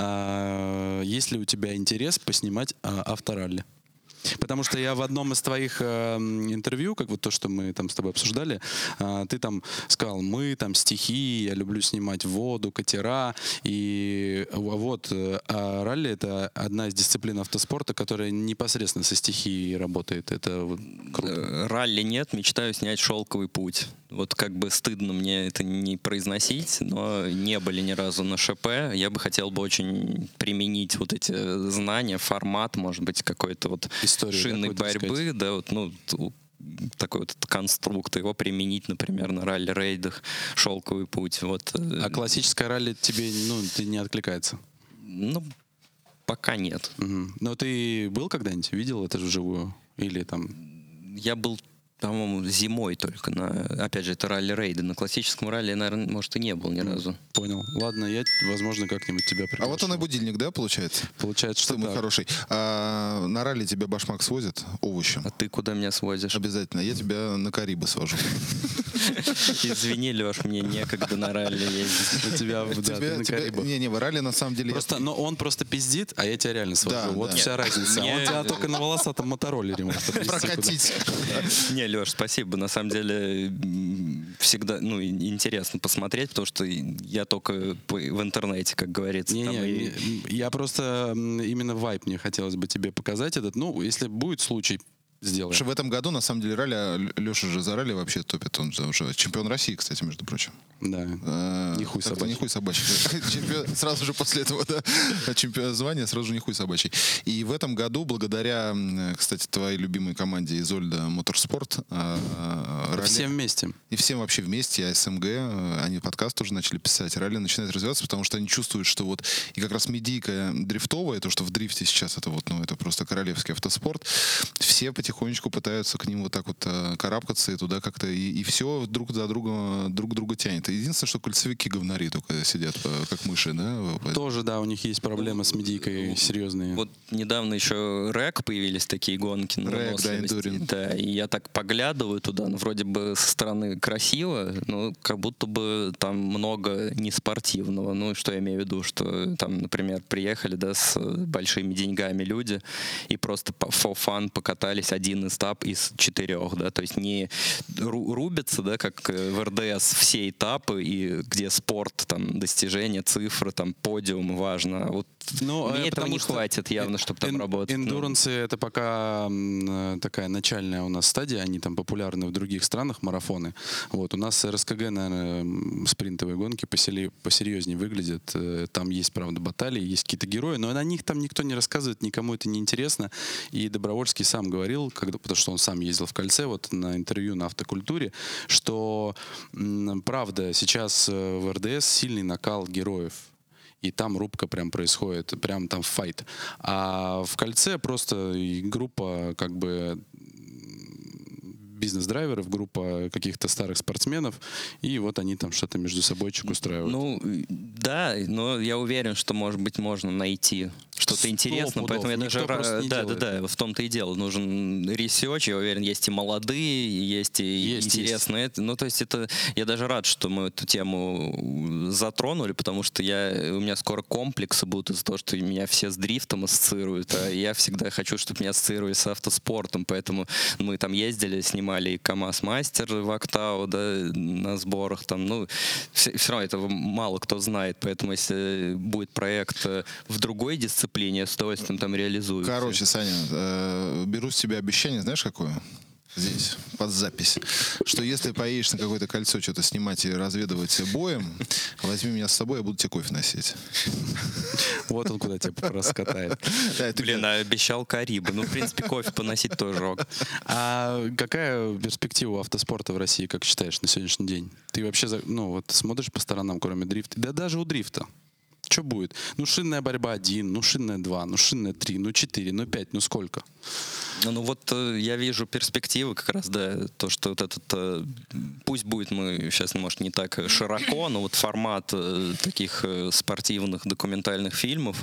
есть ли у тебя интерес поснимать авторалли? Потому что я в одном из твоих э, интервью, как вот то, что мы там с тобой обсуждали, э, ты там сказал, мы там стихи, я люблю снимать воду, катера, и вот э, а ралли — это одна из дисциплин автоспорта, которая непосредственно со стихией работает. Это вот круто. Ралли нет, мечтаю снять «Шелковый путь». Вот как бы стыдно мне это не произносить, но не были ни разу на ШП. Я бы хотел бы очень применить вот эти знания, формат, может быть, какой-то вот историю, шинной да, борьбы, да, вот, ну, такой вот конструкт, его применить, например, на ралли-рейдах, «Шелковый путь». Вот. А классическая ралли тебе, ну, ты не откликается? Ну, пока нет. Угу. Но ты был когда-нибудь, видел это вживую? Или там... Я был, по-моему, зимой только на, опять же, это ралли-рейды. На классическом ралли, наверное, может, и не был ни разу. Понял. Ладно, я, возможно, как-нибудь тебя приглашу. А вот он и будильник, да, получается? Получается, что Ты мой так. хороший. А на ралли тебя Башмак свозит овощем? А ты куда меня свозишь? Обязательно. Я тебя на Карибы свожу. Извини, Леш, мне некогда на ралли ездить. У тебя, да, ты на Карибах. Не-не, в ралли на самом деле... Просто, но он просто пиздит, а я тебя реально свожу. Да, вот да. вся разница. Мне- Он тебя только на волосатом мотороллере может отвезти куда-то. Прокатить. Не, Леш, спасибо. На самом деле м, всегда, ну, и- интересно посмотреть, потому что я только по- в интернете, как говорится. там Не-не, и- не, я просто м, именно вайп мне хотелось бы тебе показать этот. Ну, если будет случай, сделаем. Потому что в этом году, на самом деле, ралли, Леша же за ралли вообще топит. Он же уже чемпион России, кстати, между прочим. Да. А, Не хуй как-то собачий. Не хуй собачий. Чемпион- Сразу же после этого, да, чемпион звания, сразу же не хуй собачий. И в этом году, благодаря, м, кстати, твоей любимой команде Изольда Моторспорт, а, ралли- Все вместе. и всем вообще вместе, а СМГ, э, они подкаст тоже начали писать, ралли начинает развиваться, потому что они чувствуют, что вот и как раз медийка дрифтовая, то, что в дрифте сейчас это вот, ну, это просто королевский автоспорт, все потихонечку пытаются к ним вот так вот э, карабкаться и туда как-то, и, и все друг за другом, друг друга тянет. Единственное, что кольцевики говнари только сидят, э, как мыши, да? Тоже, да, у них есть проблемы с медийкой серьезные. Вот недавно еще рэк появились такие гонки на Рэк, да, выносливости. эндуринг. Да, и я так поглядываю туда, ну, вроде бы со стороны красиво, но как будто бы там много неспортивного. Ну, что я имею в виду, что там, например, приехали, да, с большими деньгами люди и просто по for fun покатались один этап из четырех, да, то есть не ру- рубятся, да, как э, в эр дэ эс все этапы, и где спорт, там, достижения, цифры, там, подиум важно. А вот Ну, мне э, этого потому не что хватит явно, чтобы там эн- работать. Ну, Эндурансы — это пока м, э, такая начальная у нас стадия, они там популярны в других странах, марафоны. Вот, у нас эр эс ка гэ, наверное, м, спринтовые гонки посели- посерьезнее выглядят. Э, Там есть, правда, баталии, есть какие-то герои, но на них там никто не рассказывает, никому это не интересно. И Добровольский сам говорил, когда, потому что он сам ездил в кольце, вот на интервью на Автокультуре, что м, правда сейчас э, в эр дэ эс сильный накал героев. и там рубка прям происходит, прям там файт. А в «Кольце» просто и группа как бы бизнес-драйверов, группа каких-то старых спортсменов, и вот они там что-то между собойчик устраивают. Ну, да, но я уверен, что, может быть, можно найти что-то интересное, поэтому я даже... Да, да, да, в том-то и дело. Нужен ресерч, я уверен, есть и молодые, есть и есть, интересные. Есть. Ну, то есть это... Я даже рад, что мы эту тему затронули, потому что я, у меня скоро комплексы будут из-за того, что меня все с дрифтом ассоциируют, а я всегда хочу, чтобы меня ассоциировали с автоспортом, поэтому мы там ездили, снимали и КамАЗ-мастер в Актау, да, на сборах там, ну, все, все равно этого мало кто знает, поэтому если будет проект в другой дисциплине, я с удовольствием там реализую. Короче, Саня, э, беру с тебя обещание, знаешь, какое? Здесь, под запись, что если поедешь на какое-то кольцо что-то снимать и разведывать боем, возьми меня с собой, я буду тебе кофе носить. Вот он куда тебя раскатает. Блин, а обещал Карибы. Ну, в принципе, кофе поносить тоже ок. А какая перспектива автоспорта в России, как считаешь, на сегодняшний день? Ты вообще, ну, вот смотришь по сторонам, кроме дрифта? Да даже у дрифта. Что будет? Ну, шинная борьба один, ну, шинная два, ну, шинная три, ну, четыре, ну, пять, ну, сколько? Ну, ну вот э, я вижу перспективы как раз, да, то, что вот этот, э, пусть будет мы сейчас, может, не так широко, но вот формат э, таких э, спортивных документальных фильмов,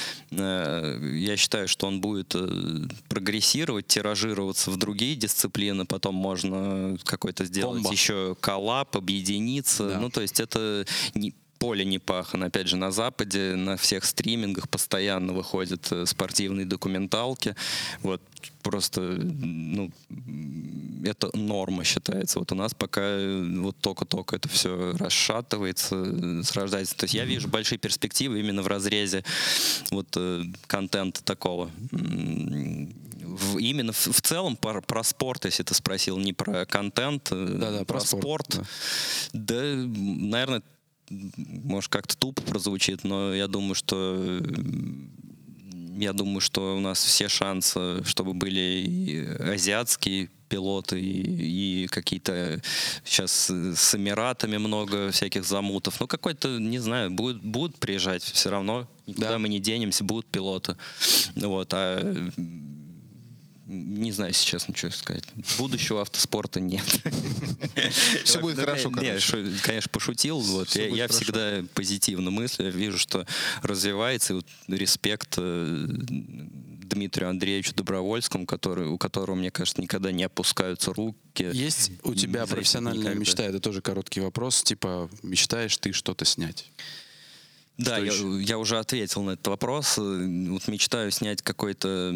э, я считаю, что он будет э, прогрессировать, тиражироваться в другие дисциплины, потом можно какой-то сделать Бомба. еще коллаб, объединиться, Да. ну, то есть это не поле не пахано. Опять же, на Западе, на всех стримингах постоянно выходят э, спортивные документалки. Вот просто, ну, это норма считается. Вот у нас пока э, вот только-только это все расшатывается, э, срождается. То есть я вижу большие перспективы именно в разрезе вот э, контента такого. М, в, именно в, в целом про, про спорт, если ты спросил, не про контент, э, Да-да, про, про спорт, спорт. Да, наверное, может, как-то тупо прозвучит, но я думаю, что я думаю, что у нас все шансы, чтобы были и азиатские пилоты, и, и какие-то сейчас с Эмиратами много всяких замутов. Ну, какой-то, не знаю, будут, будут приезжать все равно. Никуда да. мы не денемся, будут пилоты. Вот, а не знаю, если честно, что сказать. Будущего автоспорта нет. Все будет хорошо, короче. Конечно, пошутил. Я всегда позитивно мыслю. Я вижу, что развивается. Респект Дмитрию Андреевичу Добровольскому, который, у которого, мне кажется, никогда не опускаются руки. Есть у тебя профессиональная мечта? Это тоже короткий вопрос. Типа, мечтаешь ты что-то снять? Да, я, я уже ответил на этот вопрос. Вот мечтаю снять какой-то...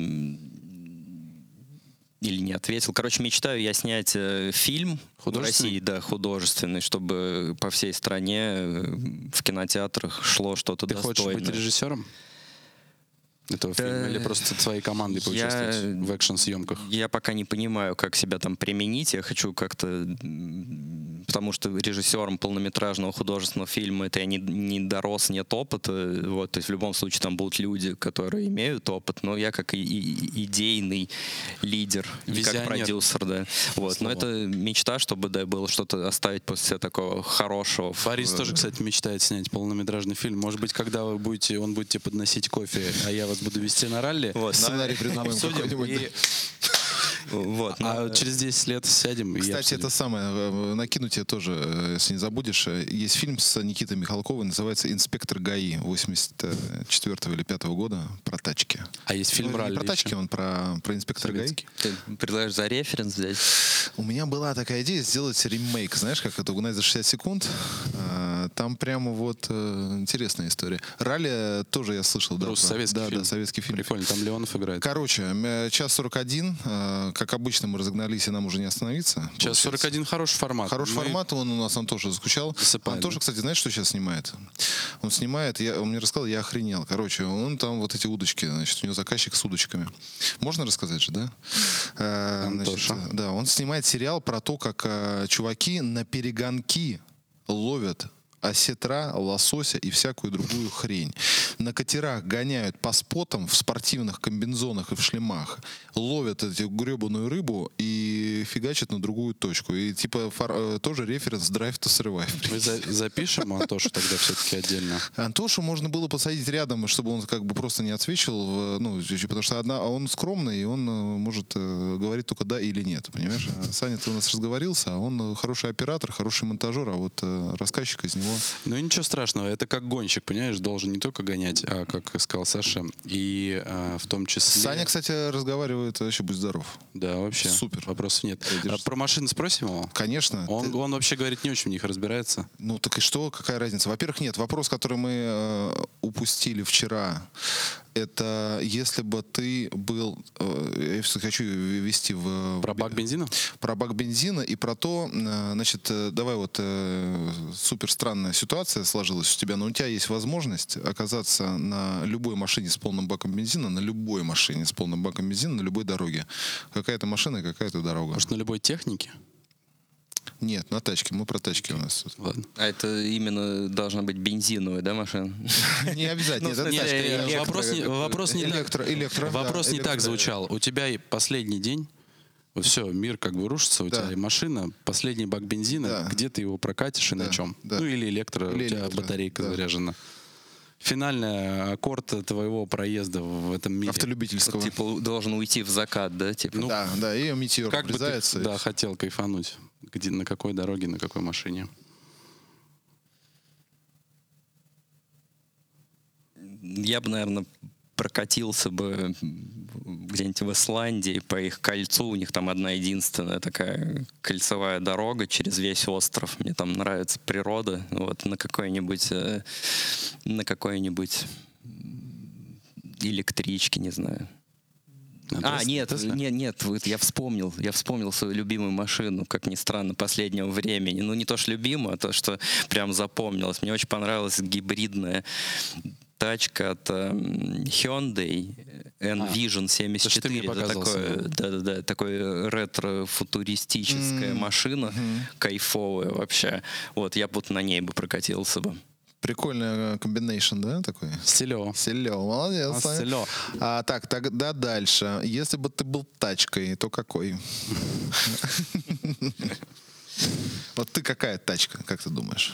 Или не ответил. Короче, мечтаю я снять э, фильм в России, да, художественный, чтобы по всей стране э, в кинотеатрах шло что-то Ты достойное. Ты хочешь быть режиссером этого да, фильма? Или просто своей командой поучаствовать я, в экшн-съемках? Я пока не понимаю, как себя там применить. Я хочу как-то... Потому что режиссером полнометражного художественного фильма это я не, не дорос, нет опыта. Вот, то есть в любом случае там будут люди, которые имеют опыт, но я как и, и, идейный лидер, и как продюсер, да. Вот. Но это мечта, чтобы да, было что-то оставить после себя такого хорошего. Борис в... тоже, кстати, мечтает снять полнометражный фильм. Может быть, когда вы будете, он будет тебе подносить кофе, а я вас буду вести на ралли. Вот, сценарий придумаем какой-нибудь. И... Вот, а но... через десять лет сядем и Кстати, это самое, накину тебе тоже, если не забудешь, есть фильм с Никитой Михалковым, называется «Инспектор ГАИ» восемьдесят четвёртого или пятого года, про тачки. А есть фильм ну, «Ралли» про тачки, он про, про инспектора ГАИ. Ты предлагаешь за референс взять? У меня была такая идея сделать ремейк, знаешь, как это «Угнать за шестьдесят секунд». Там прямо вот интересная история. «Ралли» тоже я слышал. Да, Рус, советский да, фильм. Да, советский фильм. Прикольно, там Леонов играет. Короче, час сорок один. Как обычно, мы разогнались, и нам уже не остановиться. Час сорок один хороший формат. Хороший мы... формат, он у нас он тоже заскучал. Засыпаем, он тоже, да? кстати, знаешь, что сейчас снимает? Он снимает, я, он мне рассказал, я охренел. Короче, он там вот эти удочки, значит, у него заказчик с удочками. Можно рассказать же, да? А, значит, да, он снимает сериал про то, как а, чуваки на перегонки ловят осетра, лосося и всякую другую хрень. На катерах гоняют по спотам в спортивных комбинезонах и в шлемах, ловят эту гребаную рыбу и фигачат на другую точку. И типа фор- тоже референс Drive to Survive. Мы за- запишем Антошу тогда все-таки отдельно. Антошу можно было посадить рядом, чтобы он как бы просто не отсвечивал, в- ну, потому что одна, он скромный, и он э, может э, говорить только да или нет, понимаешь? А Саня, ты у нас разговорился, а он э, хороший оператор, хороший монтажер, а вот э, рассказчик из него... Ну и ничего страшного, это как гонщик, понимаешь, должен не только гонять, а, как сказал Саша, и а, в том числе... Саня, кстати, разговаривает, вообще будь здоров. Да, вообще. Супер. Вопросов нет. А Держись. про машины спросим его? Конечно. Он, ты- он вообще говорит, не очень в них разбирается. Ну так и что, какая разница? Во-первых, нет, вопрос, который мы э, упустили вчера, это если бы ты был, э, я всё хочу ввести в... Про бак бензина? Про бак бензина и про то, э, значит, э, давай вот э, супер странная ситуация сложилась у тебя, но у тебя есть возможность оказаться на любой машине с полным баком бензина, на любой машине с полным баком бензина, на любой дороге. Какая-то машина и какая-то дорога. Может, на любой технике? Нет, на тачке, мы про тачки у нас тут. Ладно. А это именно должна быть бензиновая, да, машина? Не обязательно. Ну, нет, это не, тачка. э, Я- электро- вопрос не, вопрос не Электро, так, электро, вопрос да, не так электро. звучал. У тебя и последний день, вот все, мир как бы рушится, у Да. тебя и машина, последний бак бензина, Да. где ты его прокатишь и Да, на чем? да. Ну или электро, Или у тебя электро, батарейка да. заряжена. Финальный аккорд твоего проезда в этом мире. Автолюбительского. Типа должен уйти в закат, да? Типа. Ну, Да, да, и метеор Как бы ты врезается. и да, всё. хотел кайфануть? Где, на какой дороге, на какой машине? Я бы, наверное, прокатился бы где-нибудь в Исландии по их кольцу. У них там одна единственная такая кольцевая дорога через весь остров. Мне там нравится природа. Вот на какой-нибудь э, на какой-нибудь электричке, не знаю. А, Тесла? нет, Тесла? нет, нет, вот я вспомнил, я вспомнил свою любимую машину, как ни странно, последнего времени. Ну, не то, что любимую, а то, что прям запомнилось. Мне очень понравилась гибридная тачка от э, Hyundai Envision семьдесят то, что ты мне четыре. Это показывал такое, сегодня. да-да-да, такое ретро-футуристическая машина, кайфовая вообще. Вот, я бы вот на ней бы прокатился бы. Прикольный комбинейшн, да, такой? Стилево. Стилёво, молодец. А, Саня. стилёво. А, так, тогда дальше. Если бы ты был тачкой, то какой? Вот ты какая тачка, как ты думаешь?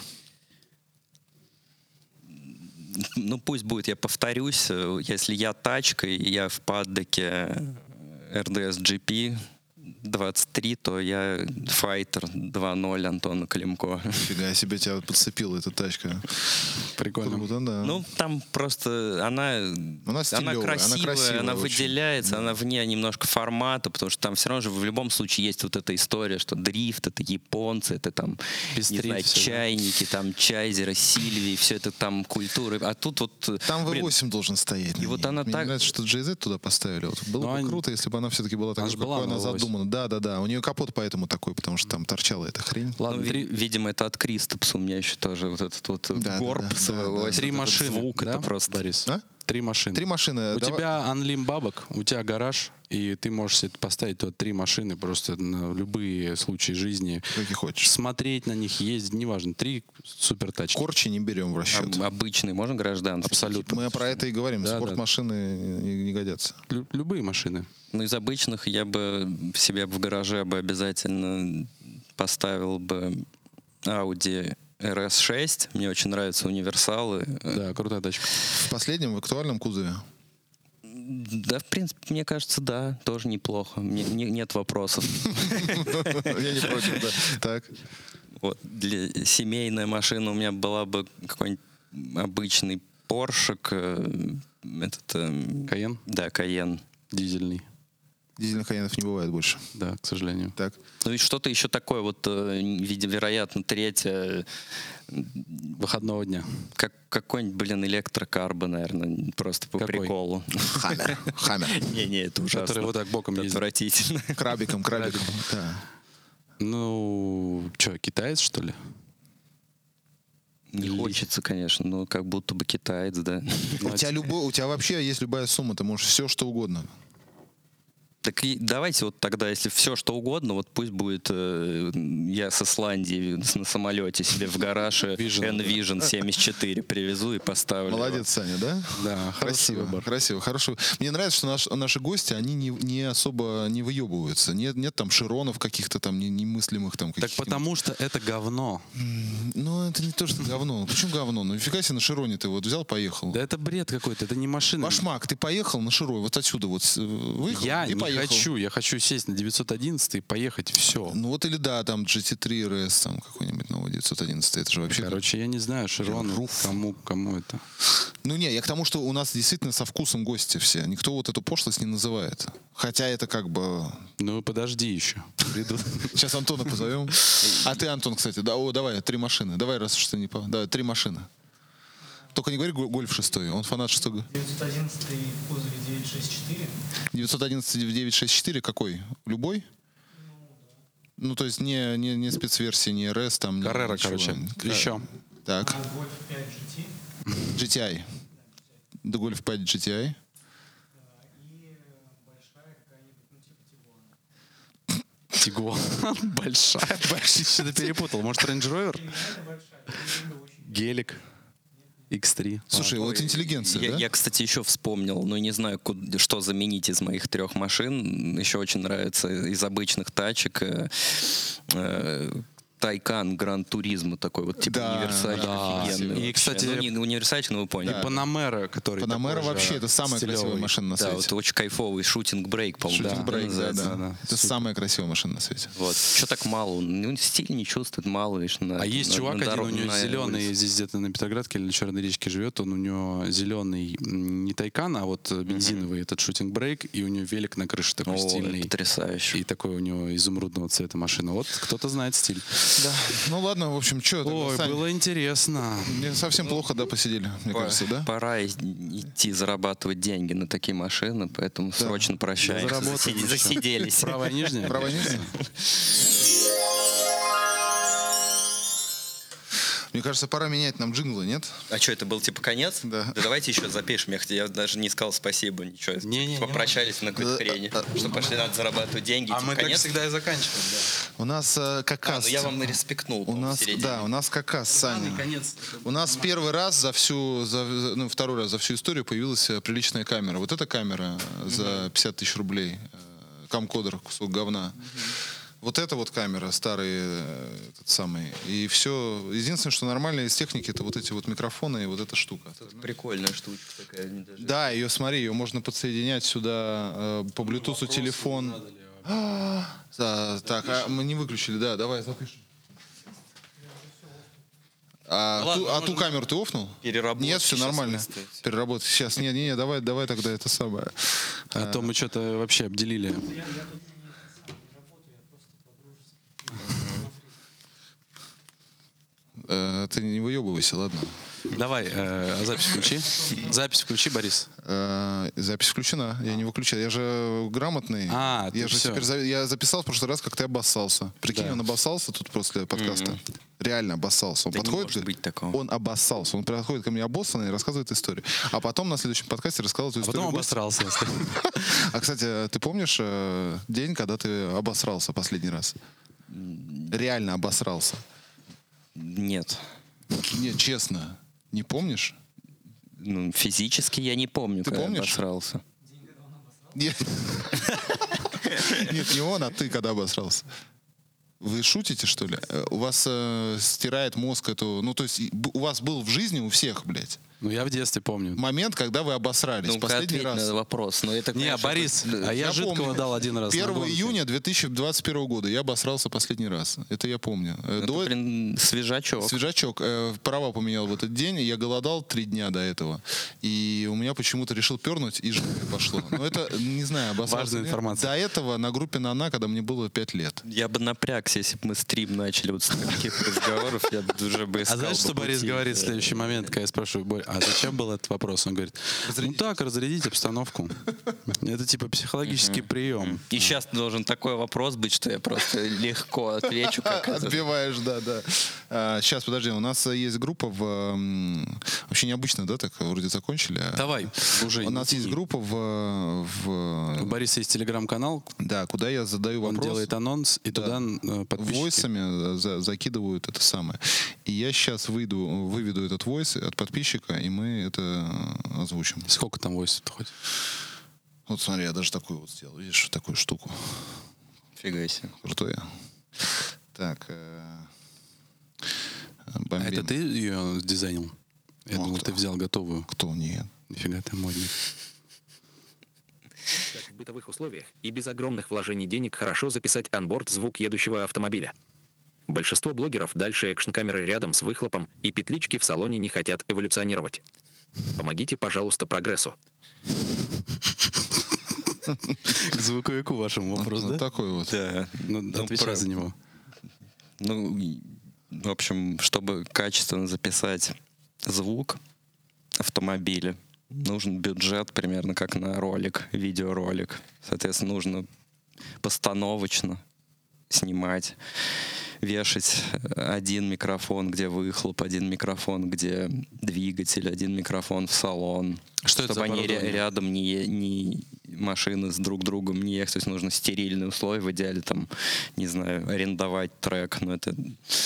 Ну, пусть будет, я повторюсь, э, если я тачкой, я в паддоке эр ди эс джи пи двадцать три, то я файтер два ноль Антона Климко. Фига себе, тебя подцепила эта тачка. Прикольно. Круто, да. Ну, там просто она, Она стилёвая, она красивая, она, красивая очень. выделяется, она вне немножко формата, потому что там все равно же в любом случае есть вот эта история, что дрифт — это японцы, это там, не Пестрит знаю, всё, да. чайники, там, чайзеры, Сильвии, все это там культура. А тут вот... Там блин, ви восемь должен стоять. и на вот ней. она Мне так- нравится, что джей зет туда поставили. Вот было Ну, бы они- круто, если бы она все-таки была такой, же была какой на она ви восемь. задумана. Да, да, да. У нее капот поэтому такой, потому что там торчала эта хрень. Ладно, Ну, ви- три, видимо, это от Кристопса у меня еще тоже вот этот вот Да, горб да, да, своего. да, да. три этот машины, звук, да, это просто... Борис? А? Три машины. Три машины. У Давай- тебя анлим бабок, у тебя гараж, и ты можешь себе поставить туда три машины просто на любые случаи жизни. Какие хочешь. Смотреть на них, ездить, неважно. Три супер тачки. Корчи не берем в расчет. Об- обычный, можно гражданский? Абсолютно. Мы про это и говорим. Да, да. Спортмашины не, не годятся. Лю- любые машины. Ну, из обычных я бы себе в гараже бы обязательно поставил бы Audi эр эс шесть. Мне очень нравятся универсалы. Да, крутая тачка. В последнем, в актуальном кузове. Да, в принципе, мне кажется, да, тоже неплохо. Мне, не- нет вопросов. Я не против, да. Так. Вот. Для семейная машина у меня была бы какой-нибудь обычный Поршек. э, Этот, э, Каен да, Каен. дизельный. Дизельных каенов не бывает больше. Да, к сожалению. Так. Ну и что-то еще такое, вот, э, видимо, вероятно, третье, Выходного дня. как какой-нибудь, блин, электрокарбо, наверное, просто по Какой? приколу. Хаммер. Хаммер. Не-не, это ужасно. Который вот так боком Это ездит. отвратительно. Крабиком, крабиком. Да. Ну, что, китаец, что ли? Не хочется, конечно, но как будто бы китаец, да. У тебя, любой, у тебя вообще есть любая сумма, ты можешь все, что угодно. Так и давайте вот тогда, если все что угодно, вот пусть будет э, я с Исландии с- на самолете себе в гараж э, Vision, N-Vision семьдесят четыре привезу и поставлю. Молодец, Саня, да? Да, хороший Красиво, выбор. красиво, хорошо. Мне нравится, что наш- наши гости, они не, не особо не выебываются. Нет, нет там широнов каких-то там не- немыслимых там Так каких-то. потому что это говно. Ну, это не то, что говно. Ну, почему говно? Ну, нифига себе на широне ты вот взял, поехал. Да это бред какой-то, это не машина. Башмак, ты поехал на широне, вот отсюда вот с- выехал Я и не поехал. хочу, я хочу сесть на девятьсот одиннадцать и поехать, все. Ну вот или да, там джи ти три эр эс, там какой-нибудь новый девятьсот одиннадцать, это же вообще... Короче, я не знаю, Широн, Руф. кому, кому это. Ну не, я к тому, что у нас действительно со вкусом гости все. Никто вот эту пошлость не называет. Хотя это как бы... Ну подожди еще. Придут. Сейчас Антона позовем. А ты, Антон, кстати, да, о, давай, три машины. Давай, раз уж ты не... по- Давай, три машины. Только не говори го- гольф шестой, он фанат шестой. девятьсот одиннадцать в кузове девятьсот шестьдесят четыре. девятьсот одиннадцать девятьсот шестьдесят четыре какой? Любой? Ну, то есть не, не, не спецверсии, не эр эс, там... не- Каррера, ничего. короче. Ка- Еще. Так, Гольф пять джи ти. джи ти ай. Да, Golf пять джи ти ай. И большая какая-нибудь, ну типа Тигуан. Тигуан. Большая. Большая. Что-то перепутал. Может, Range Rover? Гелик. икс три. Слушай, вот интеллигенция, Я, да? я, кстати, еще вспомнил, но не знаю, куда- что заменить из моих трех машин. Еще очень нравится из обычных тачек э, э, Тайкан Гран Туризмо такой вот типа Да, универсальный, да. офигенный И, вообще. кстати, ну, не универсальный, но вы поняли. Да. Панамера, который Панамера такой же вообще это самая стилевый. красивая машина на Да, свете. вот очень кайфовый шутинг брейк, по-моему. Шутинг да, брейк, да, называется. да. да. Это самая красивая машина на свете. Вот. Что так мало? Ну, стиль не чувствует, мало лишь на. А есть на- чувак на один, дорог- у него на зеленый, улице. здесь где-то на Петроградке или на Черной речке живет, он у него зеленый, м, не Тайкан, а вот бензиновый этот шутинг брейк, и у него велик на крыше такой О, стильный. потрясающе. И такой у него изумрудного цвета машина. Вот кто-то знает стиль. Да. Ну ладно, в общем, что Ой, было интересно. Мне совсем плохо, да, посидели, мне Пора- кажется, да? Пора и- идти зарабатывать деньги на такие машины, поэтому срочно прощаемся. заработаем Засиди- еще. Засиделись. Правая нижняя? Правая нижняя? Мне кажется, пора менять нам джинглы, нет? А что, это был типа конец? Да. давайте еще запишем. Я, хот- я даже не сказал спасибо, ничего. Не-не, не Попрощались на какой-то Э, хрени. э, Что пошли, надо зарабатывать деньги. А типа, мы так конец? всегда и заканчиваем, У нас э, как А, раз... ну я вам и респектнул. У по-моему, в нас, середине. да, у нас как раз, Саня. конец. У нас первый раз за всю, за, ну, второй раз за всю историю появилась э, приличная камера. Вот эта камера э, за пятьдесят тысяч рублей. э, Камкодер, кусок говна. Вот эта вот камера, старый э, этот самый. И все. Единственное, что нормально из техники, это вот эти вот микрофоны и вот эта штука. Прикольная штучка такая. не даже- Да, ее, смотри, ее можно подсоединять сюда э, по Bluetooth телефон. А, да, так, а мы не выключили, да, давай запишем. А, Ну ладно, ту, а можно ту камеру ты офнул? переработать, Нет, все сейчас нормально. выставить. Переработать. Сейчас, не, не, не, давай, давай тогда это самое. А то мы что-то вообще обделили. Э, ты не выебывайся, ладно. Давай, э, запись включи. Запись включи, Борис. Э, запись включена, я не выключал. Я же грамотный. А, я ты же всё. теперь за- я записал в прошлый раз, как ты обоссался. Прикинь, Да. он обоссался тут после подкаста. Реально обоссался. Он Да не подходит, может быть такого. он обоссался. Он подходит ко мне обоссанный и рассказывает историю. А потом на следующем подкасте рассказывает эту А потом историю. гостя. обосрался. А, кстати, ты помнишь э, день, когда ты обосрался последний раз? Реально обосрался. Нет. Нет, честно. Не помнишь? Ну, физически я не помню, Ты когда помнишь? обосрался. Нет. Нет, не он, а ты когда обосрался. Вы шутите, что ли? Э, У вас э, стирает мозг эту... Ну, то есть и б- у вас был в жизни у всех, блядь, Ну, я в детстве помню. момент, когда вы обосрались. Ну, Последний ответь раз. на этот вопрос. Но это, Не, конечно, Борис, это- а я, Я жидкого помню. дал один раз. на первого гонке. июня две тысячи двадцать первого года я обосрался последний раз. Это я помню. Э, это, До блин, свежачок. Свежачок. Э, права поменял в этот день. Я голодал три дня до этого. И у меня почему-то решил пернуть, и жопой пошло. Но это, не знаю, обосрался. Важная или нет. информация. До этого на группе «Нана», когда мне было пять лет. Я бы напрягся, если бы мы стрим начали вот с таких разговоров, я бы уже бы А искал знаешь, бы что Борис пути. говорит в Да. следующий момент, когда я спрашиваю, Борь, а зачем был этот вопрос? Он говорит, ну так, разрядить обстановку. Это типа психологический прием. И сейчас должен такой вопрос быть, что я просто легко отвечу. Как это. Отбиваешь, да, да. А, сейчас, подожди, у нас есть группа в... м, Вообще необычно, да, так вроде закончили. а- Давай, уже. У не нас есть тяни. группа в... в- У Бориса есть телеграм-канал, Да, куда я задаю он вопрос. делает анонс, и Да. туда э, подписчики. Войсами за- закидывают это самое. И я сейчас выйду, выведу этот войс от подписчика, и мы это озвучим. Сколько там войсов хоть? Вот смотри, я даже такую вот сделал. Видишь, такую штуку. Фига себе. Крутое. Так. э, А бомбим. это ты ее дизайнил? Я Ну, а думал, кто? ты взял готовую. Кто? Нет. Нифига ты модник. Как в бытовых условиях и без огромных вложений денег хорошо записать онборд звук едущего автомобиля. Большинство блогеров дальше экшн-камеры рядом с выхлопом и петлички в салоне не хотят эволюционировать. Помогите, пожалуйста, прогрессу. К звуковику вашему вопрос, Вот да? такой вот. Да. Ну, Ну, отвечай про- за него. Ну, и, в общем, чтобы качественно записать звук автомобиля, нужен бюджет примерно как на ролик, видеоролик. Соответственно, нужно постановочно снимать, вешать один микрофон, где выхлоп, один микрофон, где двигатель, один микрофон в салон. Что это чтобы за они ря- оборудование? рядом не, е- не машины с друг другом не ехать. То есть нужно стерильные условия, в идеале там, не знаю, арендовать трек. Но это...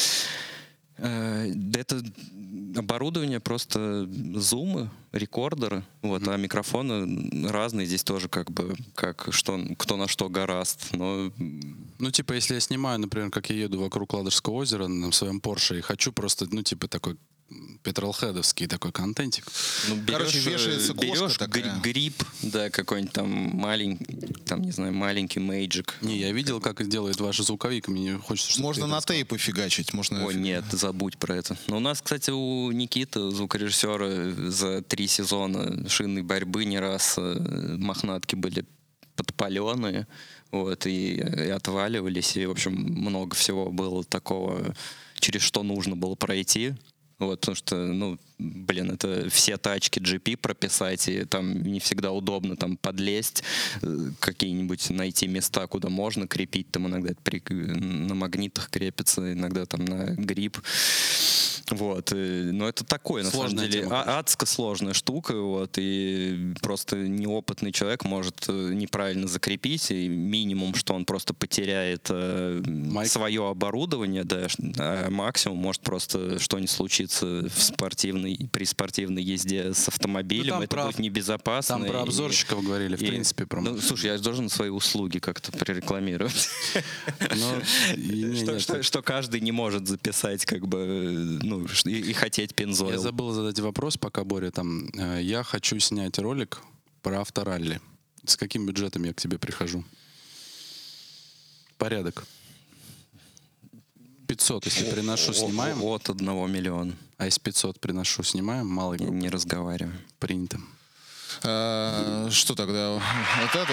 э, да это оборудование просто зумы, рекордеры, вот, а микрофоны разные здесь тоже как бы как что кто на что гораст, но Ну, типа, если я снимаю, например, как я еду вокруг Ладожского озера на своем Порше и хочу просто, ну, типа, такой петролхедовский такой контентик. ну, Короче, берешь, вешается э, кошка берешь такая. гри- гриб, да, какой-нибудь там маленький, там, не знаю, маленький мейджик. Не, я видел, как делает ваш звуковик, мне хочется, чтобы Можно ты на это рассказал. тейпы фигачить. Можно О, нет, забудь про это. Но у нас, кстати, у Никиты, звукорежиссера, за три сезона шинной борьбы не раз э, мохнатки были подпаленные, вот, и, и отваливались, и, в общем, много всего было такого, через что нужно было пройти. Вот, потому что, ну, блин, это все тачки джи пи прописать, и там не всегда удобно там подлезть, э, какие-нибудь найти места, куда можно крепить, там иногда это при- на магнитах крепится, иногда там на гриб. Вот, и- но это такое, на Сложная самом деле, тема, а- адско сложная штука, вот, и просто неопытный человек может э, неправильно закрепить, и минимум, что он просто потеряет э, Майк. свое оборудование, да, ш- а максимум может просто что-нибудь случиться в спортивной, при спортивной езде с автомобилем, Ну, там это про- будет небезопасно. Там про и- обзорщиков говорили, в и- принципе, про... Ну, слушай, я же должен свои услуги как-то прорекламировать. Ну, и- не, Что- нет, что- Что каждый не может записать, как бы, э, ну, ш- и и хотеть Я пензойл. забыл задать вопрос, пока Боря там. Э, Я хочу снять ролик про авторалли. С каким бюджетом я к тебе прихожу? Порядок. пятьсот, если приношу, снимаем. О- От одного миллиона. А если пятьсот приношу, снимаем. Малый Не, группы. не разговариваю. Принято. А, что тогда? Вот это?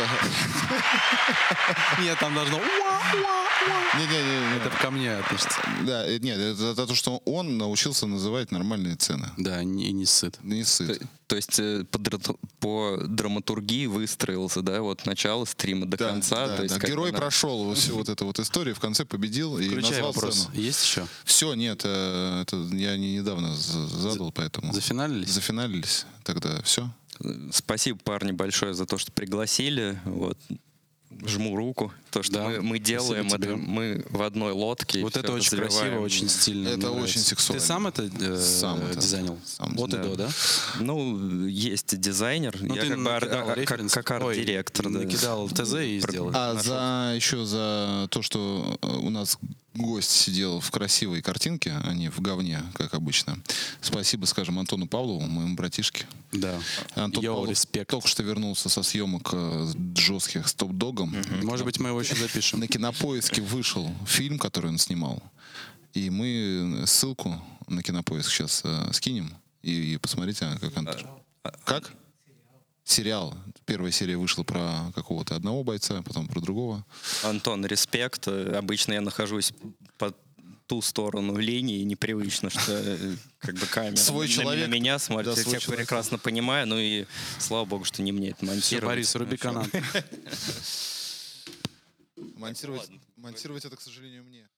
Нет, там должно... Не-не-не. Это ко мне относится. Да, э, нет, это за то, что он научился называть нормальные цены. Да, не- и не сыт. Не То, сыт. то есть э, по, дра- по драматургии выстроился, да, вот начало стрима до Да, конца. да, то есть да. как Герой бы, да. прошел всю вот эту вот историю, в конце победил и Включай назвал вопрос. цену. Есть еще? Все, нет, э, это я не недавно з- задал, поэтому Зафиналились? зафиналились. Тогда все. Спасибо, парни, большое за то, что пригласили. Вот. Жму руку. То, что Да, мы, мы делаем, спасибо это тебе. мы в одной лодке. Вот всё это очень развиваем. красиво, очень стильно. Это мне очень нравится. сексуально. Ты сам это э, Сам это. дизайнил? Сам, От и да. до, да? Ну, есть дизайнер. Ну, я ты как бы ар- накидал а- как, референс. как Ой, арт-директор. да. накидал ТЗ и Про- сделал. А Нашел. за еще за то, что э, у нас гость сидел в красивой картинке, а не в говне, как обычно. Спасибо, скажем, Антону Павлову, моему братишке. Да. Антон Йоу, Павлов респект. только что вернулся со съемок э, жестких с Топ-Догом. Может быть, мы его еще запишем. На Кинопоиске вышел фильм, который он снимал. И мы ссылку на Кинопоиск сейчас э, скинем. И, и посмотрите, как он... Как? Сериал. Первая серия вышла про какого-то одного бойца, потом про другого. Антон, респект. Э, Обычно я нахожусь под ту сторону линии, непривычно, что э, как бы камера Свой на, человек. на меня смотрит. Да, Я свой тебя человек. прекрасно понимаю, ну и слава богу, что не мне это Все, монтировать. Борис, руби Ну, чё. канат. Монтировать, монтировать это, к сожалению, мне.